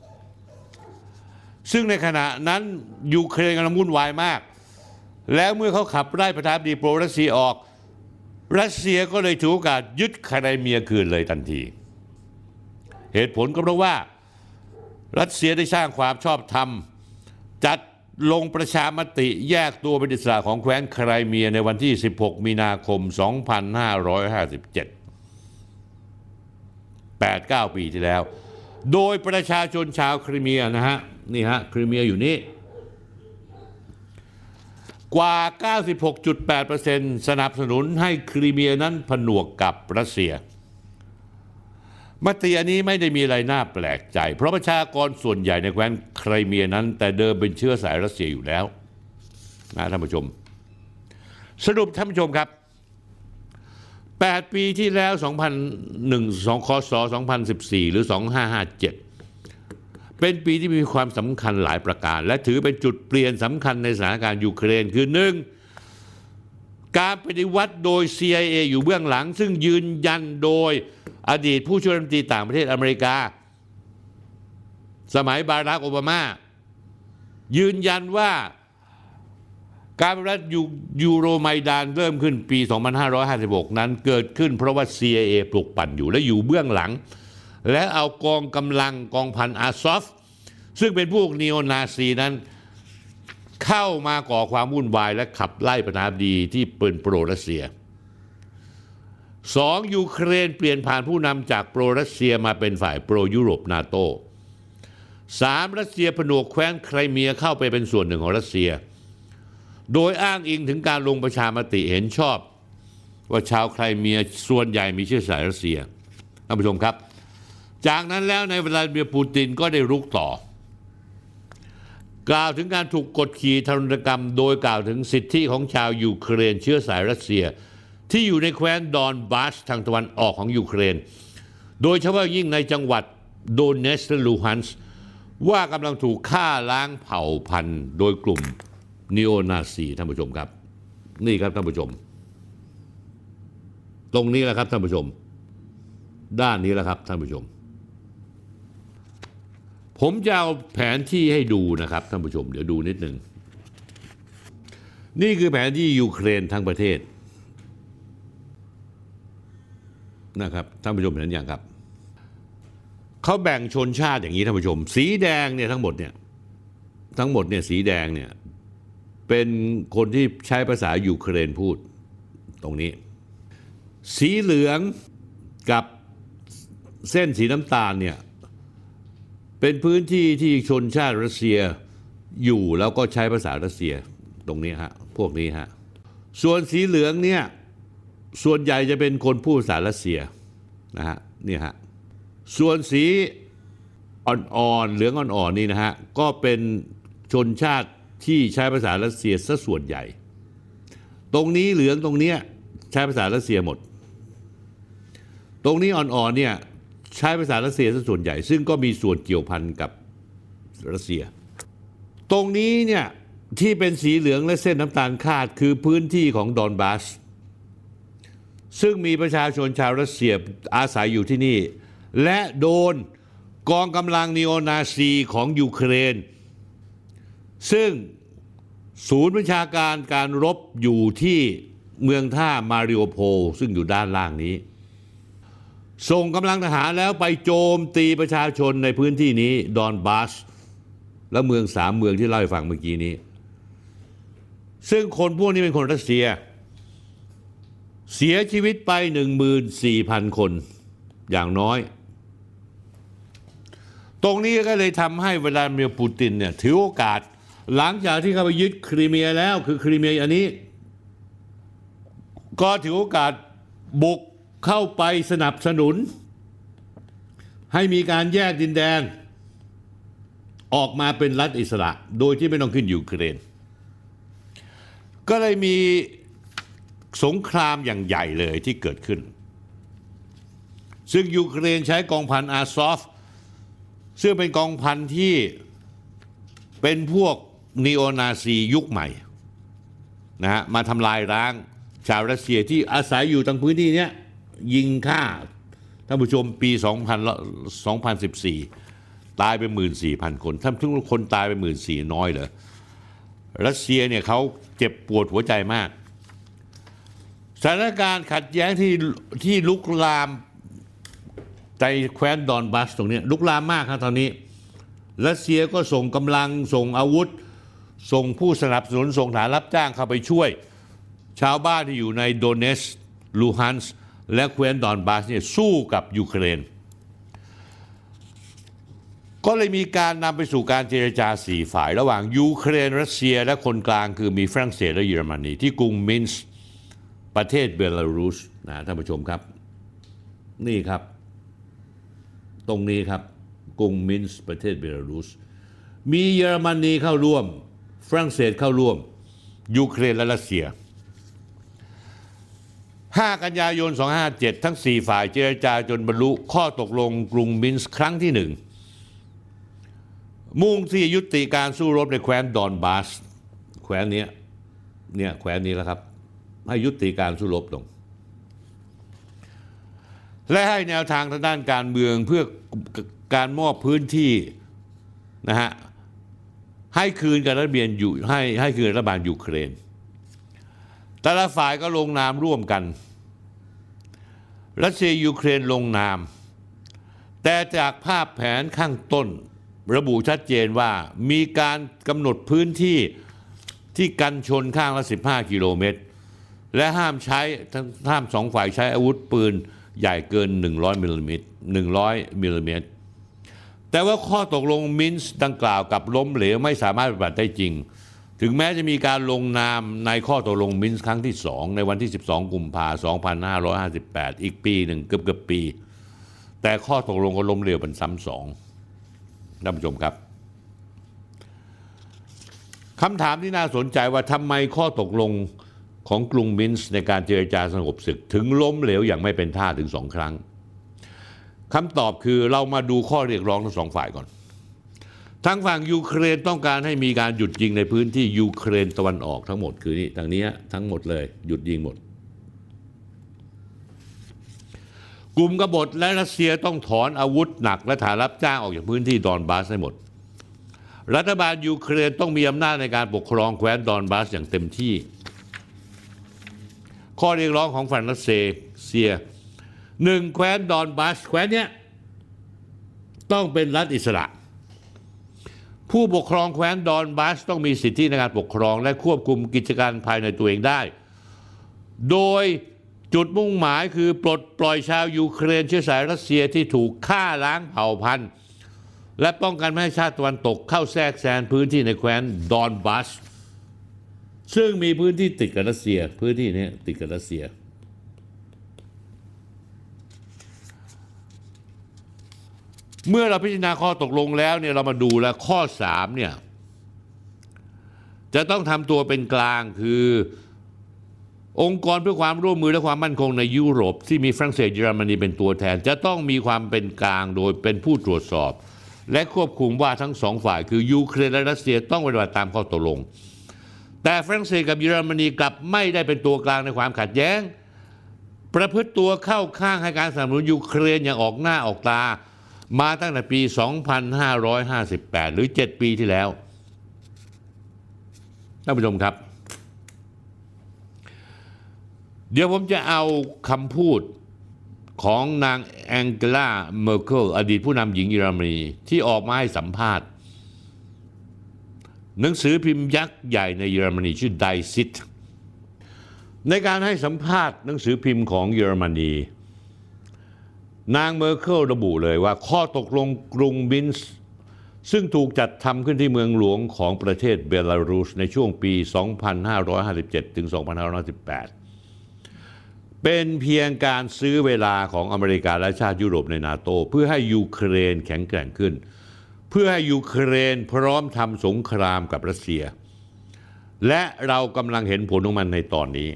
ซึ่งในขณะนั้นยูเครนกำลังวุ่นวายมากแล้วเมื่อเขาขับไล่ประธานาธิบดีโปรรัสเซียออกรัสเซียก็เลยถือโอกาสยึดไครเมียคืนเลยทันทีเหตุผลก็เพราะว่ารัสเซียได้สร้างความชอบธรรมจัดลงประชามติแยกตัวเป็นอิสระของแคว้นไครเมียในวันที่ 16 มีนาคม 2557 8-9 ปีที่แล้วโดยประชาชนชาวไครเมียนะฮะนี่ฮะไครเมียอยู่นี่กว่า 96.8% สนับสนุนให้ไครเมียนั้นผนวกกับรัสเซียมติอันนี้ไม่ได้มีอะไรน่าแปลกใจเพราะประชากรส่วนใหญ่ในแคว้นไครเมียนั้นแต่เดิมเป็นเชื้อสายรัสเซียอยู่แล้วนะท่านผู้ชมสรุปท่านผู้ชมครับ8 ปีที่แล้ว2001 คศ 2014 หรือ 2557 เป็นปีที่มีความสำคัญหลายประการและถือเป็นจุดเปลี่ยนสำคัญในสถานการณ์ยูเครนคือ 1. การปฏิวัติโดย CIA อยู่เบื้องหลังซึ่งยืนยันโดยอดีตผู้ช่วยรัฐมนตรีต่างประเทศอเมริกาสมัยบารักโอบามายืนยันว่าการปฏิวัติยูโรไมดานเริ่มขึ้นปี 2556 นั้นเกิดขึ้นเพราะว่า CIA ปลุกปั่นอยู่และอยู่เบื้องหลังและเอากองกำลังกองพันอาซอฟซึ่งเป็นพวกนีโอนาซีนั้นเข้ามาก่อความวุ่นวายและขับไล่ประธานาธิบดีที่เป็นโปรรัสเซีย 2. ยูเครนเปลี่ยนผ่านผู้นำจากโปรรัสเซียมาเป็นฝ่ายโปรยุโรปนาโต้ 3. รัสเซียผนวกแคว้นไครเมียเข้าไปเป็นส่วนหนึ่งของรัสเซียโดยอ้างอิงถึงการลงประชามติเห็นชอบว่าชาวไครเมียส่วนใหญ่มีเชื้อสายรัสเซียท่านผู้ชมครับจากนั้นแล้วในวลาดิเมียร์ปูตินก็ได้รุกต่อกล่าวถึงการถูกกดขี่ทารุณกรรมโดยกล่าวถึงสิทธิของชาวยูเครนเชื้อสายรัสเซียที่อยู่ในแคว้นดอนบาสทางตะวันออกของยูเครนโดยเฉพาะยิ่งในจังหวัดโดเนตส์และลูฮันส์ว่ากำลังถูกฆ่าล้างเผ่าพันธุ์โดยกลุ่มนีโอนาซีท่านผู้ชมครับนี่ครับท่านผู้ชมตรงนี้แหละครับท่านผู้ชมด้านนี้แหละครับท่านผู้ชมผมจะเอาแผนที่ให้ดูนะครับท่านผู้ชมเดี๋ยวดูนิดหนึ่งนี่คือแผนที่ยูเครนทั้งประเทศนะครับท่านผู้ชมเห็นอย่างครับเขาแบ่งชนชาติอย่างนี้ท่านผู้ชมสีแดงเนี่ยทั้งหมดเนี่ยสีแดงเนี่ยเป็นคนที่ใช้ภาษายูเครนพูดตรงนี้สีเหลืองกับเส้นสีน้ำตาลเนี่ยเป็นพื้นที่ที่ชนชาติรัสเซียอยู่แล้วก็ใช้ภาษารัสเซียตรงนี้ฮะพวกนี้ฮะส่วนสีเหลืองเนี่ยส่วนใหญ่จะเป็นคนพูดภาษารัสเซียนะฮะนี่ฮะส่วนสีอ่อนๆเหลืองอ่อนๆนี่นะฮะก็เป็นชนชาติที่ใช้ภาษารัสเซียซะส่วนใหญ่ตรงนี้เหลืองตรงเนี้ยใช้ภาษารัสเซียหมดตรงนี้อ่อนๆเนี่ยใช้ภาษารัสเซียซะส่วนใหญ่ซึ่งก็มีส่วนเกี่ยวพันกับรัสเซียตรงนี้เนี่ยที่เป็นสีเหลืองและเส้นน้ำตาลคาดคือพื้นที่ของดอนบาสซึ่งมีประชาชนชาวรัสเซียอาศัยอยู่ที่นี่และโดนกองกำลังนีโอนาซีของยูเครนซึ่งศูนย์บัญชาการการรบอยู่ที่เมืองท่ามาริโอโพลซึ่งอยู่ด้านล่างนี้ส่งกำลังทหารแล้วไปโจมตีประชาชนในพื้นที่นี้ดอนบาสและเมือง3เมืองที่เล่าให้ฟังเมื่อกี้นี้ซึ่งคนพวกนี้เป็นคนรัสเซียเสียชีวิตไป 14,000 คนอย่างน้อยตรงนี้ก็เลยทำให้วลาดิเมียร์ปูตินเนี่ยถือโอกาสหลังจากที่เขาไปยึดครีเมียแล้วคือครีเมียอันนี้ก็ถือโอกาสบุกเข้าไปสนับสนุนให้มีการแยกดินแดนออกมาเป็นรัฐอิสระโดยที่ไม่ต้องขึ้นยูเครนก็เลยมีสงครามอย่างใหญ่เลยที่เกิดขึ้นซึ่งยูเครนใช้กองพันอาซอฟซึ่งเป็นกองพันที่เป็นพวกนีโอนาซียุคใหม่นะฮะมาทำลายล้างชาวรัสเซียที่อาศัยอยู่ทางพื้นที่นี้ยิงฆ่าท่านผู้ชมปี 2014 ตายไป 14,000 คนท่านทุกคนตายไป 14,000 น้อยเหรอรัสเซียเนี่ยเขาเจ็บปวดหัวใจมากสถานการณ์ขัดแย้งที่ลุกลามในแคว้นดอนบาสตรงนี้ลุกลามมากครับตอนนี้รัสเซียก็ส่งกำลังส่งอาวุธส่งผู้สนับสนุนส่งทหารรับจ้างเข้าไปช่วยชาวบ้านที่อยู่ในโดเนสลูฮันส์และแคว้นดอนบาสเนี่ยสู้กับยูเครนก็เลยมีการนำไปสู่การเจรจา4ฝ่ายระหว่างยูเครนรัสเซียและคนกลางคือมีฝรั่งเศสและเยอรมนีที่กรุงมินส์ประเทศเบลารุสนะท่านผู้ชมครับนี่ครับตรงนี้ครับกรุงมินส์ประเทศเบลารุสมีเยอรมนีเข้าร่วมฝรั่งเศสเข้าร่วมยูเครนและรัสเซีย5 กันยายน 2557 ทั้ง4ฝ่ายเจรจาจนบรรลุข้อตกลงกรุงมินส์ครั้งที่1มุ่งที่ยุติการสู้รบในแคว้นดอนบาสแคว้นนี้เนี่ยแคว้นนี้แล้วครับให้ยุติการสู้รบลงและให้แนวทางทางด้านการเมืองเพื่อการมอบพื้นที่นะฮะให้คืนกับรัฐบาลอยู่ให้คืนรัฐบาลยูเครนแต่ละฝ่ายก็ลงนามร่วมกันรัสเซียยูเครนลงนามแต่จากภาพแผนข้างต้นระบุชัดเจนว่ามีการกำหนดพื้นที่ที่กันชนข้างละ15 กิโลเมตรและห้าม2 ฝ่ายใช้อาวุธปืนใหญ่เกิน100 มิลลิเมตรแต่ว่าข้อตกลงมินส์ดังกล่าวกับล้มเหลวไม่สามารถปฏิบัติได้จริงถึงแม้จะมีการลงนามในข้อตกลงมินส์ครั้งที่2ในวันที่12 กุมภาพันธ์ 2558อีกปีหนึ่งเกือบปีแต่ข้อตกลงก็ล้มเหลวเป็นซ้ำสองท่านผู้ชมครับคำถามที่น่าสนใจว่าทำไมข้อตกลงของกรุงมินส์ในการเจรจาสงบศึกถึงล้มเหลวอย่างไม่เป็นท่าถึง2 ครั้งคำตอบคือเรามาดูข้อเรียกร้องทั้ง2 ฝ่ายก่อนทางฝั่งยูเครนต้องการให้มีการหยุดยิงในพื้นที่ยูเครนตะวันออกทั้งหมดคือนี่ทางนี้ทั้งหมดเลยหยุดยิงหมดกลุ่มกบฏและรัสเซียต้องถอนอาวุธหนักและฐานรับจ้างออกจากพื้นที่ดอนบาสให้หมดรัฐบาลยูเครนต้องมีอำนาจในการปกครองแคว้นดอนบาสอย่างเต็มที่ข้อเรียกร้องของฝั่งรัสเซียหนึ่งแคว้นดอนบาสแคว้นเนี้ยต้องเป็นรัฐอิสระผู้ปกครองแคว้นดอนบาสต้องมีสิทธิในการปกครองและควบคุมกิจการภายในตัวเองได้โดยจุดมุ่งหมายคือปลดปล่อยชาวยูเครนเชื้อสายรัสเซียที่ถูกฆ่าล้างเผ่าพันธุ์และป้องกันไม่ให้ชาติตะวันตกเข้าแทรกแซงพื้นที่ในแคว้นดอนบาสซึ่งมีพื้นที่ติดกับรัสเซียพื้นที่นี้ติดกับรัสเซียเมื่อเราพิจารณาข้อตกลงแล้วเนี่ยเรามาดูแล้วข้อ3เนี่ยจะต้องทำตัวเป็นกลางคือองค์กรเพื่อความร่วมมือและความมั่นคงในยุโรปที่มีฝรั่งเศสเยอรมนีเป็นตัวแทนจะต้องมีความเป็นกลางโดยเป็นผู้ตรวจสอบและควบคุมว่าทั้งสองฝ่ายคือยูเครนและรัสเซียต้องปฏิบัติตามข้อตกลงแต่ฝรั่งเศสกับเยอรมนีกลับไม่ได้เป็นตัวกลางในความขัดแย้งประพฤติตัวเข้าข้างให้การสนับสนุนยูเครนอย่างออกหน้าออกตามาตั้งแต่ปี 2558 หรือ 7 ปีที่แล้วท่านผู้ชมครับเดี๋ยวผมจะเอาคำพูดของนางแองเกลา เมอร์เคิลอดีตผู้นำหญิงเยอรมนีที่ออกมาให้สัมภาษณ์หนังสือพิมพ์ยักษ์ใหญ่ในเยอรมนีชื่อไดซิตในการให้สัมภาษณ์หนังสือพิมพ์ของเยอรมนีนางเมอร์เคิลระบุเลยว่าข้อตกลงกรุงมินส์ซึ่งถูกจัดทำขึ้นที่เมืองหลวงของประเทศเบลารุสในช่วงปี 2557 ถึง 2518 เป็นเพียงการซื้อเวลาของอเมริกาและชาติยุโรปในนาโตเพื่อให้ยูเครนแข็งแกร่งขึ้นเพื่อให้ยูเครนพร้อมทำสงครามกับรัสเซียและเรากำลังเห็นผลของมันในตอนนี้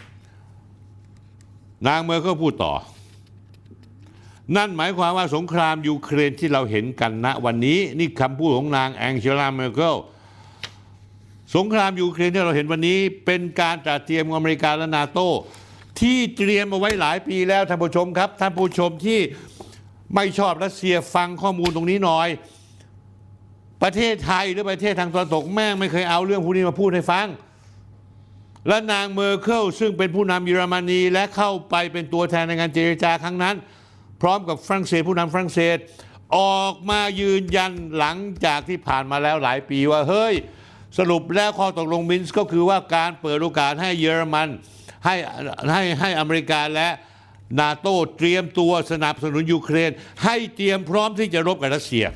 นางเมอร์เคิลพูดต่อนั่นหมายความว่าสงครามยูเครนที่เราเห็นกันณวันนี้นี่คำพูดของนางแองเจลา เมอร์เคิลสงครามยูเครนที่เราเห็นวันนี้เป็นการตระเตรียมของอเมริกาและนาโต้ที่เตรียมเอาไว้หลายปีแล้วท่านผู้ชมครับท่านผู้ชมที่ไม่ชอบรัสเซียฟังข้อมูลตรงนี้หน่อยประเทศไทยหรือประเทศทางตะวันตกแม่งไม่เคยเอาเรื่องพวกนี้มาพูดให้ฟังและนางเมอร์เคิลซึ่งเป็นผู้นำเยอรมนีและเข้าไปเป็นตัวแทนในงานเจรจาครั้งนั้นพร้อมกับฝรั่งเศสผู้นำฝรั่งเศสออกมายืนยันหลังจากที่ผ่านมาแล้วหลายปีว่าเฮ้ยสรุปแล้วข้อตกลงมินส์ก็คือว่าการเปิดโอกาสให้เยอรมันให้อเมริกาและนาโต้เตรียมตัวสนับสนุนยูเครนให้เตรียมพร้อมที่จะรบกับรัสเซีย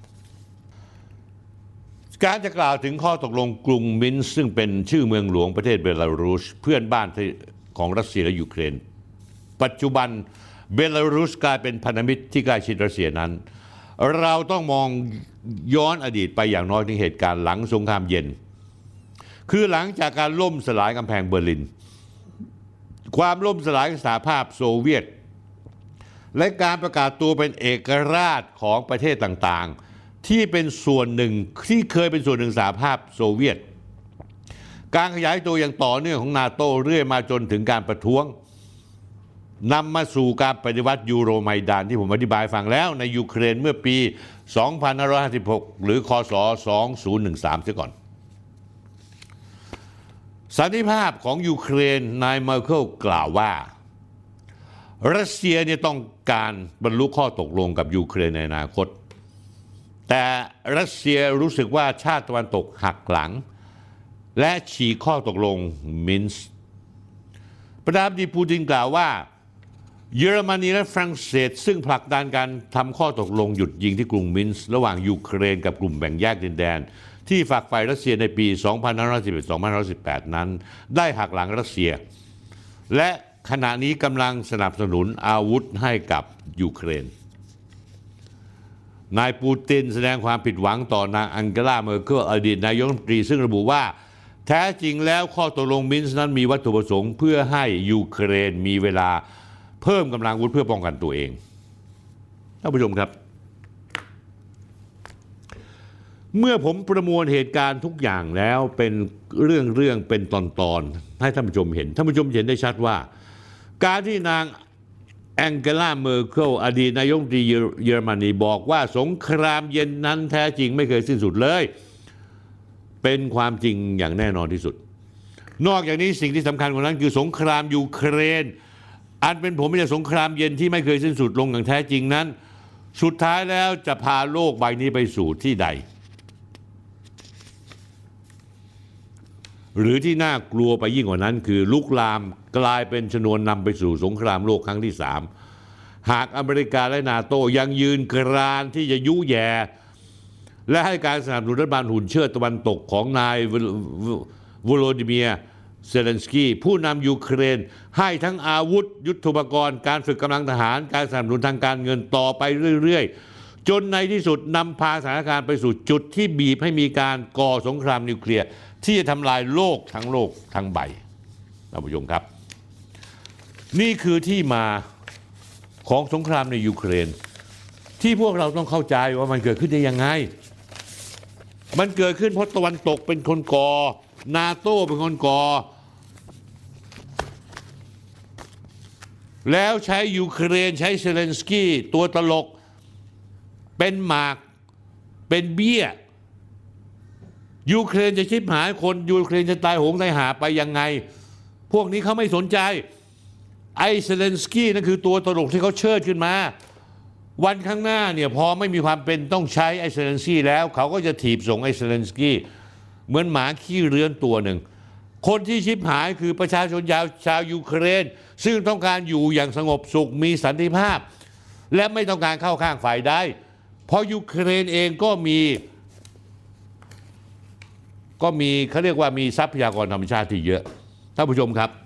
การจะกล่าวถึงข้อตกลงกรุงมินส์ซึ่งเป็นชื่อเมืองหลวงประเทศเบลารุสเพื่อนบ้านของรัสเซียและยูเครนปัจจุบันเบลารุสกลายเป็นพันธมิตรที่ใกล้ชิดรัสเซียนั้นเราต้องมองย้อนอดีตไปอย่างน้อยถึงเหตุการณ์หลังสงครามเย็นคือหลังจากการล่มสลายกำแพงเบอร์ลินความล่มสลายสหภาพโซเวียตและการประกาศตัวเป็นเอกราชของประเทศต่างๆที่เป็นส่วนหนึ่งที่เคยเป็นส่วนหนึ่งสหภาพโซเวียตการขยายตัวอย่างต่อเนื่องของนาโต้เรื่อยมาจนถึงการประท้วงนำมาสู่การปฏิวัติยูโรไมดานที่ผมอธิบายฟังแล้วในยูเครนเมื่อปี 2556 หรือคศ 2013 เสียก่อนสันติภาพของยูเครนนายเมอร์เคิลกล่าวว่ารัสเซียเนี่ยต้องการบรรลุข้อตกลงกับยูเครนในอนาคตแต่รัสเซียรู้สึกว่าชาติตะวันตกหักหลังและฉีกข้อตกลงมินส์ประธานาธิบดีปูตินกล่าวว่าเยอรมนีและฝรั่งเศสซึ่งผลักดันการทำข้อตกลงหยุดยิงที่กรุงมินส์ระหว่างยูเครนกับกลุ่มแบ่งแยกดินแดนที่ฝักใฝ่รัสเซียในปี 2511-2518 นั้นได้หักหลังรัสเซียและขณะนี้กำลังสนับสนุนอาวุธให้กับยูเครนนายปูตินแสดงความผิดหวังต่อนางแองเกลา เมอร์เคิลอดีตนายกรัฐมนตรีซึ่งระบุว่าแท้จริงแล้วข้อตกลงมินส์นั้นมีวัตถุประสงค์เพื่อให้ยูเครนมีเวลาเพิ่มกำลังอาวุธเพื่อป้องกันตัวเองท่านผู้ชมครับเมื่อผมประมวลเหตุการณ์ทุกอย่างแล้วเป็นเรื่องเป็นตอนให้ท่านผู้ชมเห็นท่านผู้ชมเห็นได้ชัดว่าการที่นางแองเกลาเมอร์เคิลอดีตนายกรัฐมนตรีเยอรมนีบอกว่าสงครามเย็นนั้นแท้จริงไม่เคยสิ้นสุดเลยเป็นความจริงอย่างแน่นอนที่สุดนอกจากนี้สิ่งที่สำคัญกว่านั้นคือสงครามยูเครนอันเป็นผลมาจากสงครามเย็นที่ไม่เคยสิ้นสุดลงอย่างแท้จริงนั้นสุดท้ายแล้วจะพาโลกใบนี้ไปสู่ที่ใดหรือที่น่ากลัวไปยิ่งกว่านั้นคือลุกลามกลายเป็นชนวนนำไปสู่สงครามโลกครั้งที่3หากอเมริกาและนาโต้ยังยืนกรานที่จะยุแย่และให้การสนับสนุนรัฐบาลหุ่นเชิดตะวันตกของนายวโลดิเมียร์เซเลนสกี้ผู้นำยูเครนให้ทั้งอาวุธยุทโธปกรณ์การฝึกกำลังทหารการสนับสนุนทางการเงินต่อไปเรื่อยๆจนในที่สุดนำพาสถานการณ์ไปสู่จุดที่บีบให้มีการก่อสงครามนิวเคลียร์ที่จะทำลายโลกทั้งใบท่านผู้ชมครับนี่คือที่มาของสงครามในยูเครนที่พวกเราต้องเข้าใจว่ามันเกิดขึ้นได้ยังไงมันเกิดขึ้นเพราะตะวันตกเป็นคนก่อนาโต้เป็นคนก่อแล้วใช้ยูเครนใช้เซเลนสกี้ตัวตลกเป็นหมากเป็นเบี้ยยูเครนจะชิบหายคนยูเครนจะตายโหงตายหาไปยังไงพวกนี้เขาไม่สนใจไอ้เซเลนสกี้นั่นคือตัวตลกที่เขาเชิดขึ้นมาวันข้างหน้าเนี่ยพอไม่มีความเป็นต้องใช้ไอ้เซเลนสกี้แล้วเขาก็จะถีบส่งไอ้เซเลนสกี้เหมือนหมาขี้เรื้อนตัวหนึ่งคนที่ชิบหายคือประชาชนชาวยูเครนซึ่งต้องการอยู่อย่างสงบสุขมีสันติภาพและไม่ต้องการเข้าข้างฝ่ายใดเพราะยูเครนเองก็มีเขาเรียกว่ามีทรัพยากรธรรมชาติที่เยอะท่านผู้ชมครับ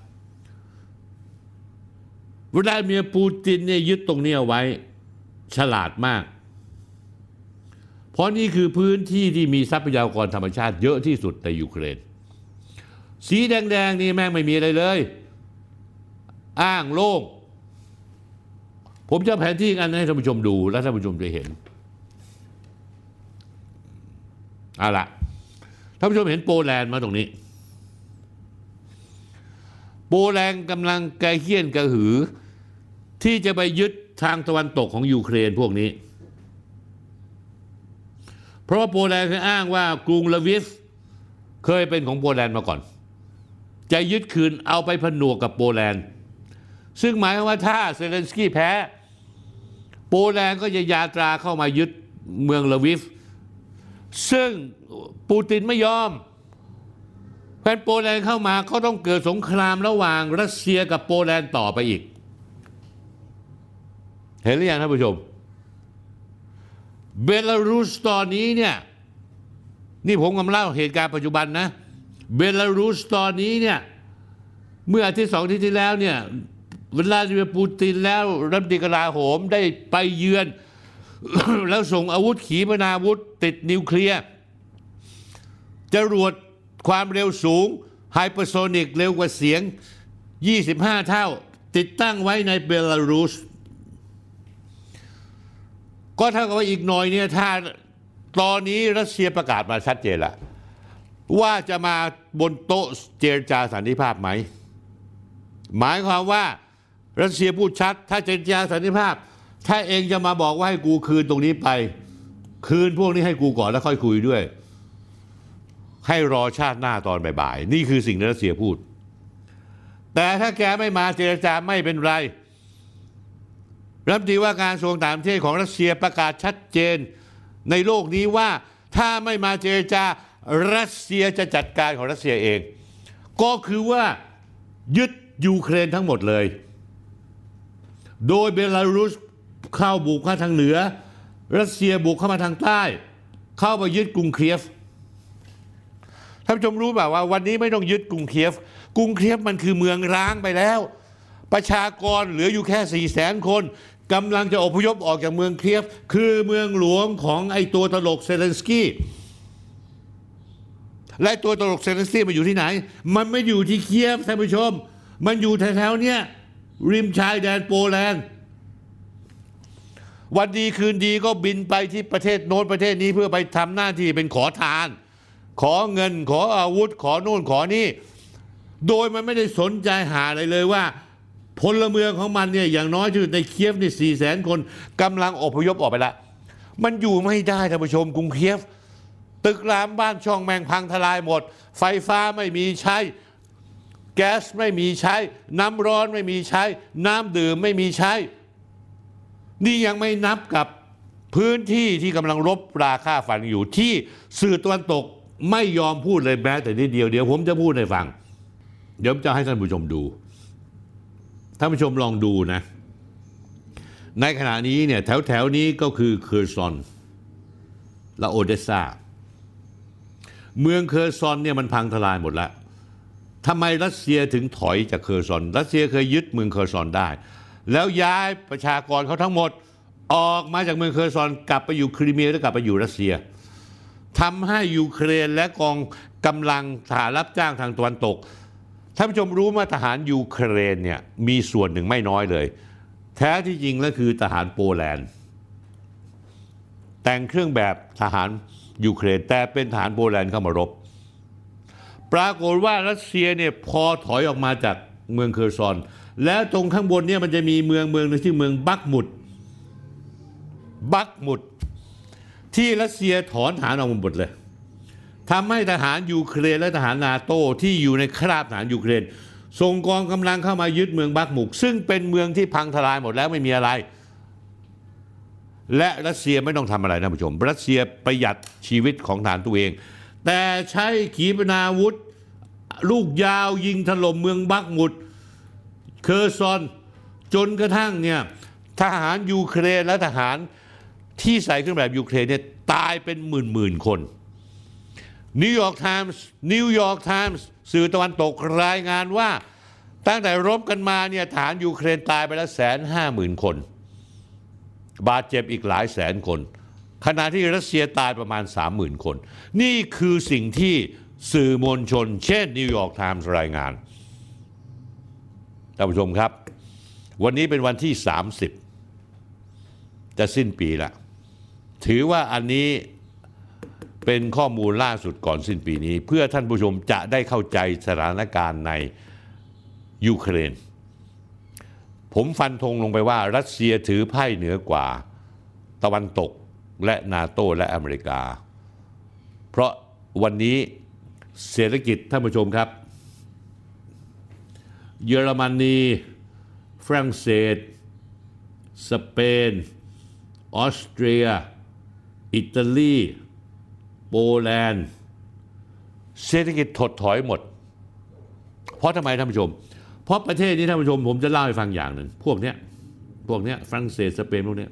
วลาดิเมียร์ปูตินเนี่ยยึดตรงนี้เอาไว้ฉลาดมากเพราะนี่คือพื้นที่ที่มีทรัพยากรธรรมชาติเยอะที่สุดในยูเครนสีแดงๆนี่แม่งไม่มีอะไรเลยอ้างโล่งผมจะแผนที่กันให้ท่านผู้ชมดูแล้วท่านผู้ชมจะเห็นเอาล่ะท่านผู้ชมเห็นโปแลนด์มาตรงนี้โปแลนด์กำลังกระเฮี้ยนกระหือที่จะไปยึดทางตะวันตกของยูเครนพวกนี้เพราะว่าโปแลนด์เคยอ้างว่ากรุงลาวิฟเคยเป็นของโปแลนด์มาก่อนจะยึดคืนเอาไปผนวกกับโปแลนด์ซึ่งหมายความว่าถ้าเซเลนสกี้แพ้โปแลนด์ก็จะยาตราเข้ามายึดเมืองลาวิฟซึ่งปูตินไม่ยอมแฟนโปแลนด์เข้ามาก็ต้องเกิดสงครามระหว่างรัสเซียกับโปแลนด์ต่อไปอีกเห็นหรือยังท่านผู้ชมเบลารุสตอนนี้เนี่ยนี่ผมกำลังเล่าเหตุการณ์ปัจจุบันนะเบลารุสตอนนี้เนี่ยเมื่ออาทิตย์2 อาทิตย์ที่แล้วเนี่ยวลาดิเมียร์ปูตินแล้วรัฐมนตรีกลาโหมได้ไปเยือน แล้วส่งอาวุธขีปนาวุธติดนิวเคลียร์จรวดความเร็วสูงไฮเปอร์โซนิกเร็วกว่าเสียง25 เท่าติดตั้งไว้ในเบลารุสก็เท่ากับว่าอีกหน่อยเนี่ยถ้าตอนนี้รัสเซียประกาศมาชัดเจนละว่าจะมาบนโต๊ะเจรจาสันติภาพไหมหมายความว่ารัสเซียพูดชัดถ้าเจรจาสันติภาพถ้าเองจะมาบอกว่าให้กูคืนตรงนี้ไปคืนพวกนี้ให้กูก่อนแล้วค่อยคุยด้วยให้รอชาติหน้าตอนบ่ายๆนี่คือสิ่งที่รัสเซียพูดแต่ถ้าแกไม่มาเจรจาไม่เป็นไรรัฐมนตรีว่าการกระทรวงต่างประเทศของรัสเซียประกาศชัดเจนในโลกนี้ว่าถ้าไม่มาเจรจารัสเซียจะจัดการของรัสเซียเองก็คือว่ายึดยูเครนทั้งหมดเลยโดยเบลารุสเข้าบุกเข้าทางเหนือรัสเซียบุกเข้ามาทางใต้เข้าไปยึดกรุงเคียฟท่านผู้ชมรู้เปล่าว่าวันนี้ไม่ต้องยึดกรุงเคียฟกรุงเคียฟมันคือเมืองร้างไปแล้วประชากรเหลืออยู่แค่400,000 คนกำลังจะอพยพออกจากเมืองเคียฟคือเมืองหลวงของไอ้ตัวตลกเซเลนสกี้และตัวตลกเซเลนสกี้มันอยู่ที่ไหนมันไม่อยู่ที่เคียฟท่านผู้ชมมันอยู่แถวๆเนี้ยริมชายแดนโปแลนด์วันดีคืนดีก็บินไปที่ประเทศโน้นประเทศนี้เพื่อไปทำหน้าที่เป็นขอทาน ขอเงินขออาวุธขอโน่นขอนี่โดยมันไม่ได้สนใจหาอะไรเลยว่าพลเมืองของมันเนี่ยอย่างน้อยที่สุดในเคียฟนี่400,000 คนกำลังอพยพออกไปละมันอยู่ไม่ได้ท่านผู้ชมกรุงเคียฟตึกรามบ้านช่องแมงพังทลายหมดไฟฟ้าไม่มีใช้แก๊สไม่มีใช้น้ำร้อนไม่มีใช้น้ำดื่มไม่มีใช้นี่ยังไม่นับกับพื้นที่ที่กำลังรบราฆ่าฟันอยู่ที่สื่อตะวันตกไม่ยอมพูดเลยแม้แต่นิดเดียวเดี๋ยวผมจะพูดให้ฟังเดี๋ยวจะให้ท่านผู้ชมดูท่านผู้ชมลองดูนะในขณะนี้เนี่ยแถวนี้ก็คือเคอร์ซอนและโอเดสซาเมืองเคอร์ซอนเนี่ยมันพังทลายหมดแล้วทำไมรัสเซียถึงถอยจากเคอร์ซอนรัสเซียเคยยึดเมืองเคอร์ซอนได้แล้วย้ายประชากรเขาทั้งหมดออกมาจากเมืองเคอร์ซอนกลับไปอยู่ครีเมียแล้วกลับไปอยู่รัสเซียทำให้ยูเครนและกองกำลังทหารรับจ้างทางตะวันตกท่านผู้ชมรู้ว่าทหารยูเครนเนี่ยมีส่วนหนึ่งไม่น้อยเลยแท้ที่จริงแล้วคือทหารโปแลนด์แต่งเครื่องแบบทหารยูเครนแต่เป็นทหารโปแลนด์เข้ามารบปรากฏว่ารัสเซียเนี่ยพอถอยออกมาจากเมืองเคอร์ซอนแล้วตรงข้างบนเนี่ยมันจะมีเมืองนึงที่เมืองบักมุดที่รัสเซียถอนทหารออกมาหมดเลยทำให้ทหารยูเครนและทหารนาโต้ที่อยู่ในคราบทหารยูเครนส่งกองกำลังเข้ามายึดเมืองบักมุดซึ่งเป็นเมืองที่พังทลายหมดแล้วไม่มีอะไรและรัสเซียไม่ต้องทำอะไรท่านผู้ชมรัสเซียประหยัดชีวิตของทหารตัวเองแต่ใช้ขีปนาวุธลูกยาวยิงถล่มเมืองบักมุดเคอร์ซอนจนกระทั่งเนี่ยทหารยูเครนและทหารที่ใส่เครื่องแบบยูเครนเนี่ยตายเป็นหมื่นคนนิวยอร์กไทมส์สื่อตะวันตกรายงานว่าตั้งแต่รบกันมาเนี่ยทหารยูเครนตายไปแล้ว150,000 คนบาดเจ็บอีกหลายแสนคนขณะที่รัสเซียตายประมาณ 30,000 คนนี่คือสิ่งที่สื่อมวลชนเช่นนิวยอร์กไทมส์รายงานท่านผู้ชมครับวันนี้เป็นวันที่30จะสิ้นปีละถือว่าอันนี้เป็นข้อมูลล่าสุดก่อนสิ้นปีนี้เพื่อท่านผู้ชมจะได้เข้าใจสถานการณ์ในยูเครนผมฟันธงลงไปว่ารัสเซียถือไพ่เหนือกว่าตะวันตกและนาโต้และอเมริกาเพราะวันนี้เศรษฐกิจท่านผู้ชมครับเยอรมนีฝรั่งเศสสเปนออสเตรียอิตาลีโปแลนด์เศรษฐกิจถดถอยหมดเพราะทำไมท่านผู้ชมเพราะประเทศนี้ท่านผู้ชมผมจะเล่าให้ฟังอย่างหนึ่งพวกเนี้ยฝรั่งเศสสเปนพวกเนี้ย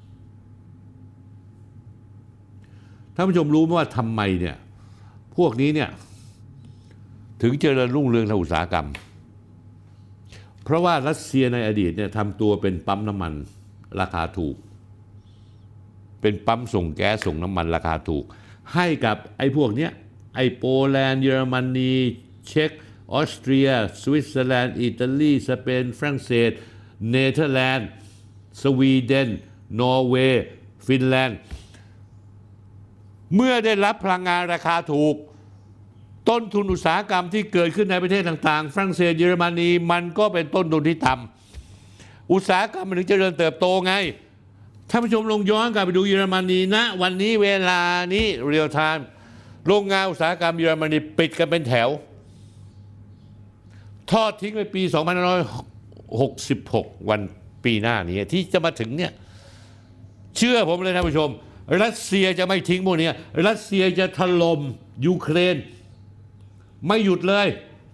ท่านผู้ชมรู้ไหมว่าทำไมเนี่ยพวกนี้เนี่ยถึงเจริญรุ่งเรืองทางอุตสาหกรรมเพราะว่ารัสเซียในอดีตเนี่ยทำตัวเป็นปั๊มน้ำมันราคาถูกเป็นปั๊มส่งแก๊สส่งน้ำมันราคาถูกให้กับไอ้พวกเนี้ยไอ้โปแลนด์เยอรมนีเช็กออสเตรียสวิตเซอร์แลนด์อิตาลีสเปนฝรั่งเศสเนเธอร์แลนด์สวีเดนนอร์เวย์ฟินแลนด์เมื่อได้รับพลังงานราคาถูกต้นทุนอุตสาหกรรมที่เกิดขึ้นในประเทศต่างๆฝรั่งเศสเยอรมนีมันก็เป็นต้นทุนที่ต่ำอุตสาหกรรมมันถึงเจริญเติบโตไงท่านผู้ชมลองย้อนกลับไปดูเยอรมนีนะวันนี้เวลานี้เรียลไทม์โรงงานอุตสาหกรรมเยอรมนีปิดกันเป็นแถวทอดทิ้งไปปี2566วันปีหน้านี้ที่จะมาถึงเนี่ยเชื่อผมเลยท่านผู้ชมรัสเซียจะไม่ทิ้งพวกนี้รัสเซียจะถล่มยูเครนไม่หยุดเลย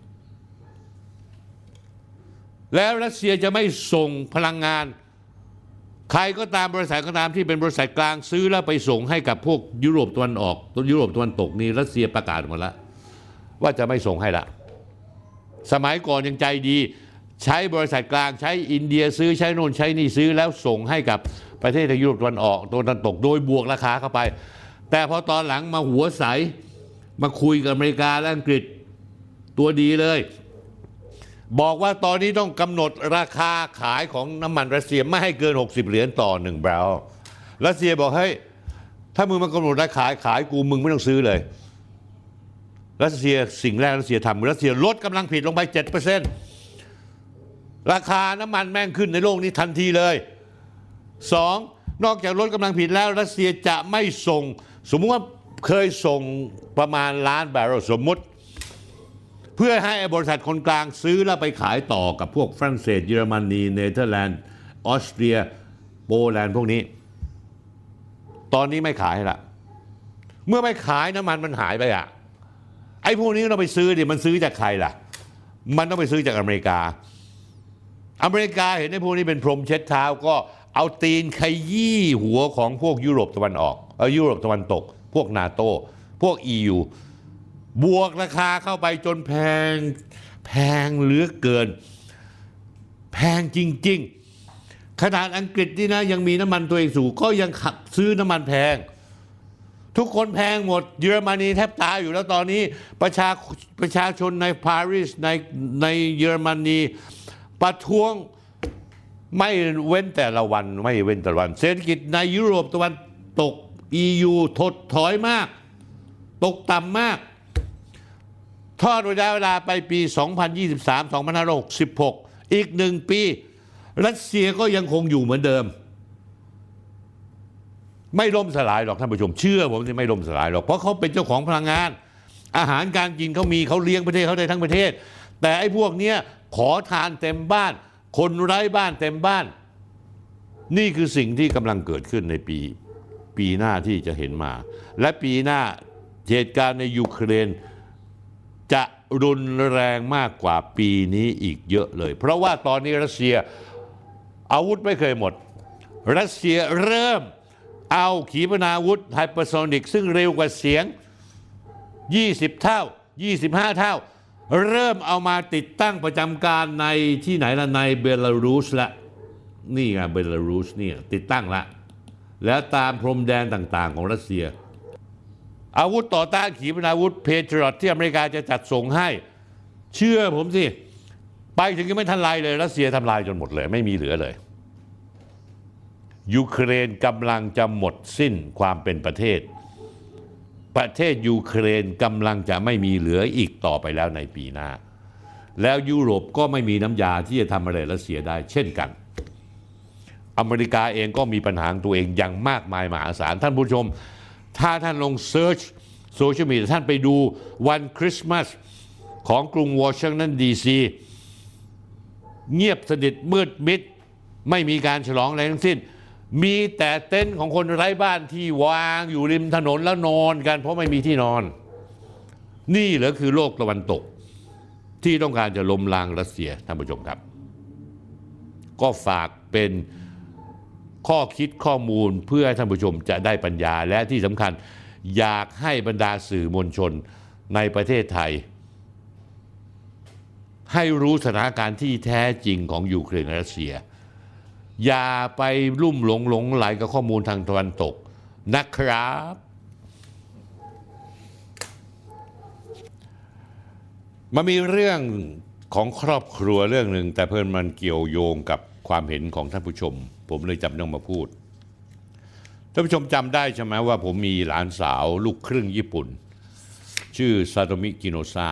แล้วรัสเซียจะไม่ส่งพลังงานใครก็ตามบริษัทก็ตามที่เป็นบริษัทกลางซื้อแล้วไปส่งให้กับพวกยุโรปตะวันออกยุโรปตะวันตกนี่รัสเซียประกาศหมดแล้วว่าจะไม่ส่งให้ละสมัยก่อนยังใจดีใช้บริษัทกลางใช้อินเดียซื้อใช้โน่นใช้นี่ซื้อแล้วส่งให้กับประเทศในยุโรปตะวันออกตะวันตกโดยบวกราคาเข้าไปแต่พอตอนหลังมาหัวใสมาคุยกับอเมริกาและอังกฤษตัวดีเลยบอกว่าตอนนี้ต้องกำหนดราคาขายของน้ำมันรัสเซียไม่ให้เกิน60เหรียญต่อ1 บาร์เรลรัสเซียบอกให้ถ้ามึงมากำหนดราคาขายกูมึงไม่ต้องซื้อเลยรัสเซียสิ่งแรกรัสเซียทำรัสเซียลดกำลังผลิตลงไป 7%ราคาน้ำมันแม่งขึ้นในโลกนี้ทันทีเลย2นอกจากลดกำลังผลิตแล้วรัสเซียจะไม่ส่งสมมติว่าเคยส่งประมาณ1,000,000 บาร์เรลสมมติเพื่อให้บริษัทคนกลางซื้อแล้วไปขายต่อกับพวกฝรั่งเศสเยอรมนีเนเธอร์แลนด์ออสเตรียโปแลนด์พวกนี้ตอนนี้ไม่ขายละเมื่อไม่ขายน้ำมันหายไปอ่ะไอ้พวกนี้เราไปซื้อดิมันซื้อจากใครล่ะมันต้องไปซื้อจากอเมริกาเห็นไอ้พวกนี้เป็นพรมเช็ดเท้าก็เอาตีนขยี้หัวของพวกยุโรปตะวันออกยุโรปตะวันตกพวกนาโต้พวก EU บวกราคาเข้าไปจนแพงเหลือเกินแพงจริงๆขนาดอังกฤษนี่นะยังมีน้ำมันตัวเองสูงก็ยังขับซื้อน้ำมันแพงทุกคนแพงหมดเยอรมนีแทบตายอยู่แล้วตอนนี้ประชาชนในปารีสในเยอรมนีประท้วงไม่เว้นแต่ละวันเศรษฐกิจในยุโรปตะวันตก EU ถดถอยมากตกต่ำมากทอดระยะเวลาไปปี 2023-2566 อีก1 ปีรัสเซียก็ยังคงอยู่เหมือนเดิมไม่ล่มสลายหรอกท่านผู้ชมเชื่อผมจะไม่ล่มสลายหรอกเพราะเขาเป็นเจ้าของพลังงานอาหารการกินเขาเลี้ยงประเทศเขาได้ทั้งประเทศแต่ไอ้พวกเนี้ยขอทานเต็มบ้านคนไร้บ้านเต็มบ้านนี่คือสิ่งที่กำลังเกิดขึ้นในปีหน้าที่จะเห็นมาและปีหน้าเหตุการณ์ในยูเครนจะรุนแรงมากกว่าปีนี้อีกเยอะเลยเพราะว่าตอนนี้รัสเซียอาวุธไม่เคยหมดรัสเซียเริ่มเอาขีปนาวุธไฮเปอร์โซนิกซึ่งเร็วกว่าเสียง20 เท่า25 เท่าเริ่มเอามาติดตั้งประจำการในที่ไหนละในเบลารุสละนี่ไงเบลารุสเนี่ยติดตั้งละแล้วตามพรมแดนต่างๆของรัสเซียอาวุธต่อต้านขีปนาวุธเพเทรอตที่อเมริกาจะจัดส่งให้เชื่อผมสิไปถึงยังไม่ทันไรเลยรัสเซียทำลายจนหมดเลยไม่มีเหลือเลยยูเครนกำลังจะหมดสิ้นความเป็นประเทศยูเครนกำลังจะไม่มีเหลืออีกต่อไปแล้วในปีหน้าแล้วยุโรปก็ไม่มีน้ำยาที่จะทำอะไรรัสเซียได้เช่นกันอเมริกาเองก็มีปัญหาตัวเองอย่างมากมายมหาศาลท่านผู้ชมถ้าท่านลงเซิร์ชโซเชียลมีเดียท่านไปดูวันคริสต์มาสของกรุงวอชิงตันดีซีเงียบสนิทมืดมิดไม่มีการฉลองอะไรทั้งสิ้นมีแต่เต็นท์ของคนไร้บ้านที่วางอยู่ริมถนนแล้วนอนกันเพราะไม่มีที่นอนนี่เหรอคือโลกตะวันตกที่ต้องการจะล้มล้างรัสเซียท่านผู้ชมครับก็ฝากเป็นข้อคิดข้อมูลเพื่อให้ท่านผู้ชมจะได้ปัญญาและที่สำคัญอยากให้บรรดาสื่อมวลชนในประเทศไทยให้รู้สถานการณ์ที่แท้จริงของยูเครนและรัสเซียอย่าไปลุ่มหลงไหลกับข้อมูลทางตะวันตกนะครับมันมีเรื่องของครอบครัวเรื่องหนึ่งแต่เพิ่นมันเกี่ยวโยงกับความเห็นของท่านผู้ชมผมเลยจำต้องมาพูดท่านผู้ชมจำได้ใช่ไหมว่าผมมีหลานสาวลูกครึ่งญี่ปุ่นชื่อซาโตมิกิโนซา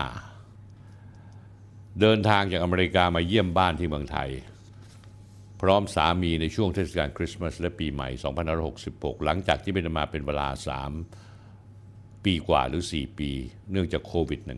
เดินทางจากอเมริกามาเยี่ยมบ้านที่เมืองไทยพร้อมสามีในช่วงเทศกาลคริสต์มาสและปีใหม่ 2566 หลังจากที่ไม่ได้มาเป็นเวลา3 ปีกว่าหรือ 4 ปีเนื่องจากโควิด -19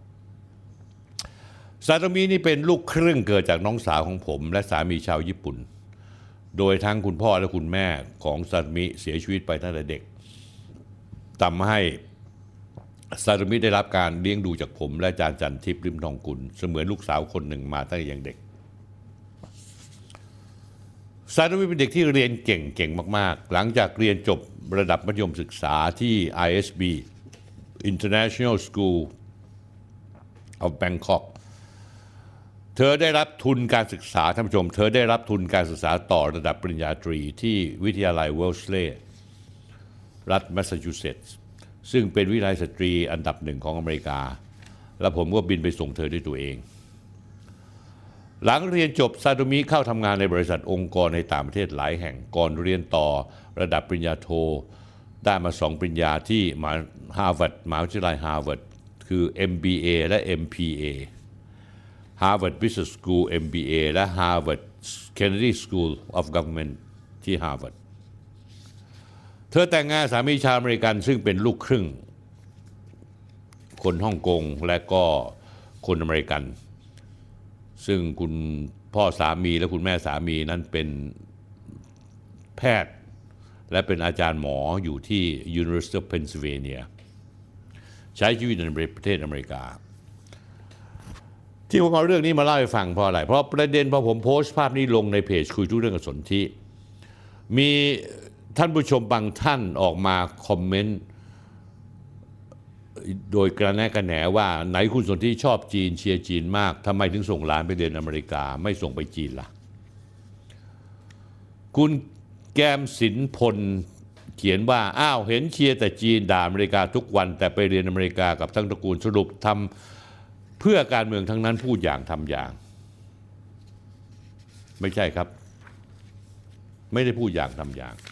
ซาโตมินี่เป็นลูกครึ่งเกิดจากน้องสาวของผมและสามีชาวญี่ปุ่นโดยทั้งคุณพ่อและคุณแม่ของซาโตมิเสียชีวิตไปตั้งแต่เด็กทำให้ซาโตมิได้รับการเลี้ยงดูจากผมและอาจารย์จันทิพย์ริมทองกุลเสมือนลูกสาวคนหนึ่งมาตั้งแต่ยังเด็กซาโตมิเป็นเด็กที่เรียนเก่งมากๆหลังจากเรียนจบระดับมัธยมศึกษาที่ ISB International School of Bangkok เธอได้รับทุนการศึกษาท่านผู้ชมเธอได้รับทุนการศึกษาต่อระดับปริญญาตรีที่วิทยาลัยเวลส์เลย์รัฐแมสซาชูเซตส์ซึ่งเป็นวิทยาลัยสตรีอันดับ1ของอเมริกาและผมก็บินไปส่งเธอด้วยตัวเองหลังเรียนจบซาโตมิเข้าทำงานในบริษัทองค์กรในต่างประเทศหลายแห่งก่อนเรียนต่อระดับปริญญาโทได้มา2 ปริญญาที่มหาวิทยาลัยฮาร์วาร์ดคือ MBA และ MPA Harvard Business School MBA และ Harvard Kennedy School of Government ที่ Harvard เธอแต่งงานสามีชาวอเมริกันซึ่งเป็นลูกครึ่งคนฮ่องกงและก็คนอเมริกันซึ่งคุณพ่อสามีและคุณแม่สามีนั้นเป็นแพทย์และเป็นอาจารย์หมออยู่ที่ University of Pennsylvania ใช้ชีวิตในประเทศอเมริกาที่ผมเอาเรื่องนี้มาเล่าให้ฟังเพราะอะไรเพราะประเด็นพอผมโพสต์ภาพนี้ลงในเพจคุยทุกเรื่องกับสนธิมีท่านผู้ชมบางท่านออกมาคอมเมนต์โดยกระแนะกระแหนว่าไหนคุณสนธิชอบจีนเชียร์จีนมากทำไมถึงส่งหลานไปเรียนอเมริกาไม่ส่งไปจีนล่ะคุณแก้มสินพลเขียนว่าอ้าวเห็นเชียร์แต่จีนด่าอเมริกาทุกวันแต่ไปเรียนอเมริกากับทั้งตระกูลสรุปทำเพื่อการเมืองทั้งนั้นพูดอย่างทำอย่างไม่ใช่ครับไม่ได้พูดอย่างทำอย่าง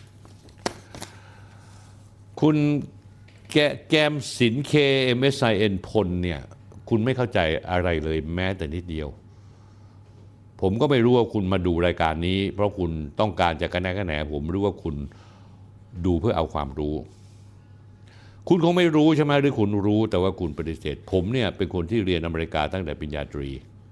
คุณแกมสิน KMSIN พลเนี่ยคุณไม่เข้าใจอะไรเลยแม้แต่นิดเดียวผมก็ไม่รู้ว่าคุณมาดูรายการนี้เพราะคุณต้องการจะกระแนะกระแหนผมรู้ว่าคุณดูเพื่อเอาความรู้คุณคงไม่รู้ใช่ไหมหรือคุณรู้แต่ว่าคุณปฏิเสธผมเนี่ยเป็นคนที่เรียนอเมริกาตั้งแต่ปริญญาตรี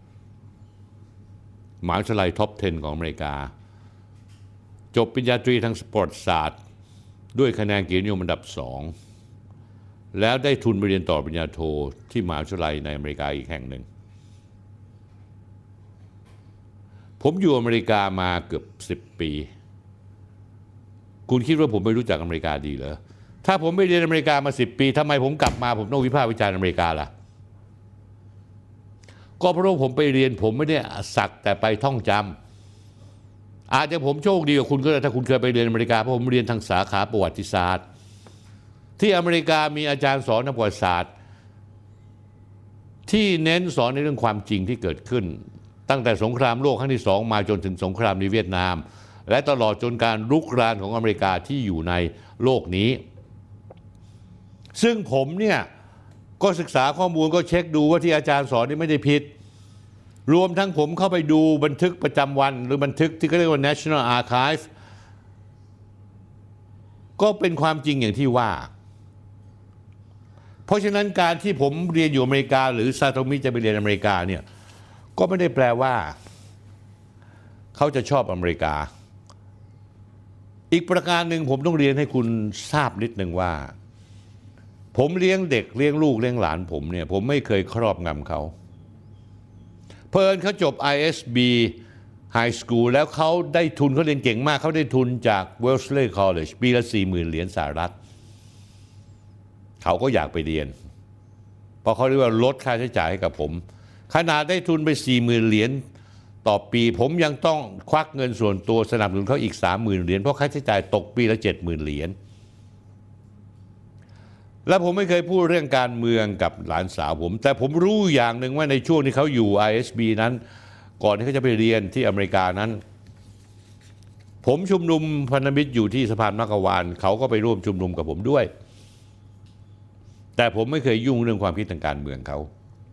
มหาวิทยาลัยท็อป 10 ของอเมริกาจบปริญญาตรีทางสปอร์ตศาสตร์ด้วยคะแนนเกียรตินิยมอันดับ 2แล้วได้ทุนไปเรียนต่อปริญญาโทที่มหาวิทยาลัยในอเมริกาอีกแห่งหนึ่งผมอยู่อเมริกามาเกือบ10 ปีคุณคิดว่าผมไม่รู้จักอเมริกาดีเหรอถ้าผมไปเรียนอเมริกามา10 ปีทำไมผมกลับมาผมต้องวิพากษ์วิจารณ์อเมริกาล่ะก็เพราะผมไปเรียนผมไม่ได้สักแต่ไปท่องจำอาจจะผมโชคดีกว่าคุณก็ได้ถ้าคุณเคยไปเรียนอเมริกาเพราะผมเรียนทางสาขาประวัติศาสตร์ที่อเมริกามีอาจารย์สอนประวัติศาสตร์ที่เน้นสอนในเรื่องความจริงที่เกิดขึ้นตั้งแต่สงครามโลกครั้งที่2มาจนถึงสงครามในเวียดนามและตลอดจนการรุกรานของอเมริกาที่อยู่ในโลกนี้ซึ่งผมเนี่ยก็ศึกษาข้อมูลก็เช็คดูว่าที่อาจารย์สอนนี่ไม่ได้ผิดรวมทั้งผมเข้าไปดูบันทึกประจำวันหรือบันทึกที่เขาเรียกว่า National Archive ก็เป็นความจริงอย่างที่ว่าเพราะฉะนั้นการที่ผมเรียนอยู่อเมริกาหรือซาโตมิจะไปเรียนอเมริกาเนี่ยก็ไม่ได้แปลว่าเขาจะชอบอเมริกาอีกประการหนึ่งผมต้องเรียนให้คุณทราบนิดหนึ่งว่าผมเลี้ยงเด็กเลี้ยงลูกเลี้ยงหลานผมเนี่ยผมไม่เคยครอบงำเขาเพิ่นเขาจบ ISB High School แล้วเขาได้ทุนเขาเรียนเก่งมากเขาได้ทุนจาก Wellesley College ปีละ 40,000 เหรียญสหรัฐเขาก็อยากไปเรียนเพราะเขาเรียกว่าลดค่าใช้จ่ายให้กับผมขนาดได้ทุนไป 40,000 เหรียญต่อปีผมยังต้องควักเงินส่วนตัวสนับสนุนเขาอีก 30,000 เหรียญเพราะค่าใช้จ่ายตกปีละ 70,000 เหรียญและผมไม่เคยพูดเรื่องการเมืองกับหลานสาวผมแต่ผมรู้อย่างหนึ่งว่าในช่วงที่เขาอยู่ ISB นั้นก่อนที่เขาจะไปเรียนที่อเมริกานั้นผมชุมนุมพันธมิตรอยู่ที่สะพานมักกะวานเขาก็ไปร่วมชุมนุมกับผมด้วยแต่ผมไม่เคยยุ่งเรื่องความคิดทางการเมืองเขา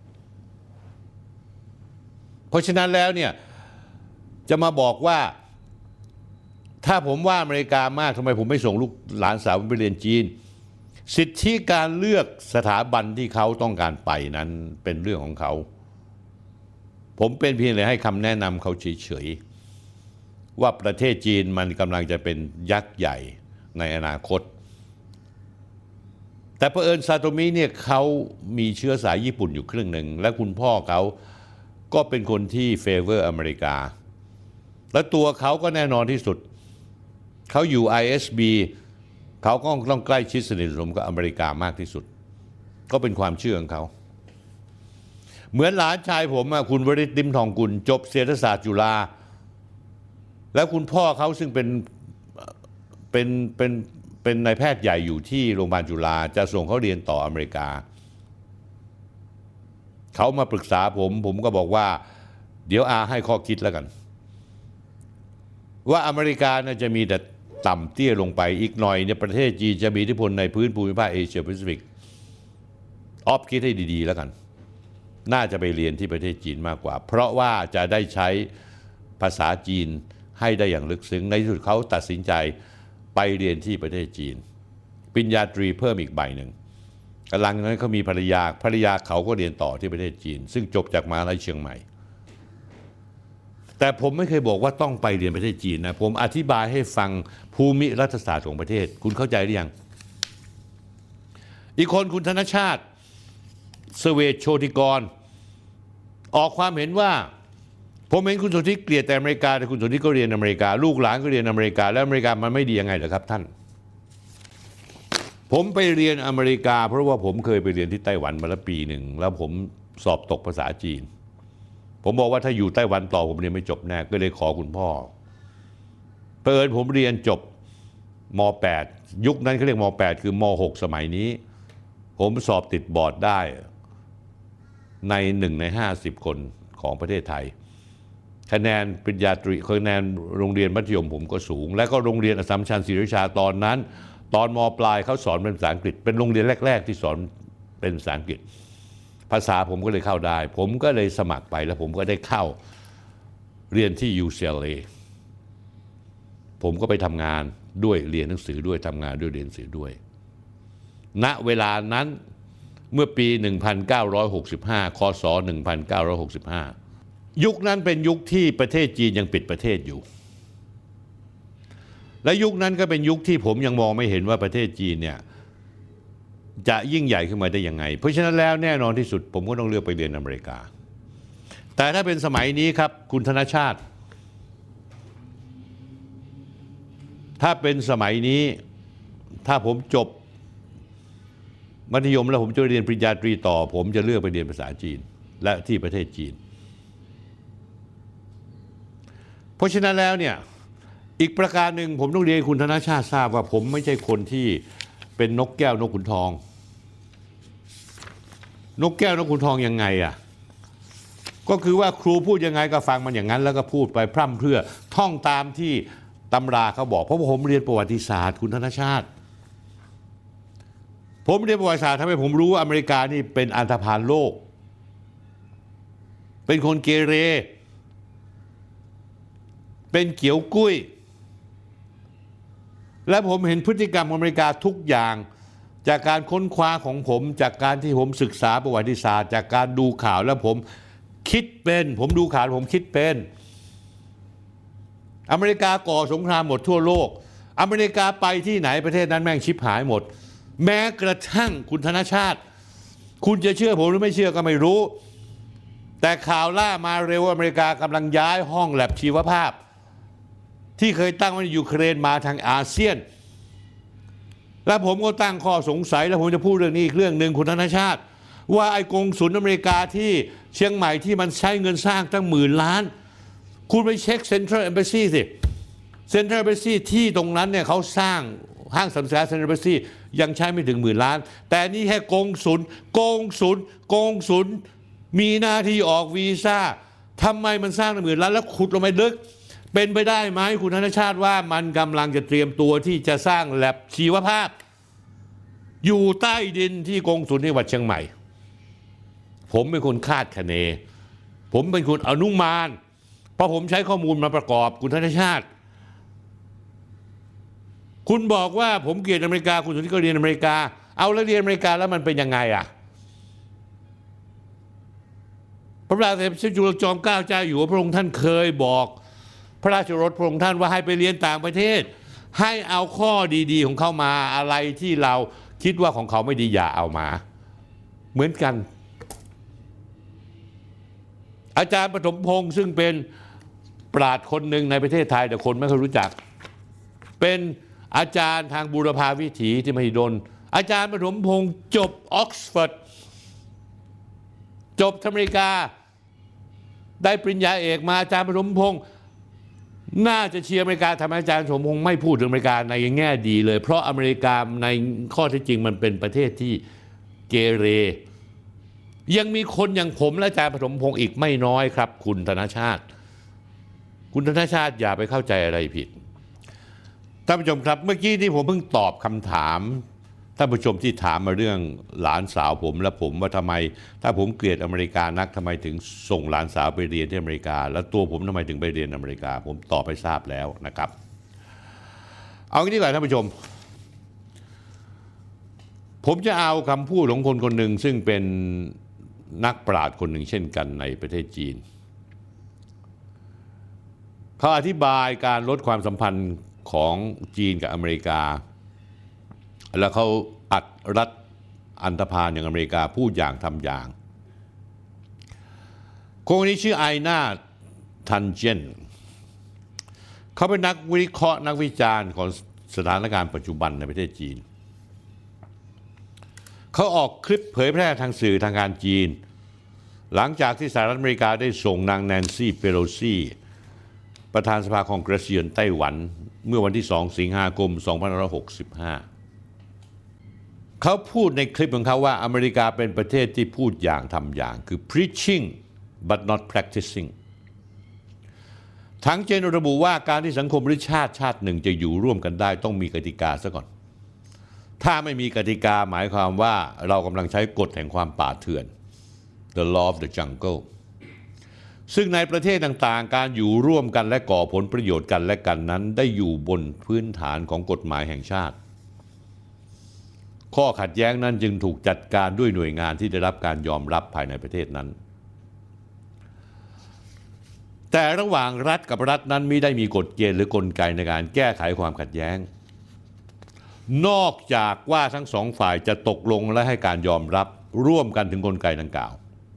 เพราะฉะนั้นแล้วเนี่ยจะมาบอกว่าถ้าผมว่าอเมริกามากทำไมผมไม่ส่งลูกหลานสาวผมไปเรียนจีนสิทธิการเลือกสถาบันที่เขาต้องการไปนั้นเป็นเรื่องของเขาผมเป็นเพียงแต่ให้คำแนะนำเขาเฉยๆว่าประเทศจีนมันกำลังจะเป็นยักษ์ใหญ่ในอนาคตแต่เผอิญซาโตมิเนี่ยเขามีเชื้อสายญี่ปุ่นอยู่ครึ่งหนึ่งและคุณพ่อเขาก็เป็นคนที่เฟเวอร์อเมริกาและตัวเขาก็แน่นอนที่สุดเขาอยู่ ISB เขาก็ต้องใกล้ชิดสนิทสนมกับอเมริกามากที่สุดก็เป็นความเชื่อของเขาเหมือนหลานชายผมคุณวริศ ลิ้มทองกุลจบเศรษฐศาสตร์จุฬาแล้วคุณพ่อเขาซึ่งเป็นนายแพทย์ใหญ่อยู่ที่โรงพยาบาลจุฬาจะส่งเขาเรียนต่ออเมริกาเขามาปรึกษาผมก็บอกว่าเดี๋ยวให้ข้อคิดแล้วกันว่าอเมริกาน่าจะมีแต่ต่ำเตี้ยลงไปอีกหน่อยเนี่ยประเทศจีนจะมีอิทธิพลในพื้นภูมิภาคเอเชียแปซิฟิกคิดให้ดีๆแล้วกันน่าจะไปเรียนที่ประเทศจีนมากกว่าเพราะว่าจะได้ใช้ภาษาจีนให้ได้อย่างลึกซึ้งในที่สุดเขาตัดสินใจไปเรียนที่ประเทศจีนปริญญาตรีเพิ่มอีกใบหนึ่งกำลังนั้นเขามีภรรยาเขาก็เรียนต่อที่ประเทศจีนซึ่งจบจากมหาวิทยาลัยเชียงใหม่แต่ผมไม่เคยบอกว่าต้องไปเรียนประเทศจีนนะผมอธิบายให้ฟังภูมิรัฐศาสตร์ของประเทศคุณเข้าใจหรือยังอีกคนคุณธนชาติเสเวชโชติกรออกความเห็นว่าผมเห็นคุณสนธิเกลียดแต่อเมริกาแต่คุณสนธิก็เรียนอเมริกาลูกหลานก็เรียนอเมริกาแล้วอเมริกามันไม่ดียังไงเหรอครับท่านผมไปเรียนอเมริกาเพราะว่าผมเคยไปเรียนที่ไต้หวันมาแล้วปีหนึ่งแล้วผมสอบตกภาษาจีนผมบอกว่าถ้าอยู่ไต้หวันต่อผมเรียนไม่จบแน่ก็เลยขอคุณพ่อเปิดผมเรียนจบม.8 ยุคนั้นเขาเรียกม.8 คือม.6 สมัยนี้ผมสอบติดบอร์ดได้ใน1 ใน 50 คนของประเทศไทยคะแนนปริญญาตรีคะแนนโรงเรียนมัธยมผมก็สูงและก็โรงเรียนอัสสัมชัญศรีราชาตอนนั้นตอนม.ปลายเขาสอนเป็นภาษาอังกฤษเป็นโรงเรียนแรกๆที่สอนเป็นภาษาอังกฤษภาษาผมก็เลยเข้าได้ผมก็เลยสมัครไปแล้วผมก็ได้เข้าเรียนที่ UCLA ผมก็ไปทำงานด้วยเรียนหนังสือด้วยทำงานด้วยเรียนหนังสือด้วยณเวลานั้นเมื่อปี 1965 คศ 1965 ยุคนั้นเป็นยุคที่ประเทศจีนยังปิดประเทศอยู่และยุคนั้นก็เป็นยุคที่ผมยังมองไม่เห็นว่าประเทศจีนเนี่ยจะยิ่งใหญ่ขึ้นมาได้ยังไงเพราะฉะนั้นแล้วแน่นอนที่สุดผมก็ต้องเลือกไปเรียนอเมริกาแต่ถ้าเป็นสมัยนี้ครับคุณธนชาติถ้าเป็นสมัยนี้ถ้าผมจบมัธยมแล้วผมจะเรียนปริญญาตรีต่อผมจะเลือกไปเรียนภาษาจีนและที่ประเทศจีนเพราะฉะนั้นแล้วเนี่ยอีกประการหนึ่งผมต้องเรียนคุณธนชาติทราบว่าผมไม่ใช่คนที่เป็นนกแก้วนกขุนทองนกแก้วนกขุนทองยังไงก็คือว่าครูพูดยังไงก็ฟังมันอย่างนั้นแล้วก็พูดไปพร่ำเพรื่อท่องตามที่ตำราเขาบอกเพราะว่าผมเรียนประวัติศาสตร์คุณธนชาติผมเรียนประวัติศาสตร์ทำให้ผมรู้ว่าอเมริกานี่เป็นอันธพาลโลกเป็นคนเกเรเป็นเกี่ยวกุ้ยและผมเห็นพฤติกรรมอเมริกาทุกอย่างจากการค้นคว้าของผมจากการที่ผมศึกษาประวัติศาสตร์จากการดูข่าวแล้วผมคิดเป็นผมดูข่าวผมคิดเป็นอเมริกาก่อสงครามหมดทั่วโลกอเมริกาไปที่ไหนประเทศนั้นแม่งชิบหายหมดแม้กระทั่งคุณธนชาติคุณจะเชื่อผมหรือไม่เชื่อก็ไม่รู้แต่ข่าวล่ามาเร็วอเมริกากำลังย้ายห้องแลบชีวภาพที่เคยตั้งไว้ในยูเครนมาทางอาเซียนและผมก็ตั้งข้อสงสัยแล้วผมจะพูดเรื่องนี้อีกเรื่องหนึ่งคุณธนชาติว่าไอ้กงสุลอเมริกาที่เชียงใหม่ที่มันใช้เงินสร้างตั้ง10,000 ล้านคุณไปเช็คเซ็นทรัลเอมบาซีสิเซ็นทรัลเอมบาซีที่ตรงนั้นเนี่ยเขาสร้างห้างสรรพสินค้าเซ็นทรัลเอมบาซียังใช้ไม่ถึง10,000 ล้านแต่นี่แค่กงสุลมีหน้าที่ออกวีซ่าทำไมมันสร้างตั้ง10,000 ล้านแล้วขุดลงไปลึกเป็นไปได้ไหมคุณธนชาติว่ามันกำลังจะเตรียมตัวที่จะสร้างแลบชีวภาพอยู่ใต้ดินที่กงสุลที่จังหวัดเชียงใหม่ผมเป็นคนคาดคะเนผมเป็นคนอนุมานเพราะผมใช้ข้อมูลมาประกอบคุณธนชาติคุณบอกว่าผมเกลียดอเมริกาคุณสุทธิก็เรียนอเมริกาเอาแล้วเรียนอเมริกาแล้วมันเป็นยังไงพระบาทสมเด็จพระจุลจอมเกล้าเจ้าอยู่หัวพระองค์ท่านเคยบอกพระราชโอรสพระองค์ท่านว่าให้ไปเรียนต่างประเทศให้เอาข้อดีๆของเขามาอะไรที่เราคิดว่าของเขาไม่ดีอย่าเอามาเหมือนกันอาจารย์ปฐมพงษ์ซึ่งเป็นปราชญ์คนหนึ่งในประเทศไทยแต่คนไม่ค่อยรู้จักเป็นอาจารย์ทางบูรพาวิถีที่มหิดลอาจารย์ปฐมพงษ์จบออกซฟอร์ดจบอเมริกาได้ปริญญาเอกมาอาจารย์ปฐมพงษ์น่าจะเชียร์อเมริกาทำไมอาจารย์ปฐมพงษ์ไม่พูดถึงอเมริกาในแง่ดีเลยเพราะอเมริกาในข้อเท็จจริงมันเป็นประเทศที่เกเรยังมีคนอย่างผมและอาจารย์ปฐมพงศ์อีกไม่น้อยครับคุณธนชาติอย่าไปเข้าใจอะไรผิดท่านผู้ชมครับเมื่อกี้ที่ผมเพิ่งตอบคำถามท่านผู้ชมที่ถามมาเรื่องหลานสาวผมและผมว่าทำไมถ้าผมเกลียดอเมริกานักทำไมถึงส่งหลานสาวไปเรียนที่อเมริกาแล้วตัวผมทำไมถึงไปเรียนอเมริกาผมตอบไปทราบแล้วนะครับเอางี้ดีกว่าท่านผู้ชมผมจะเอาคำพูดของคนคนหนึ่งซึ่งเป็นนักปราชญ์คนหนึ่งเช่นกันในประเทศจีนเขาอธิบายการลดความสัมพันธ์ของจีนกับอเมริกาแล้วเขาอัดรัฐอันธพาลอย่างอเมริกาพูดอย่างทำอย่างคนนี้ชื่อไอนาทันเจนเขาเป็นนักวิเคราะห์นักวิจารณ์ของสถานการณ์ปัจจุบันในประเทศจีนเขาออกคลิปเผยแพร่ทางสื่อทางการจีนหลังจากที่สหรัฐอเมริกาได้ส่งนางแนนซี่ เพโลซีประธานสภาคองเกรสเยือนไต้หวันเมื่อวันที่ 2 สิงหาคม 2565 เขาพูดในคลิปของเขาว่าอเมริกาเป็นประเทศที่พูดอย่างทำอย่างคือ preaching but not practicing ทั้งเจนระบุว่าการที่สังคมหรือชาติหนึ่งจะอยู่ร่วมกันได้ต้องมีกติกาซะก่อนถ้าไม่มีกติกาหมายความว่าเรากำลังใช้กฎแห่งความป่าเถื่อน the law of the jungle ซึ่งในประเทศต่างๆการอยู่ร่วมกันและก่อผลประโยชน์กันและกันนั้นได้อยู่บนพื้นฐานของกฎหมายแห่งชาติข้อขัดแย้งนั้นจึงถูกจัดการด้วยหน่วยงานที่ได้รับการยอมรับภายในประเทศนั้นแต่ระหว่างรัฐกับรัฐนั้นมิได้มีกฎเกณฑ์หรือกลไกในการแก้ไขความขัดแย้งนอกจากว่าทั้งสองฝ่ายจะตกลงและให้การยอมรับร่วมกันถึงกลไกดังกล่าว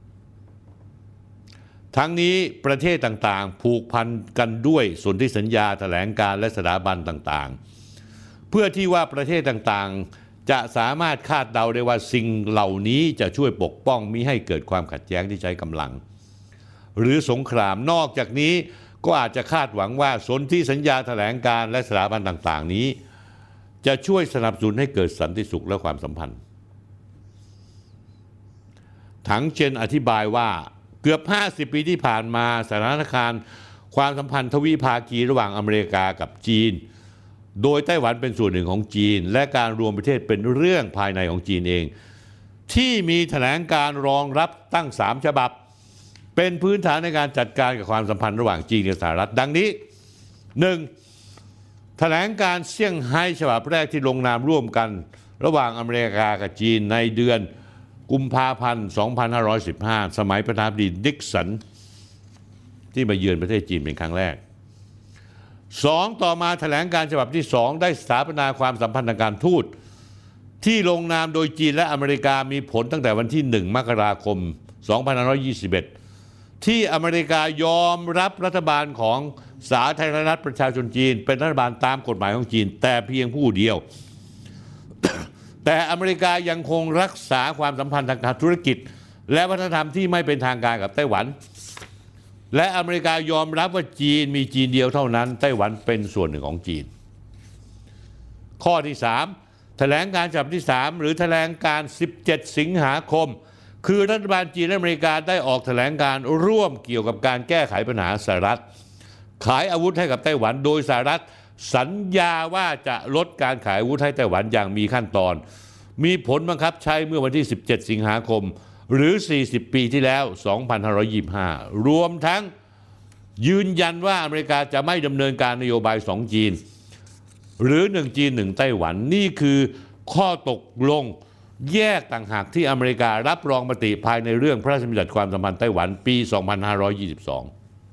ทั้งนี้ประเทศต่างๆผูกพันกันด้วยสนธิสัญญาแถลงการและสถาบันต่างๆเพื่อที่ว่าประเทศต่างๆจะสามารถคาดเดาได้ว่าสิ่งเหล่านี้จะช่วยปกป้องมิให้เกิดความขัดแย้งที่ใช้กำลังหรือสงครามนอกจากนี้ก็อาจจะคาดหวังว่าสนธิสัญญาแถลงการและสถาบันต่างๆนี้จะช่วยสนับสนุนให้เกิดสันติสุขและความสัมพันธ์ถังเจนอธิบายว่าเกือบ50 ปีที่ผ่านมาสถานการณ์ความสัมพันธ์ทวิภาคีระหว่างอเมริกากับจีนโดยไต้หวันเป็นส่วนหนึ่งของจีนและการรวมประเทศเป็นเรื่องภายในของจีนเองที่มีแถลงการรองรับตั้ง3 ฉบับเป็นพื้นฐานในการจัดการกับความสัมพันธ์ระหว่างจีนกับสหรัฐดังนี้ 1. แถลงการเซี่ยงไฮ้ฉบับแรกที่ลงนามร่วมกันระหว่างอเมริกากับจีนในเดือนกุมภาพันธ์ 2515 สมัยประธานาธิบดีนิกสันที่มาเยือนประเทศจีนเป็นครั้งแรก 2. ต่อมาแถลงการฉบับที่ 2 ได้สถาปนาความสัมพันธ์ทางการทูตที่ลงนามโดยจีนและอเมริกามีผลตั้งแต่วันที่ 1 มกราคม 2521 ที่อเมริกายอมรับรัฐบาลของสาธารณรัฐประชาชนจีนเป็นรัฐบาลตามกฎหมายของจีนแต่เพียงผู้เดียว แต่อเมริกายังคงรักษาความสัมพันธ์ทางการธุรกิจและวัฒนธรรมที่ไม่เป็นทางการกับไต้หวันและอเมริกายอมรับว่าจีนมีจีนเดียวเท่านั้นไต้หวันเป็นส่วนหนึ่งของจีนข้อที่ 3 แถลงการฉบับที่ 3 หรือแถลงการ 17 สิงหาคมคือรัฐบาลจีนและอเมริกาได้ออกแถลงการร่วมเกี่ยวกับการแก้ไขปัญหาสหรัฐขายอาวุธให้กับไต้หวันโดยสหรัฐสัญญาว่าจะลดการขายอาวุธให้ไต้หวันอย่างมีขั้นตอนมีผลบังคับใช้เมื่อวันที่ 17 สิงหาคมหรือ 40 ปีที่แล้ว 2525 รวมทั้งยืนยันว่าอเมริกาจะไม่ดำเนินการนโยบาย2 จีนหรือ1 จีน 1 ไต้หวันนี่คือข้อตกลงแยกต่างหากที่อเมริการับรองมติภายในเรื่องพระราชบัญญัติความสัมพันธ์ไต้หวันปี 2522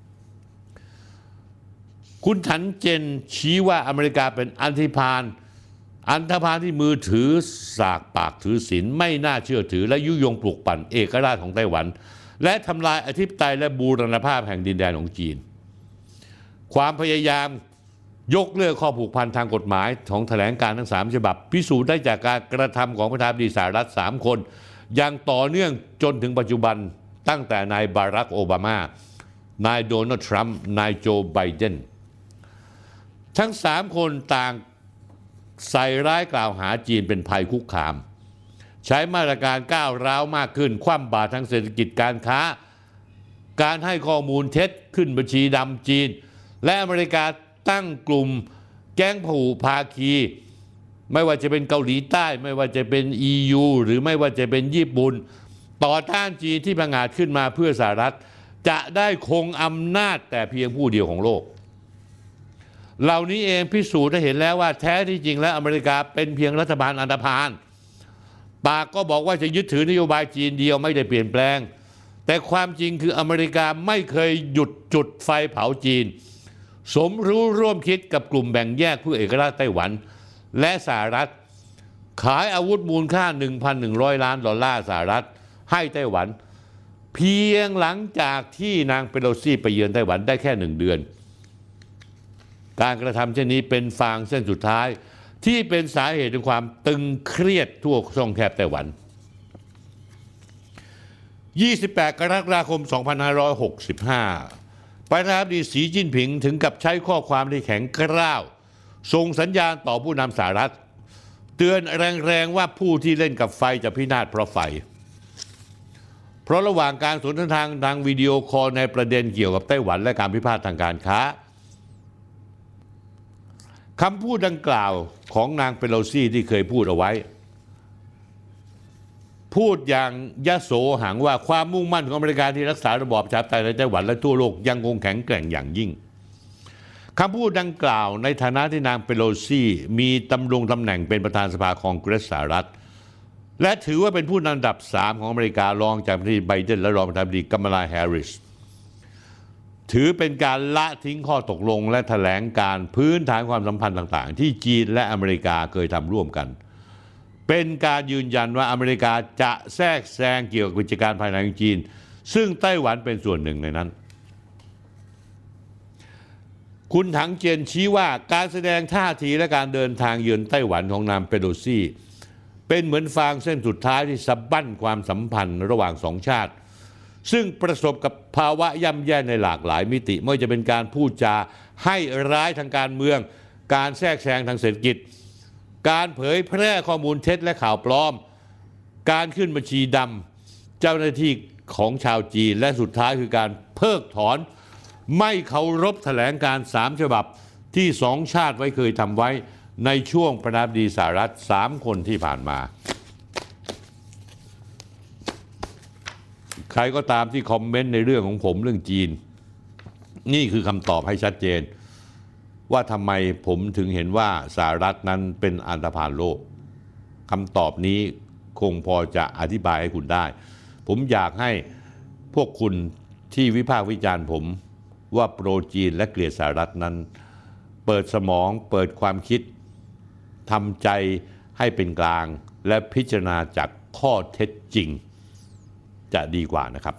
คุณถันเจนชี้ว่าอเมริกาเป็นอันธพาลที่มือถือสากปากถือศีลไม่น่าเชื่อถือและยุยงปลุกปั่นเอกราชของไต้หวันและทำลายอธิปไตยและบูรณภาพแห่งดินแดนของจีนความพยายามยกเลิกข้อผูกพันทางกฎหมายของแถลงการทั้ง3 ฉบับพิสูจน์ได้จากการกระทำของประธานาธิบดีสหรัฐ3 คนอย่างต่อเนื่องจนถึงปัจจุบันตั้งแต่นายบารักโอบามานายโดนัลด์ทรัมป์นายโจไบเดนทั้ง3 คนต่างใส่ร้ายกล่าวหาจีนเป็นภัยคุกคามใช้มาตรการก้าวร้าวมากขึ้นคว่ำบาตรทางเศรษฐกิจการค้าการให้ข้อมูลเท็จขึ้นบัญชีดำจีนและอเมริกาตั้งกลุ่มแก๊งผู้ภาคีไม่ว่าจะเป็นเกาหลีใต้ไม่ว่าจะเป็น EU หรือไม่ว่าจะเป็นญี่ปุ่นต่อต้านจีนที่ประกาศขึ้นมาเพื่อสหรัฐจะได้คงอำนาจแต่เพียงผู้เดียวของโลกเหล่านี้เองพิสูจน์ให้เห็นแล้วว่าแท้ที่จริงแล้วอเมริกาเป็นเพียงรัฐบาลอันธพาลปากก็บอกว่าจะยึดถือนโยบายจีนเดียวไม่ได้เปลี่ยนแปลงแต่ความจริงคืออเมริกาไม่เคยหยุดจุดไฟเผาจีนสมรู้ร่วมคิดกับกลุ่มแบ่งแยกผู้เอกราชไต้หวันและสหรัฐขายอาวุธมูลค่า 1,100 ล้านดอลลาร์สหรัฐให้ไต้หวันเพียงหลังจากที่นางเปโลซี่ไปเยือนไต้หวันได้แค่1 เดือนการกระทำเช่นนี้เป็นฟางเส้นสุดท้ายที่เป็นสาเหตุของความตึงเครียดทั่วช่องแคบไต้หวัน28 กรกฎาคม 2565 ประธานาธิบดีสีจิ้นผิงถึงกับใช้ข้อความที่แข็งกร้าวส่งสัญญาณต่อผู้นำสหรัฐเตือนแรงๆว่าผู้ที่เล่นกับไฟจะพินาศเพราะไฟเพราะระหว่างการสนทนาทางวิดีโอคอลในประเด็นเกี่ยวกับไต้หวันและการพิพาททางการค้าคำพูดดังกล่าวของนางเปโลซี่ที่เคยพูดเอาไว้พูดอย่างยโสหังว่าความมุ่งมั่นของอเมริกาที่รักษาระบอบประชาธิปไตยในไต้หวันและทั่วโลกยังคงแข็งแกร่งอย่างยิ่งคำพูดดังกล่าวในฐานะที่นางเปโลซี่มีตำแหน่งเป็นประธานสภาคองเกรสสหรัฐและถือว่าเป็นผู้นำอันดับ3ของอเมริการองจากประธานาธิบดีไบเดนและรองประธานาธิบดีกัมมาลาแฮร์ริสถือเป็นการละทิ้งข้อตกลงและแถลงการพื้นฐานความสัมพันธ์ต่างๆที่จีนและอเมริกาเคยทำร่วมกันเป็นการยืนยันว่าอเมริกาจะแทรกแซงเกี่ยวกับกิจการภายในของจีนซึ่งไต้หวันเป็นส่วนหนึ่งในนั้นคุณถังเจียนชี้ว่าการแสดงท่าทีและการเดินทางเยือนไต้หวันของนางเปโลซี่เป็นเหมือนฟางเส้นสุดท้ายที่สะบั้นความสัมพันธ์ระหว่างสองชาติซึ่งประสบกับภาวะย่ำแย่ในหลากหลายมิติไม่ว่าจะเป็นการพูดจาให้ร้ายทางการเมืองการแทรกแซงทางเศรษฐกิจการเผยแพร่ข้อมูลเท็จและข่าวปลอมการขึ้นบัญชีดำเจ้าหน้าที่ของชาวจีนและสุดท้ายคือการเพิกถอนไม่เคารพแถลงการ3 ฉบับที่2 ชาติไว้เคยทำไว้ในช่วงประธานาธิบดีสหรัฐ3 คนที่ผ่านมาใครก็ตามที่คอมเมนต์ในเรื่องของผมเรื่องจีนนี่คือคำตอบให้ชัดเจนว่าทำไมผมถึงเห็นว่าสหรัฐนั้นเป็นอันธพาลโลกคำตอบนี้คงพอจะอธิบายให้คุณได้ผมอยากให้พวกคุณที่วิพากษ์วิจารณ์ผมว่าโปรจีนและเกลียดสหรัฐนั้นเปิดสมองเปิดความคิดทำใจให้เป็นกลางและพิจารณาจากข้อเท็จจริงจะดีกว่านะครับ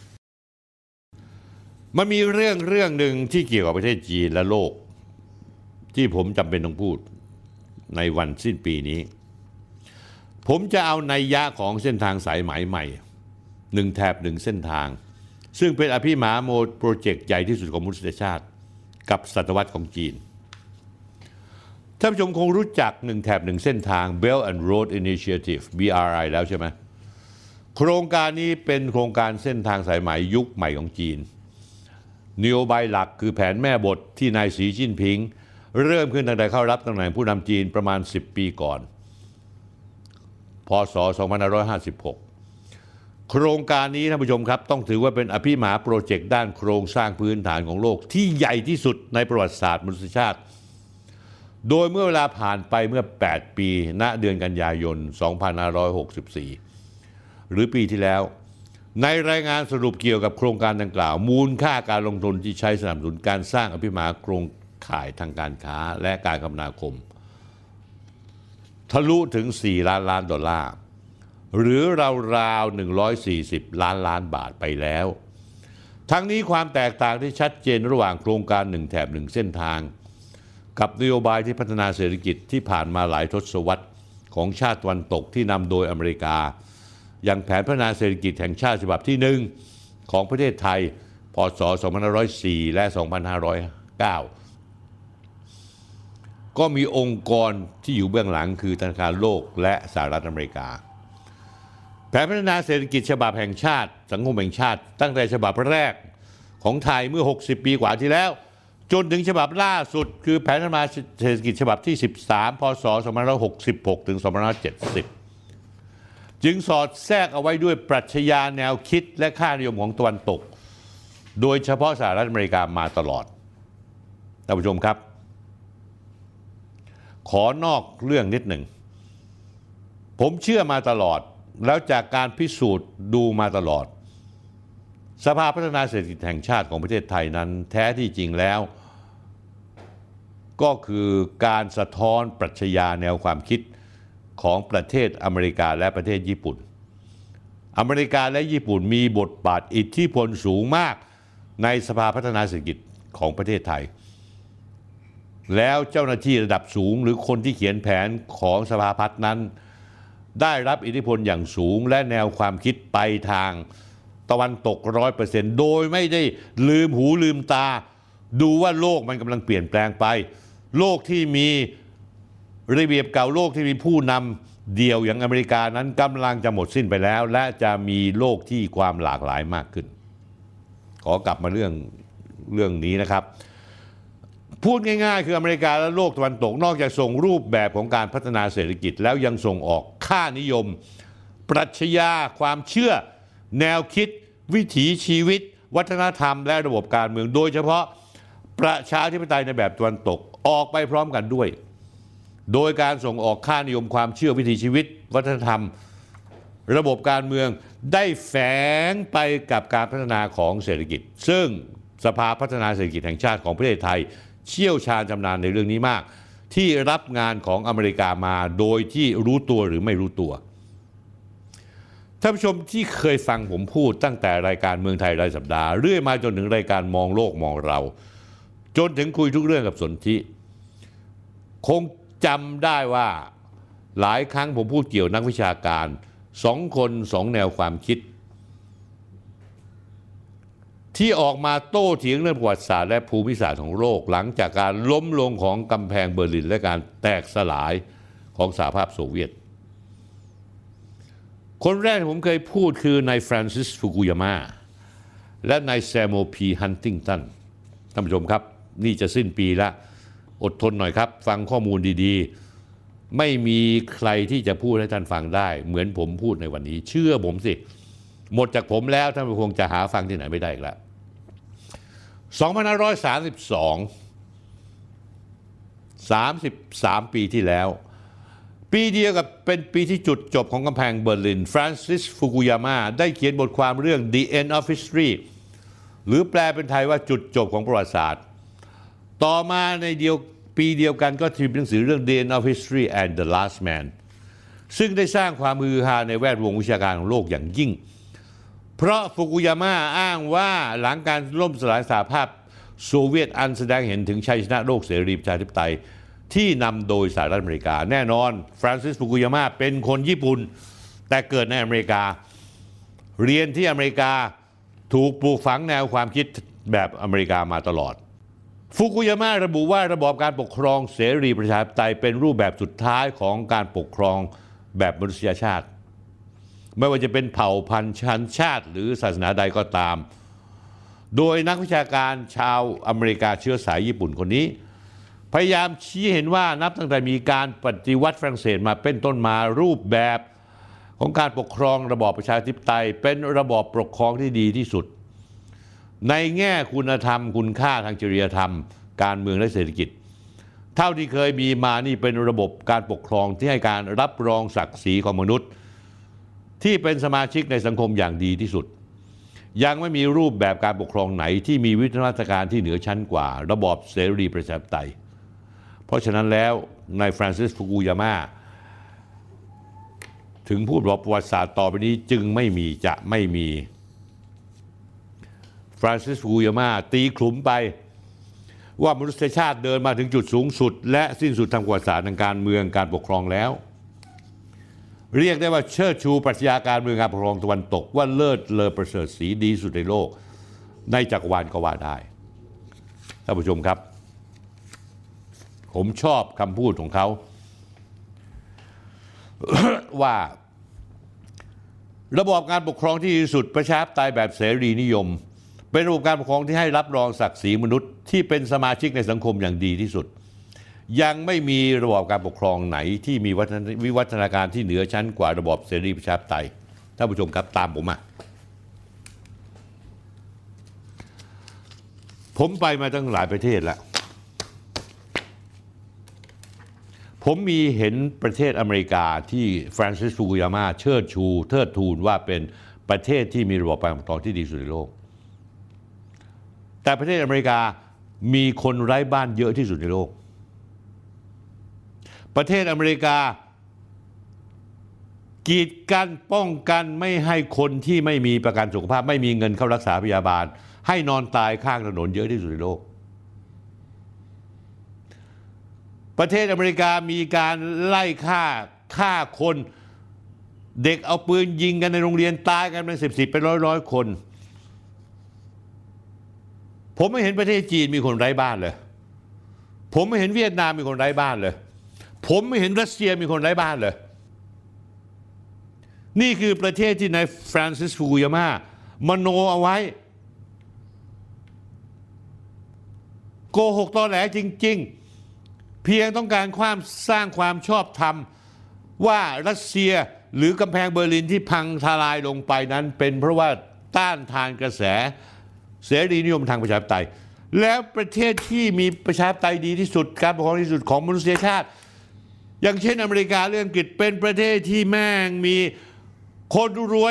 มันมีเรื่องหนึ่งที่เกี่ยวกับประเทศจีนและโลกที่ผมจำเป็นต้องพูดในวันสิ้นปีนี้ผมจะเอานัยยะของเส้นทางสายไหมใหม่1 แถบ 1 เส้นทางซึ่งเป็นอภิมหาโปรเจกต์ใหญ่ที่สุดของมนุษยชาติกับศตวรรษของจีนท่านผู้ชมคงรู้จัก1 แถบ 1 เส้นทาง Belt and Road Initiative BRI แล้วใช่ไหมโครงการนี้เป็นโครงการเส้นทางสายไหมยุคใหม่ของจีนนโยบายหลักคือแผนแม่บทที่นายสีจิ้นผิงเริ่มขึ้นตั้งแต่เข้ารับตำแหน่งผู้นำจีนประมาณ10 ปีก่อนพ.ศ. 2556โครงการนี้ท่านผู้ชมครับต้องถือว่าเป็นอภิมหาโปรเจกต์ด้านโครงสร้างพื้นฐานของโลกที่ใหญ่ที่สุดในประวัติศาสตร์มนุษยชาติโดยเมื่อเวลาผ่านไปเมื่อ8 ปีณเดือนกันยายน 2564หรือปีที่แล้วในรายงานสรุปเกี่ยวกับโครงการดังกล่าวมูลค่าการลงทุนที่ใช้สนับสนุนการสร้างอภิมหาโครงข่ายทางการค้าและการคมนาคมทะลุถึง4 ล้านดอลลาร์หรือราวๆ140 ล้านบาทไปแล้วทั้งนี้ความแตกต่างที่ชัดเจนระหว่างโครงการ1 แถบ 1 เส้นทางกับนโยบายที่พัฒนาเศรษฐกิจที่ผ่านมาหลายทศวรรษของชาติตะวันตกที่นำโดยอเมริกาอย่างแผนพัฒนาเศรษฐกิจแห่งชาติฉบับที่1ของประเทศไทยพ.ศ. 2504และ 2509ก็มีองค์กรที่อยู่เบื้องหลังคือธนาคารโลกและสหรัฐอเมริกาแผนพัฒนาเศรษฐกิจฉบับแห่งชาติสังคมแห่งชาติตั้งแต่ฉบับแรกของไทยเมื่อ60 ปีกว่าที่แล้วจนถึงฉบับล่าสุดคือแผนพัฒนาเศรษฐกิจฉบับที่13พศ2566ถึง2570จึงสอดแทรกเอาไว้ด้วยปรัชญาแนวคิดและค่านิยมของตะวันตกโดยเฉพาะสหรัฐอเมริกามาตลอดท่านผู้ชมครับขอนอกเรื่องนิดหนึ่งผมเชื่อมาตลอดแล้วจากการพิสูจน์ดูมาตลอดสภาพัฒนาเศรษฐกิจแห่งชาติของประเทศไทยนั้นแท้ที่จริงแล้วก็คือการสะท้อนปรัชญาแนวความคิดของประเทศอเมริกาและประเทศญี่ปุ่นอเมริกาและญี่ปุ่นมีบทบาทอิทธิพลสูงมากในสภาพัฒนาเศรษฐกิจของประเทศไทยแล้วเจ้าหน้าที่ระดับสูงหรือคนที่เขียนแผนของสภาพัฒน์นั้นได้รับอิทธิพลอย่างสูงและแนวความคิดไปทางตะวันตก 100% โดยไม่ได้ลืมหูลืมตาดูว่าโลกมันกำลังเปลี่ยนแปลงไปโลกที่มีระเบียบเก่าโลกที่มีผู้นำเดี่ยวอย่างอเมริกานั้นกำลังจะหมดสิ้นไปแล้วและจะมีโลกที่ความหลากหลายมากขึ้นขอกลับมาเรื่องนี้นะครับพูดง่ายๆคืออเมริกาและโลกตะวันตกนอกจากส่งรูปแบบของการพัฒนาเศรษฐกิจแล้วยังส่งออกค่านิยมปรัชญาความเชื่อแนวคิดวิถีชีวิตวัฒนธรรมและระบบการเมืองโดยเฉพาะประชาธิปไตยในแบบตะวันตกออกไปพร้อมกันด้วยโดยการส่งออกค่านิยมความเชื่อวิถีชีวิตวัฒนธรรมระบบการเมืองได้แฝงไปกับการพัฒนาของเศรษฐกิจซึ่งสภาพัฒนาเศรษฐกิจแห่งชาติของประเทศไทยเชี่ยวชาญชำนาญในเรื่องนี้มากที่รับงานของอเมริกามาโดยที่รู้ตัวหรือไม่รู้ตัวท่านผู้ชมที่เคยฟังผมพูดตั้งแต่รายการเมืองไทยรายสัปดาห์เรื่อยมาจนถึงรายการมองโลกมองเราจนถึงคุยทุกเรื่องกับสนธิคงจำได้ว่าหลายครั้งผมพูดเกี่ยวนักวิชาการ2 คน 2 แนวความคิดที่ออกมาโต้เถียงเรื่องประวัติศาสตร์และภูมิศาสตร์ของโลกหลังจากการล้มลงของกำแพงเบอร์ลินและการแตกสลายของสหภาพโซเวียตคนแรกที่ผมเคยพูดคือนายฟรานซิสฟุกุยาม่าและนายแซมโมพีฮันติงตันท่านผู้ชมครับนี่จะสิ้นปีแล้วอดทนหน่อยครับฟังข้อมูลดีๆไม่มีใครที่จะพูดให้ท่านฟังได้เหมือนผมพูดในวันนี้เชื่อผมสิหมดจากผมแล้วท่านคงจะหาฟังที่ไหนไม่ได้อีกแล้ว33 ปีที่แล้วปีเดียวกับเป็นปีที่จุดจบของกำแพงเบอร์ลินฟรานซิสฟุกุยาม่าได้เขียนบทความเรื่อง The End of History หรือแปลเป็นไทยว่าจุดจบของประวัติศาสตร์ต่อมาในปีเดียวกันก็พิมพ์หนังสือเรื่อง The End of History and the Last Man ซึ่งได้สร้างความฮือฮาในแวดวงวิชาการของโลกอย่างยิ่งเพราะฟุกุยาม่าอ้างว่าหลังการล่มสลายสหภาพโซเวียตอันแสดงเห็นถึงชัยชนะโลกเสรีประชาธิปไตยที่นำโดยสหรัฐอเมริกาแน่นอนฟรานซิสฟุกุยาม่าเป็นคนญี่ปุ่นแต่เกิดในอเมริกาเรียนที่อเมริกาถูกปลูกฝังแนวความคิดแบบอเมริกามาตลอดฟุกุยาม่าระบุว่าระบอบการปกครองเสรีประชาธิปไตยเป็นรูปแบบสุดท้ายของการปกครองแบบมนุษยชาติไม่ว่าจะเป็นเผ่าพันธุ์ชั้นชาติหรือศาสนาใดก็ตามโดยนักวิชาการชาวอเมริกาเชื้อสายญี่ปุ่นคนนี้พยายามชี้เห็นว่านับตั้งแต่มีการปฏิวัติฝรั่งเศสมาเป็นต้นมารูปแบบของการปกครองระบอบประชาธิปไตยเป็นระบอบปกครองที่ดีที่สุดในแง่คุณธรรมคุณค่าทางจริยธรรมการเมืองและเศรษฐกิจเท่าที่เคยมีมานี่เป็นระบบการปกครองที่ให้การรับรองศักดิ์ศรีของมนุษย์ที่เป็นสมาชิกในสังคมอย่างดีที่สุดยังไม่มีรูปแบบการปกครองไหนที่มีวิวัฒนาการที่เหนือชั้นกว่าระบอบเสรีประชาธิปไตยเพราะฉะนั้นแล้วนายฟรานซิสฟุกุยาม่าถึงพูดว่าประวัติศาสตร์ต่อไปนี้จึงไม่มีจะไม่มีฟรานซิสฟุกุยาม่าตีขลุ่มไปว่ามนุษยชาติเดินมาถึงจุดสูงสุดและสิ้นสุดทางประวัติศาสตร์ทางการเมืองการปกครองแล้วเรียกได้ว่าเชิดชูปรัชญาการเมืองการปกครองตะวันตกว่าเลิศเลอประเสริฐศรีดีสุดในโลกในจักรวาลก็ว่าได้ท่านผู้ชมครับผมชอบคำพูดของเขา ว่าระบอบการปกครองที่ดีที่สุดประชาธิปไตยแบบเสรีนิยมเป็นระบบการปกครองที่ให้รับรองศักดิ์ศรีมนุษย์ที่เป็นสมาชิกในสังคมอย่างดีที่สุดยังไม่มีระบอบการปกครองไหนที่มีวิวัฒนาการที่เหนือชั้นกว่าระบอบเสรีประชาธิปไตยท่านผู้ชมครับตามผมมาผมไปมาตั้งหลายประเทศแล้วผมมีเห็นประเทศอเมริกาที่ฟรานซิส ฟูกุยาม่าเทิดทูนว่าเป็นประเทศที่มีระบอบการปกครองที่ดีสุดในโลกแต่ประเทศอเมริกามีคนไร้บ้านเยอะที่สุดในโลกประเทศอเมริกากีดกันป้องกันไม่ให้คนที่ไม่มีประกันสุขภาพไม่มีเงินเข้ารักษาพยาบาลให้นอนตายข้างถนนเยอะที่สุดในโลกประเทศอเมริกามีการไล่ฆ่าคนเด็กเอาปืนยิงกันในโรงเรียนตายกันเป็น10เป็นร้อยคนผมไม่เห็นประเทศจีนมีคนไร้บ้านเลยผมไม่เห็นเวียดนามมีคนไร้บ้านเลยผมไม่เห็นรัสเซียมีคนไร้บ้านเลยนี่คือประเทศที่นายฟรานซิส ฟูกุยาม่ามโนเอาไว้โกหกตอแหลจริงๆเพียงต้องการสร้างความชอบธรรมว่ารัสเซียหรือกำแพงเบอร์ลินที่พังทลายลงไปนั้นเป็นเพราะว่าต้านทานกระแสเสรีนิยมทางประชาธิปไตยแล้วประเทศที่มีประชาธิปไตยดีที่สุดการปกครองที่สุดของมนุษยชาติอย่างเช่นอเมริกาหรืออังกฤษเป็นประเทศที่แม่งมีคนรวย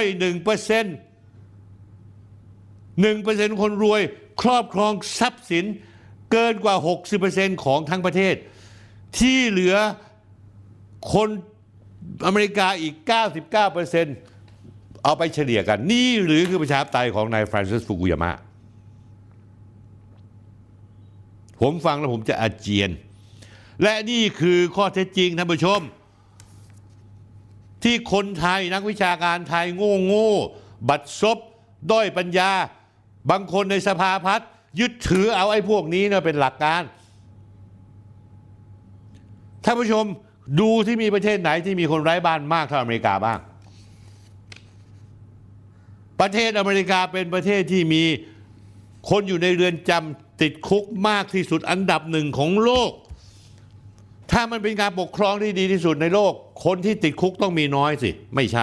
1% คนรวยครอบครองทรัพย์สินเกินกว่า 60% ของทั้งประเทศที่เหลือคนอเมริกาอีก 99% เอาไปเฉลี่ยกันนี่หรือคือประชาธิปไตยของนายฟรานซิส ฟูกุยาม่าผมฟังแล้วผมจะอาเจียนและนี่คือข้อเท็จจริงท่านผู้ชมที่คนไทยนักวิชาการไทยโง่บัดซบด้อยปัญญาบางคนในสภาพัฒน์ยึดถือเอาไอ้พวกนี้นะเป็นหลักการท่านผู้ชมดูที่มีประเทศไหนที่มีคนไร้บ้านมากเท่าอเมริกาบ้างประเทศอเมริกาเป็นประเทศที่มีคนอยู่ในเรือนจำติดคุกมากที่สุดอันดับ1ของโลกถ้ามันเป็นการปกครองที่ดีที่สุดในโลกคนที่ติดคุกต้องมีน้อยสิไม่ใช่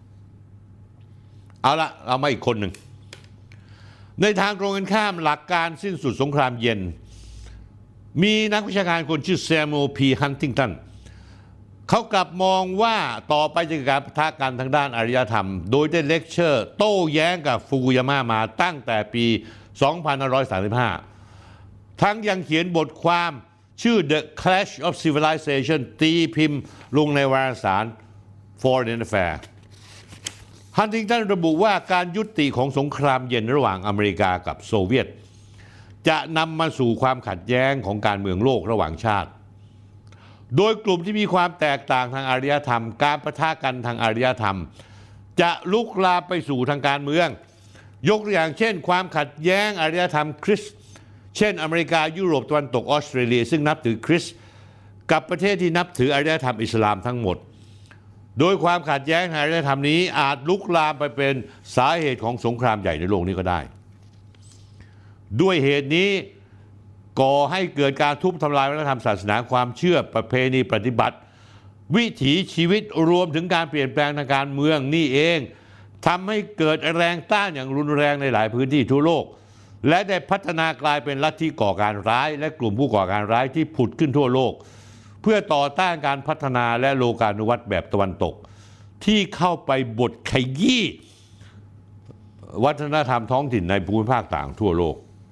เอาละเรามาอีกคนหนึ่งในทางตรงกันข้ามหลักการสิ้นสุดสงครามเย็นมีนักวิชาการคนชื่อแซมูเอล พี ฮันติงตันเขากลับมองว่าต่อไปจะเกิดการปะทะกันทางด้านอารยธรรมโดยได้เลคเชอร์โต้แย้งกับฟูกุยาม่ามาตั้งแต่ปี 2535 ทั้งยังเขียนบทความชื่อ The Clash of Civilization ตีพิมพ์ลงในวารสาร Foreign Affairs ฮันติงตันระบุว่าการยุติของสงครามเย็นระหว่างอเมริกากับโซเวียตจะนำมาสู่ความขัดแย้งของการเมืองโลกระหว่างชาติโดยกลุ่มที่มีความแตกต่างทางอารยธรรมการปะทะกันทางอารยธรรมจะลุกลามไปสู่ทางการเมืองยกตัวอย่างเช่นความขัดแย้งอารยธรรมคริสต์เช่นอเมริกายุโรปตะวันตกออสเตรเลียซึ่งนับถือคริสต์กับประเทศที่นับถืออารยธรรมอิสลามทั้งหมดโดยความขัดแย้งทางอารยธรรมนี้อาจลุกลามไปเป็นสาเหตุของสงครามใหญ่ในโลกนี้ก็ได้ด้วยเหตุนี้ก่อให้เกิดการทุบทำลายวัฒนธรรมศาสนาความเชื่อประเพณีปฏิบัติวิถีชีวิตรวมถึงการเปลี่ยนแปลงทางการเมืองนี่เองทำให้เกิดแรงต้านอย่างรุนแรงในหลายพื้นที่ทั่วโลกและได้พัฒนากลายเป็นลัทธิก่อการร้ายและกลุ่มผู้ก่อการร้ายที่ผุดขึ้นทั่วโลกเพื่อต่อต้านการพัฒนาและโลกาภิวัตน์แบบตะวันตกที่เข้าไปบดขยี้วัฒนธรรมท้องถิ่นในภูมิภาคต่างทั่วโลก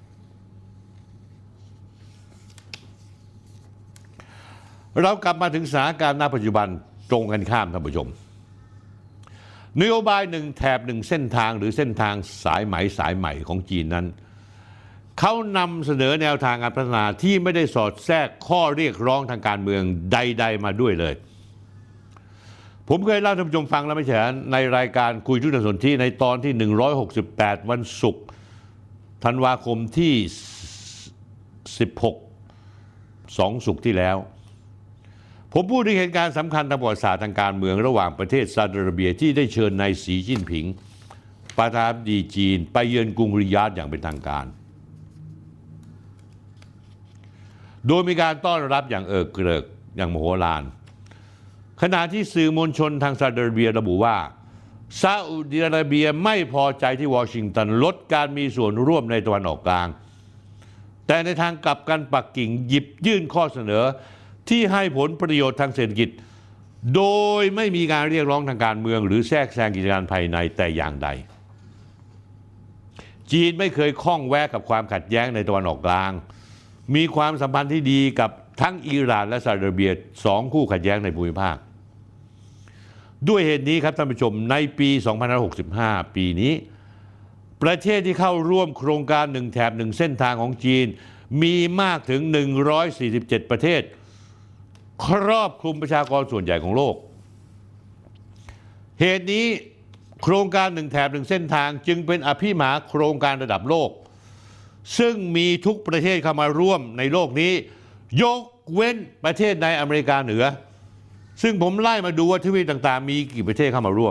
เรากลับมาถึงสถานการณ์ณปัจจุบันตรงกันข้ามท่านผู้ชมนโยบาย1 แถบ 1 เส้นทางหรือเส้นทางสายใหม่ของจีนนั้นเขานำเสนอแนวทางการพัฒนาที่ไม่ได้สอดแทรกข้อเรียกร้องทางการเมืองใดๆมาด้วยเลยผมเคยเล่าท่านผู้ชมฟังแล้วไม่ใช่ในรายการคุยทุกสนที่ในตอนที่168วันศุกร์ธันวาคมที่16 2 ศุกร์ที่แล้วผผมพูดถึงเหตุการณ์สำคัญทางประวัติศาสตร์ทางการเมืองระหว่างประเทศซาอุดิอาระเบียที่ได้เชิญนายสีจิ้นผิงประธานาธิบดีจีนไปเยือนกรุงริยาดอย่างเป็นทางการโดยมีการต้อนรับอย่างเอิกเกริกอย่างมโหฬารขณะที่สื่อมวลชนทางซาอุดิอาระเบียระบุว่าซาอุดิอาระเบียไม่พอใจที่วอชิงตันลดการมีส่วนร่วมในตะวันออกกลางแต่ในทางกลับกันปักกิ่งหยิบยื่นข้อเสนอที่ให้ผลประโยชน์ทางเศรษฐกิจโดยไม่มีการเรียกร้องทางการเมืองหรือแทรกแซงกิจการภายในแต่อย่างใดจีนไม่เคยข้องแวะกับความขัดแย้งในตะวันออกกลางมีความสัมพันธ์ที่ดีกับทั้งอิหร่านและซาอุดิอาระเบียสองคู่ขัดแย้งในภูมิภาคด้วยเหตุนี้ครับท่านผู้ชมในปี2565 ปีนี้ประเทศที่เข้าร่วมโครงการ1 แถบ 1 เส้นทางของจีนมีมากถึง147 ประเทศครอบคลุมประชากรส่วนใหญ่ของโลกเหตุนี้โครงการ1 แถบ 1 เส้นทางจึงเป็นอภิมหาโครงการระดับโลกซึ่งมีทุกประเทศเข้ามาร่วมในโลกนี้ยกเว้นประเทศในอเมริกาเหนือซึ่งผมไล่มาดูว่าทวีปต่างๆมีกี่ประเทศเข้ามาร่วม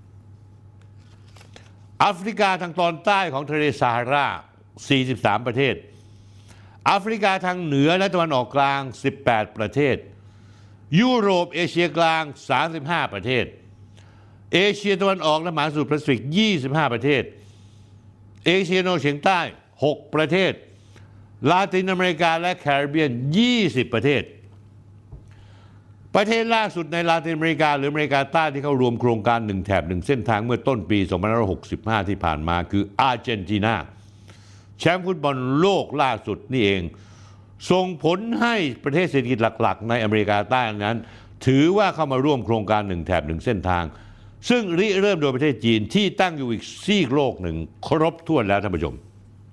แอฟริกาทางตอนใต้ของทะเลซาฮารา43 ประเทศแอฟริกาทางเหนือและตะวันออกกลาง18 ประเทศยุโรปเอเชียกลาง35 ประเทศเอเชียตะวันออกและมหาสมุทรแปซิฟิก25 ประเทศเอเชียตะวันออกเฉียงใต้6 ประเทศลาตินอเมริกาและแคริบเบียน20 ประเทศประเทศล่าสุดในลาตินอเมริกาหรืออเมริกาใต้ที่เข้ารวมโครงการ1 แถบ 1 เส้นทางเมื่อต้นปี2565ที่ผ่านมาคืออาร์เจนตินาแชมป์ฟุตบอลโลกล่าสุดนี่เองส่งผลให้ประเทศเศรษฐกิจหลักๆในอเมริกาใต้นั้นถือว่าเข้ามาร่วมโครงการ1 แถบ 1 เส้นทางซึ่งริเริ่มโดยประเทศจีนที่ตั้งอยู่อีกซีกโลกหนึ่งครบถ้วนแล้วท่านผู้ชม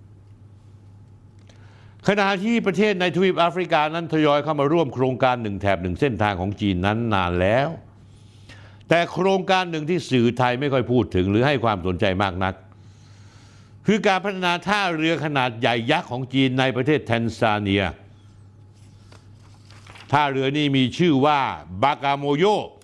ขณะที่ประเทศในทวีปแอฟริกานั้นทยอยเข้ามาร่วมโครงการ1 แถบ 1 เส้นทางของจีนนั้นนานแล้วแต่โครงการหนึ่งที่สื่อไทยไม่ค่อยพูดถึงหรือให้ความสนใจมากนักคือการพัฒนาท่าเรือขนาดใหญ่ยักษ์ของจีนในประเทศแทนซาเนียท่าเรือนี้มีชื่อว่าบากาโมโย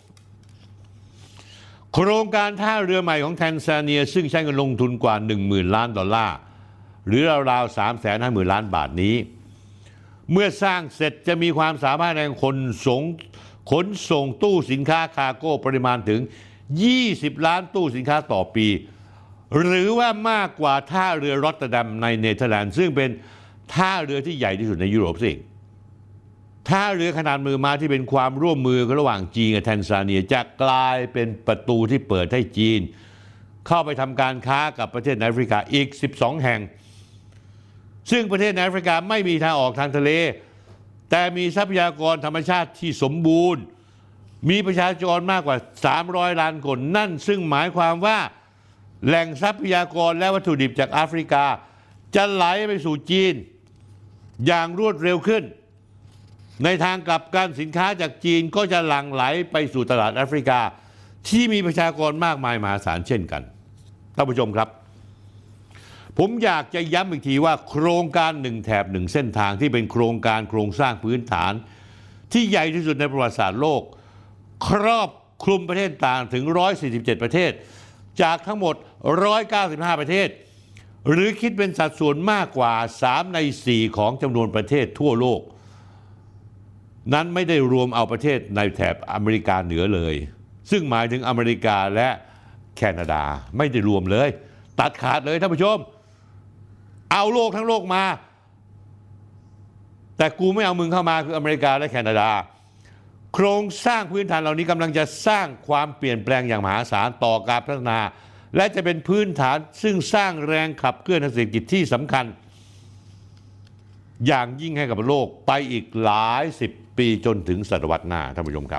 โครงการท่าเรือใหม่ของแทนซาเนียซึ่งใช้เงินลงทุนกว่า 10,000 ล้านดอลลาร์หรือราวๆ 350,000 ล้านบาทนี้เมื่อสร้างเสร็จจะมีความสามารถในการขนส่งตู้สินค้าคาร์โก้ปริมาณถึง20 ล้านตู้สินค้าต่อปีหรือว่ามากกว่าท่าเรือรอตเตอร์ดัมในเนเธอร์แลนด์ซึ่งเป็นท่าเรือที่ใหญ่ที่สุดในยุโรปสิท่าเรือขนาดมือมาที่เป็นความร่วมมือระหว่างจีนกับแทนซาเนียจะกลายเป็นประตูที่เปิดให้จีนเข้าไปทำการค้ากับประเทศในแอฟริกาอีก12 แห่งซึ่งประเทศในแอฟริกาไม่มีทางออกทางทะเลแต่มีทรัพยากรธรรมชาติที่สมบูรณ์มีประชากรมากกว่า300 ล้านคนนั่นซึ่งหมายความว่าแหล่งทรัพยากรและวัตถุดิบจากแอฟริกาจะไหลไปสู่จีนอย่างรวดเร็วขึ้นในทางกลับกันสินค้าจากจีนก็จะหลั่งไหลไปสู่ตลาดแอฟริกาที่มีประชากรมากมายมหาศาลเช่นกันท่านผู้ชมครับผมอยากจะย้ำอีกทีว่าโครงการ1 แถบ 1 เส้นทางที่เป็นโครงการโครงสร้างพื้นฐานที่ใหญ่ที่สุดในประวัติศาสตร์โลกครอบคลุมประเทศต่างถึง147 ประเทศจากทั้งหมด195 ประเทศหรือคิดเป็นสัดส่วนมากกว่า3 ใน 4ของจำนวนประเทศทั่วโลกนั้นไม่ได้รวมเอาประเทศในแถบอเมริกาเหนือเลยซึ่งหมายถึงอเมริกาและแคนาดาไม่ได้รวมเลยตัดขาดเลยท่านผู้ชมเอาโลกทั้งโลกมาแต่กูไม่เอามึงเข้ามาคืออเมริกาและแคนาดาโครงสร้างพื้นฐานเหล่านี้กำลังจะสร้างความเปลี่ยนแปลงอย่างมหาศาลต่อการพัฒนาและจะเป็นพื้นฐานซึ่งสร้างแรงขับเคลื่อนทางเศรษฐกิจที่สำคัญอย่างยิ่งให้กับโลกไปอีกหลาย10 ปีจนถึงศตวรรษหน้าท่านผู้ชมครับ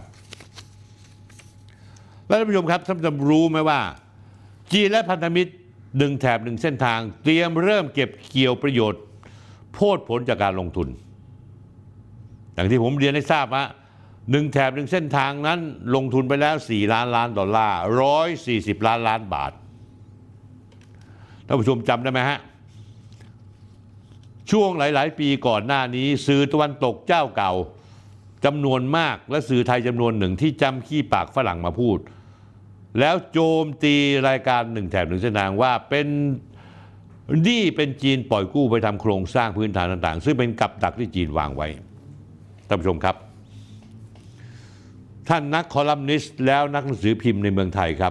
และท่านผู้ชมครับท่านจะรู้ไหมว่าจีนและพันธมิตร1 แถบ 1 เส้นทางเตรียมเริ่มเก็บเกี่ยวประโยชน์โพดผลจากการลงทุนอย่างที่ผมเรียนให้ทราบว่า1 แถบ 1 เส้นทางนั้นลงทุนไปแล้ว4 ล้านล้านดอลลาร์140 ล้านล้านบาทท่านผู้ชมจำได้ไหมฮะช่วงหลายๆปีก่อนหน้านี้สื่อตะวันตกเจ้าเก่าจำนวนมากและสื่อไทยจำนวนหนึ่งที่จำขี้ปากฝรั่งมาพูดแล้วโจมตีรายการ1 แถบ 1 เส้นทางว่านี่เป็นจีนปล่อยกู้ไปทำโครงสร้างพื้นฐานต่างๆซึ่งเป็นกับดักที่จีนวางไว้ท่านผู้ชมครับท่านนักคอลัมนิสต์แล้วนักหนังสือพิมพ์ในเมืองไทยครับ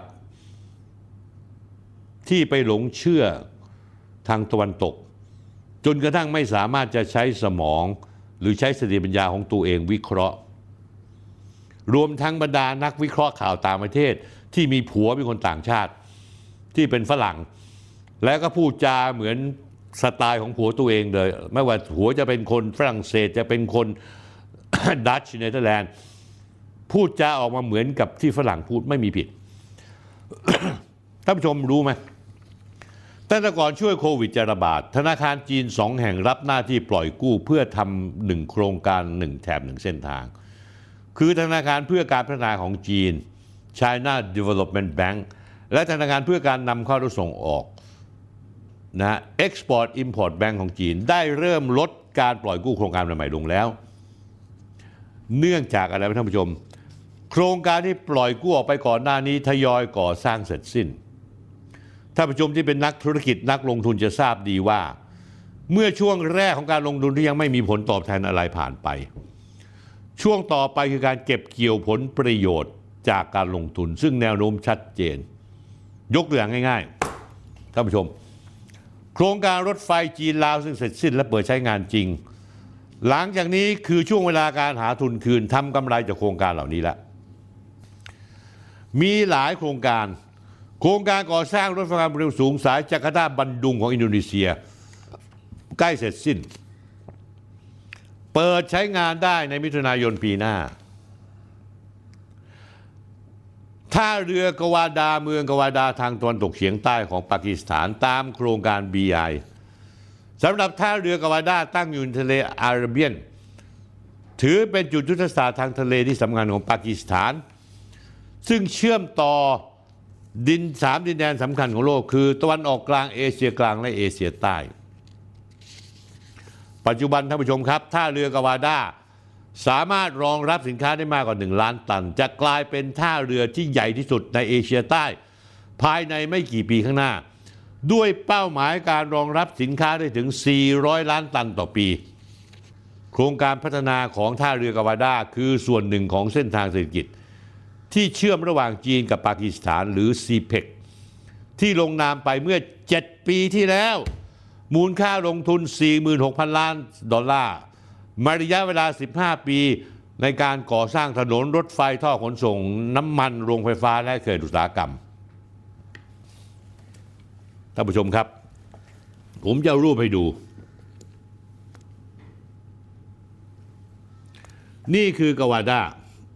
ที่ไปหลงเชื่อทางตะวันตกจนกระทั่งไม่สามารถจะใช้สมองหรือใช้สติปัญญาของตัวเองวิเคราะห์รวมทั้งบรรดานักวิเคราะห์ข่าวต่างประเทศที่มีผัวเป็นคนต่างชาติที่เป็นฝรั่งแล้วก็พูดจาเหมือนสไตล์ของผัวตัวเองเลยไม่ว่าผัวจะเป็นคนฝรั่งเศสจะเป็นคน ดัตช์เนเธอร์แลนด์พูดจาออกมาเหมือนกับที่ฝรั่งพูดไม่มีผิด ท่านผู้ชมรู้ไหมตั้งแต่ก่อนช่วยโควิดจะระบาดธนาคารจีน2 แห่งรับหน้าที่ปล่อยกู้เพื่อทำ1 โครงการ1 แถบ 1 เส้นทางคือธนาคารเพื่อการพัฒนาของจีน China Development Bank และธนาคารเพื่อการนำเข้าและส่งออกนะ Export Import Bank ของจีนได้เริ่มลดการปล่อยกู้โครงการใหม่ๆลงแล้วเนื่องจากอะไรท่านผู้ชมโครงการที่ปล่อยกู้ออกไปก่อนหน้านี้ทยอยก่อสร้างเสร็จสิ้นท่านผู้ชมที่เป็นนักธุรกิจนักลงทุนจะทราบดีว่าเมื่อช่วงแรกของการลงทุนที่ยังไม่มีผลตอบแทนอะไรผ่านไปช่วงต่อไปคือการเก็บเกี่ยวผลประโยชน์จากการลงทุนซึ่งแนวโน้มชัดเจนยกตัวอย่างง่ายๆท่านผู้ชมโครงการรถไฟจีนลาวซึ่งเสร็จสิ้นและเปิดใช้งานจริงหลังจากนี้คือช่วงเวลาการหาทุนคืนทำกำไรจากโครงการเหล่านี้แล้วมีหลายโครงการก่อสร้างรถไฟความเร็วสูงสายจาการ์ตาบันดุงของอินโดนีเซียใกล้เสร็จสิ้นเปิดใช้งานได้ในมิถุนายนปีหน้าท่าเรือกวาดาเมืองกวาดาทางตะวันตกเฉียงใต้ของปากีสถานตามโครงการ BI สำหรับท่าเรือกวาดาตั้งอยู่ในทะเลอาระเบียนถือเป็นจุดยุทธศาสตร์ทางทะเลที่สำคัญของปากีสถานซึ่งเชื่อมต่อ3 ดินแดนสำคัญของโลกคือตะวันออกกลางเอเชียกลางและเอเชียใต้ปัจจุบันท่านผู้ชมครับท่าเรือกวาดาสามารถรองรับสินค้าได้มากกว่า1 ล้านตันจะกลายเป็นท่าเรือที่ใหญ่ที่สุดในเอเชียใต้ภายในไม่กี่ปีข้างหน้าด้วยเป้าหมายการรองรับสินค้าได้ถึง400 ล้านตันต่อปีโครงการพัฒนาของท่าเรือกวาดาคือส่วนหนึ่งของเส้นทางเศรษฐกิจที่เชื่อมระหว่างจีนกับปากีสถานหรือ CPEC ที่ลงนามไปเมื่อ7 ปีที่แล้วมูลค่าลงทุน 46,000 ล้านดอลลาร์มาระยะเวลา15 ปีในการก่อสร้างถนนรถไฟท่อขนส่งน้ำมันโรงไฟฟ้าและเขตอุตสาหกรรมท่านผู้ชมครับผมจะเอารูปให้ดูนี่คือกวาดา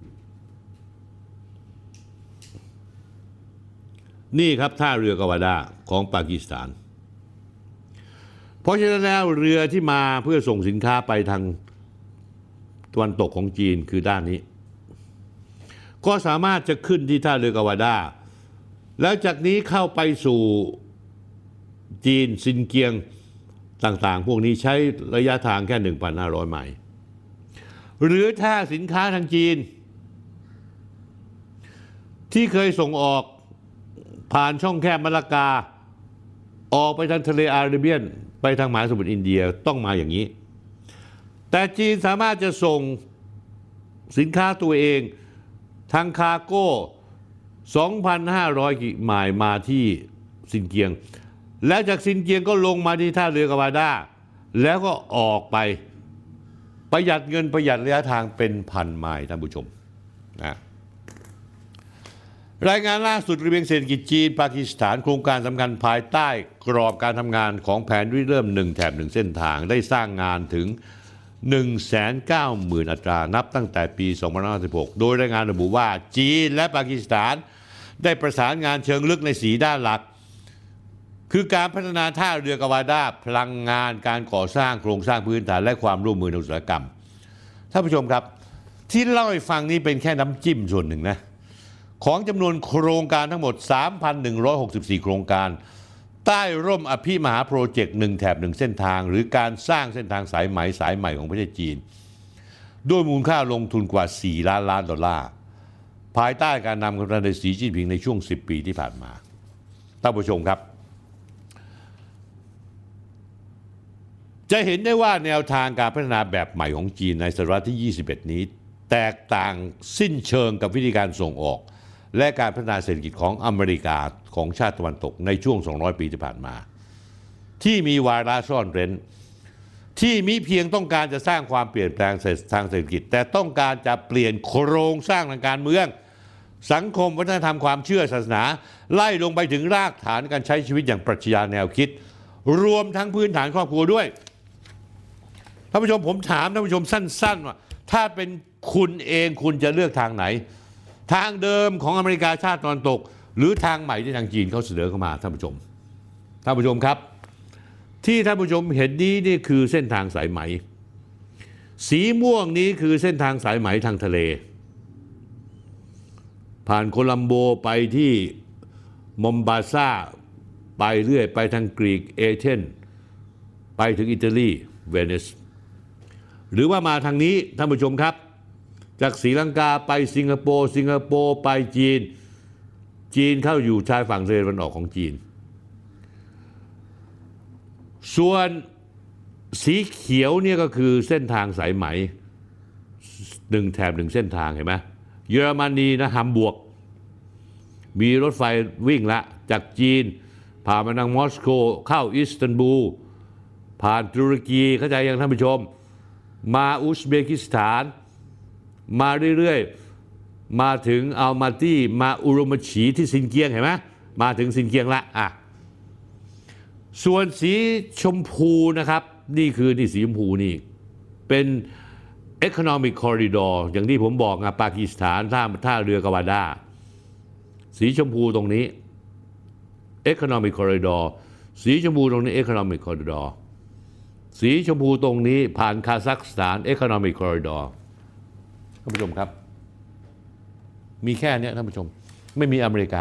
นี่ครับท่าเรือกวาดาของปากีสถานเพราะฉะนั้นแล้วเรือที่มาเพื่อส่งสินค้าไปทางตะวันตกของจีนคือด้านนี้ก็สามารถจะขึ้นที่ท่าเรือกวาดาแล้วจากนี้เข้าไปสู่จีนซินเกียงต่างๆพวกนี้ใช้ระยะทางแค่ 1,500 ไมล์หรือถ้าสินค้าทางจีนที่เคยส่งออกผ่านช่องแคบมะละกาออกไปทางทะเลอาระเบียนไปทางมหาสมุทรอินเดียต้องมาอย่างนี้แต่จีนสามารถจะส่งสินค้าตัวเองทางคาร์โก้ 2,500 ไมล์มาที่ซินเกียงแล้วจากซินเกียงก็ลงมาที่ท่าเรือกวาดาแล้วก็ออกไปประหยัดเงินประหยัดระยะทางเป็น1,000 ไมล์ท่านผู้ชมนะรายงานล่าสุดระเบียงเศรษฐกิจจีนปากีสถานโครงการสำคัญภายใต้กรอบการทำงานของแผนริเริ่ม1 แถบ 1 เส้นทางได้สร้างงานถึง 190,000 อัตรานับตั้งแต่ปี 2516 โดยรายงานระบุว่าจีนและปากีสถานได้ประสานงานเชิงลึกใน4 ด้านหลักคือการพัฒนาท่าเรือกวาดาพลังงานการก่อสร้างโครงสร้างพื้นฐานและความร่วมมือในอุตสาหกรรมท่านผู้ชมครับที่เล่าให้ฟังนี้เป็นแค่น้ำจิ้มส่วนหนึ่งนะของจำนวนโครงการทั้งหมด 3,164 โครงการใต้ร่มอภิมหาโปรเจกต์1 แถบ 1 เส้นทางหรือการสร้างเส้นทางสายไหมของประเทศจีนด้วยมูลค่าลงทุนกว่า4 ล้านล้านดอลลาร์ภายใต้การนำของประธานาธิบดีสีจิ้นผิงในช่วง10 ปีที่ผ่านมาท่านผู้ชมครับจะเห็นได้ว่าแนวทางการพัฒนาแบบใหม่ของจีนในศตวรรษที่ 21 นี้แตกต่างสิ้นเชิงกับวิธีการส่งออกและการพัฒนาเศรษฐกิจของอเมริกาของชาติตะวันตกในช่วง200 ปีที่ผ่านมาที่มีวาระซ่อนเร้นที่มิเพียงต้องการจะสร้างความเปลี่ยนแปลงทางเศรษฐกิจแต่ต้องการจะเปลี่ยนโครงสร้างทางการเมืองสังคมวัฒนธรรมความเชื่อศาสนาไล่ลงไปถึงรากฐานการใช้ชีวิตอย่างปรัชญาแนวคิดรวมทั้งพื้นฐานครอบครัวด้วยท่านผู้ชมผมถามท่านผู้ชมสั้นๆว่าถ้าเป็นคุณเองคุณจะเลือกทางไหนทางเดิมของอเมริกาชาติตะวันตกหรือทางใหม่ที่ทางจีนเขาเสนอเข้ามาท่านผู้ชมครับที่ท่านผู้ชมเห็นนี้นี่คือเส้นทางสายไหมสีม่วงนี้คือเส้นทางสายไหมทางทะเลผ่านโคลัมโบไปที่มอมบาซาไปเรื่อยไปทางกรีกเอเธนไปถึงอิตาลีเวนิสหรือว่ามาทางนี้ท่านผู้ชมครับจากศรีลังกาไปสิงคโปร์ไปจีนเข้าอยู่ชายฝั่งทะเลตะวันออกของจีนส่วนสีเขียวเนี่ยก็คือเส้นทางสายไหม1 แถบ 1 เส้นทางเห็นไหมเยอรมนีนะฮัมบูร์กมีรถไฟวิ่งละจากจีนผ่านมาทางมอสโกเข้าอิสตันบูลผ่านตุรกีเข้าใจยังท่านผู้ชมมาอุซเบกิสถานมาเรื่อยๆมาถึงอัลมาตี้มาอุรุมฉีที่ซินเกียงเห็นไหมมาถึงซินเกียงละส่วนสีชมพูนะครับนี่สีชมพูนี่เป็น Economic Corridor อย่างที่ผมบอกปากีสถานท่าเรือกาวาดาสีชมพูตรงนี้ Economic Corridor สีชมพูตรงนี้ Economic Corridor สีชมพูตรงนี้ผ่านคาซัคสถาน Economic Corridor ท่านผู้ชมครับมีแค่นี้ท่านผู้ชมไม่มีอเมริกา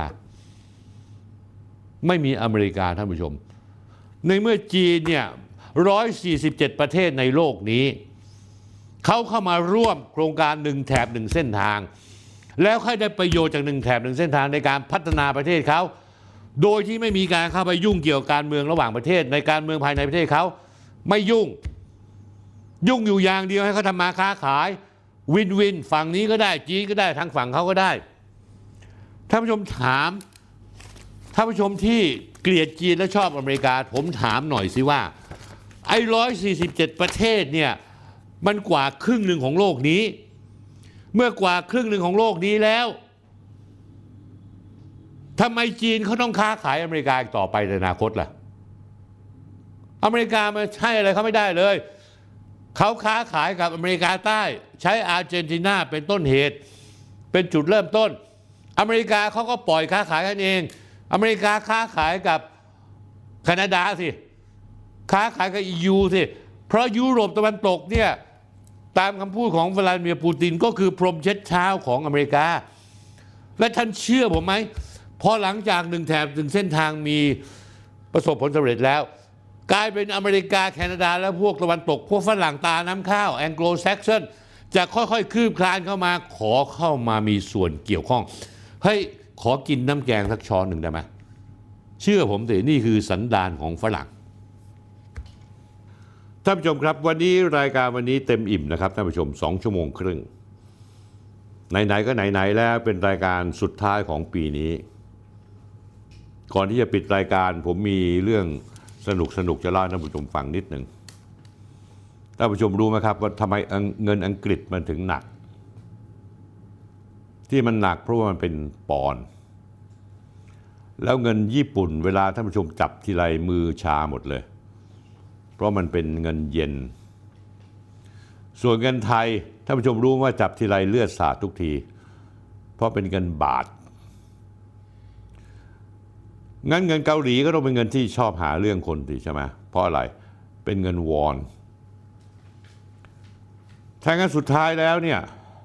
ท่านผู้ชมในเมื่อจีนเนี่ย147 ประเทศในโลกนี้เขาเข้ามาร่วมโครงการ1 แถบ 1 เส้นทางแล้วให้ได้ประโยชน์จาก1 แถบ 1 เส้นทางในการพัฒนาประเทศเขาโดยที่ไม่มีการเข้าไปยุ่งเกี่ยวกับการเมืองระหว่างประเทศในการเมืองภายในประเทศเขาไม่ยุ่งอยู่อย่างเดียวให้เขาทำมาค้าขายวินฝั่งนี้ก็ได้จีนก็ได้ทางฝั่งเขาก็ได้ท่านผู้ชมถามท่านผู้ชมที่เกลียดจีนและชอบอเมริกาผมถามหน่อยสิว่าไอ้147 ประเทศเนี่ยมันกว่าครึ่งหนึ่งของโลกนี้เมื่อกว่าครึ่งหนึ่งของโลกนี้แล้วทำไมจีนเขาต้องค้าขายอเมริกาอีกต่อไปในอนาคตล่ะอเมริกามาใช่อะไรเขาไม่ได้เลยเขาค้าขายกับอเมริกาใต้ใช้อาร์เจนตินาเป็นต้นเหตุเป็นจุดเริ่มต้นอเมริกาเขาก็ปล่อยค้าขายกันเองอเมริกาค้าขายกับแคนาดาสิค้าขายกับEUสิเพราะยุโรปตะวันตกเนี่ยตามคำพูดของวลาดิเมียร์ปูตินก็คือพรมเช็ดเท้าของอเมริกาและท่านเชื่อผมไหมพอหลังจาก1 แถบ 1 เส้นทางมีประสบผลสำเร็จแล้วกลายเป็นอเมริกาแคนาดาและพวกตะวันตกพวกฝรั่งตาน้ำข้าวแองโกลแซกซอนจะค่อยๆคืบคลานเข้ามาขอเข้ามามีส่วนเกี่ยวข้องเฮ้ยขอกินน้ำแกงสักช้อนหนึ่งได้ไหมเชื่อผมสินี่คือสันดานของฝรั่งท่านผู้ชมครับวันนี้รายการวันนี้เต็มอิ่มนะครับท่านผู้ชม2 ชั่วโมงครึ่งไหนๆก็ไหนๆแล้วเป็นรายการสุดท้ายของปีนี้ก่อนที่จะปิดรายการผมมีเรื่องสนุกจะเล่าให้ท่านผู้ชมฟังนิดหนึ่งท่านผู้ชมรู้ไหมครับว่าทำไมเงินอังกฤษมันถึงหนักที่มันหนักเพราะว่ามันเป็นปอนด์แล้วเงินญี่ปุ่นเวลาท่านผู้ชมจับทีไรมือชาหมดเลยเพราะมันเป็นเงินเยนส่วนเงินไทยท่านผู้ชมรู้ว่าจับทีไรเลือดสาดทุกทีเพราะเป็นเงินบาทงั้นเงินเกาหลีก็ต้องเป็นเงินที่ชอบหาเรื่องคนสิใช่ไหมเพราะอะไรเป็นเงินวอนถ้างั้นสุดท้ายแล้วเนี่ย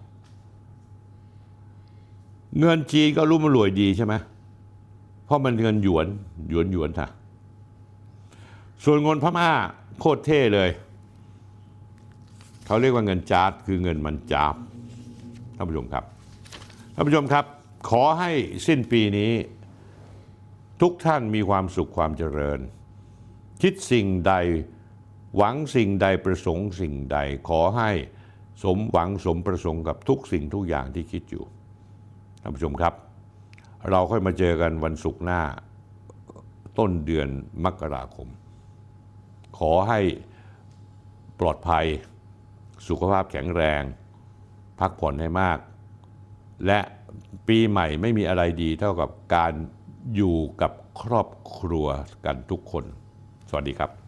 เงินจีนก็รู้มันรวยดีใช่ไหมเพราะมันเงินหยวนค่ะส่วนเงินพม่าโคตรเท่เลยทเขาเรียกว่าเงินจาร์ดคือเงินมันจาบท่านผู้ชมครับท่านผู้ชมครับขอให้สิ้นปีนี้ทุกท่านมีความสุขความเจริญคิดสิ่งใดหวังสิ่งใดประสงค์สิ่งใดขอให้สมหวังสมประสงค์กับทุกสิ่งทุกอย่างที่คิดอยู่ท่านผู้ชมครับเราค่อยมาเจอกันวันศุกร์หน้าต้นเดือนมกราคมขอให้ปลอดภัยสุขภาพแข็งแรงพักผ่อนให้มากและปีใหม่ไม่มีอะไรดีเท่ากับการอยู่กับครอบครัวกันทุกคนสวัสดีครับ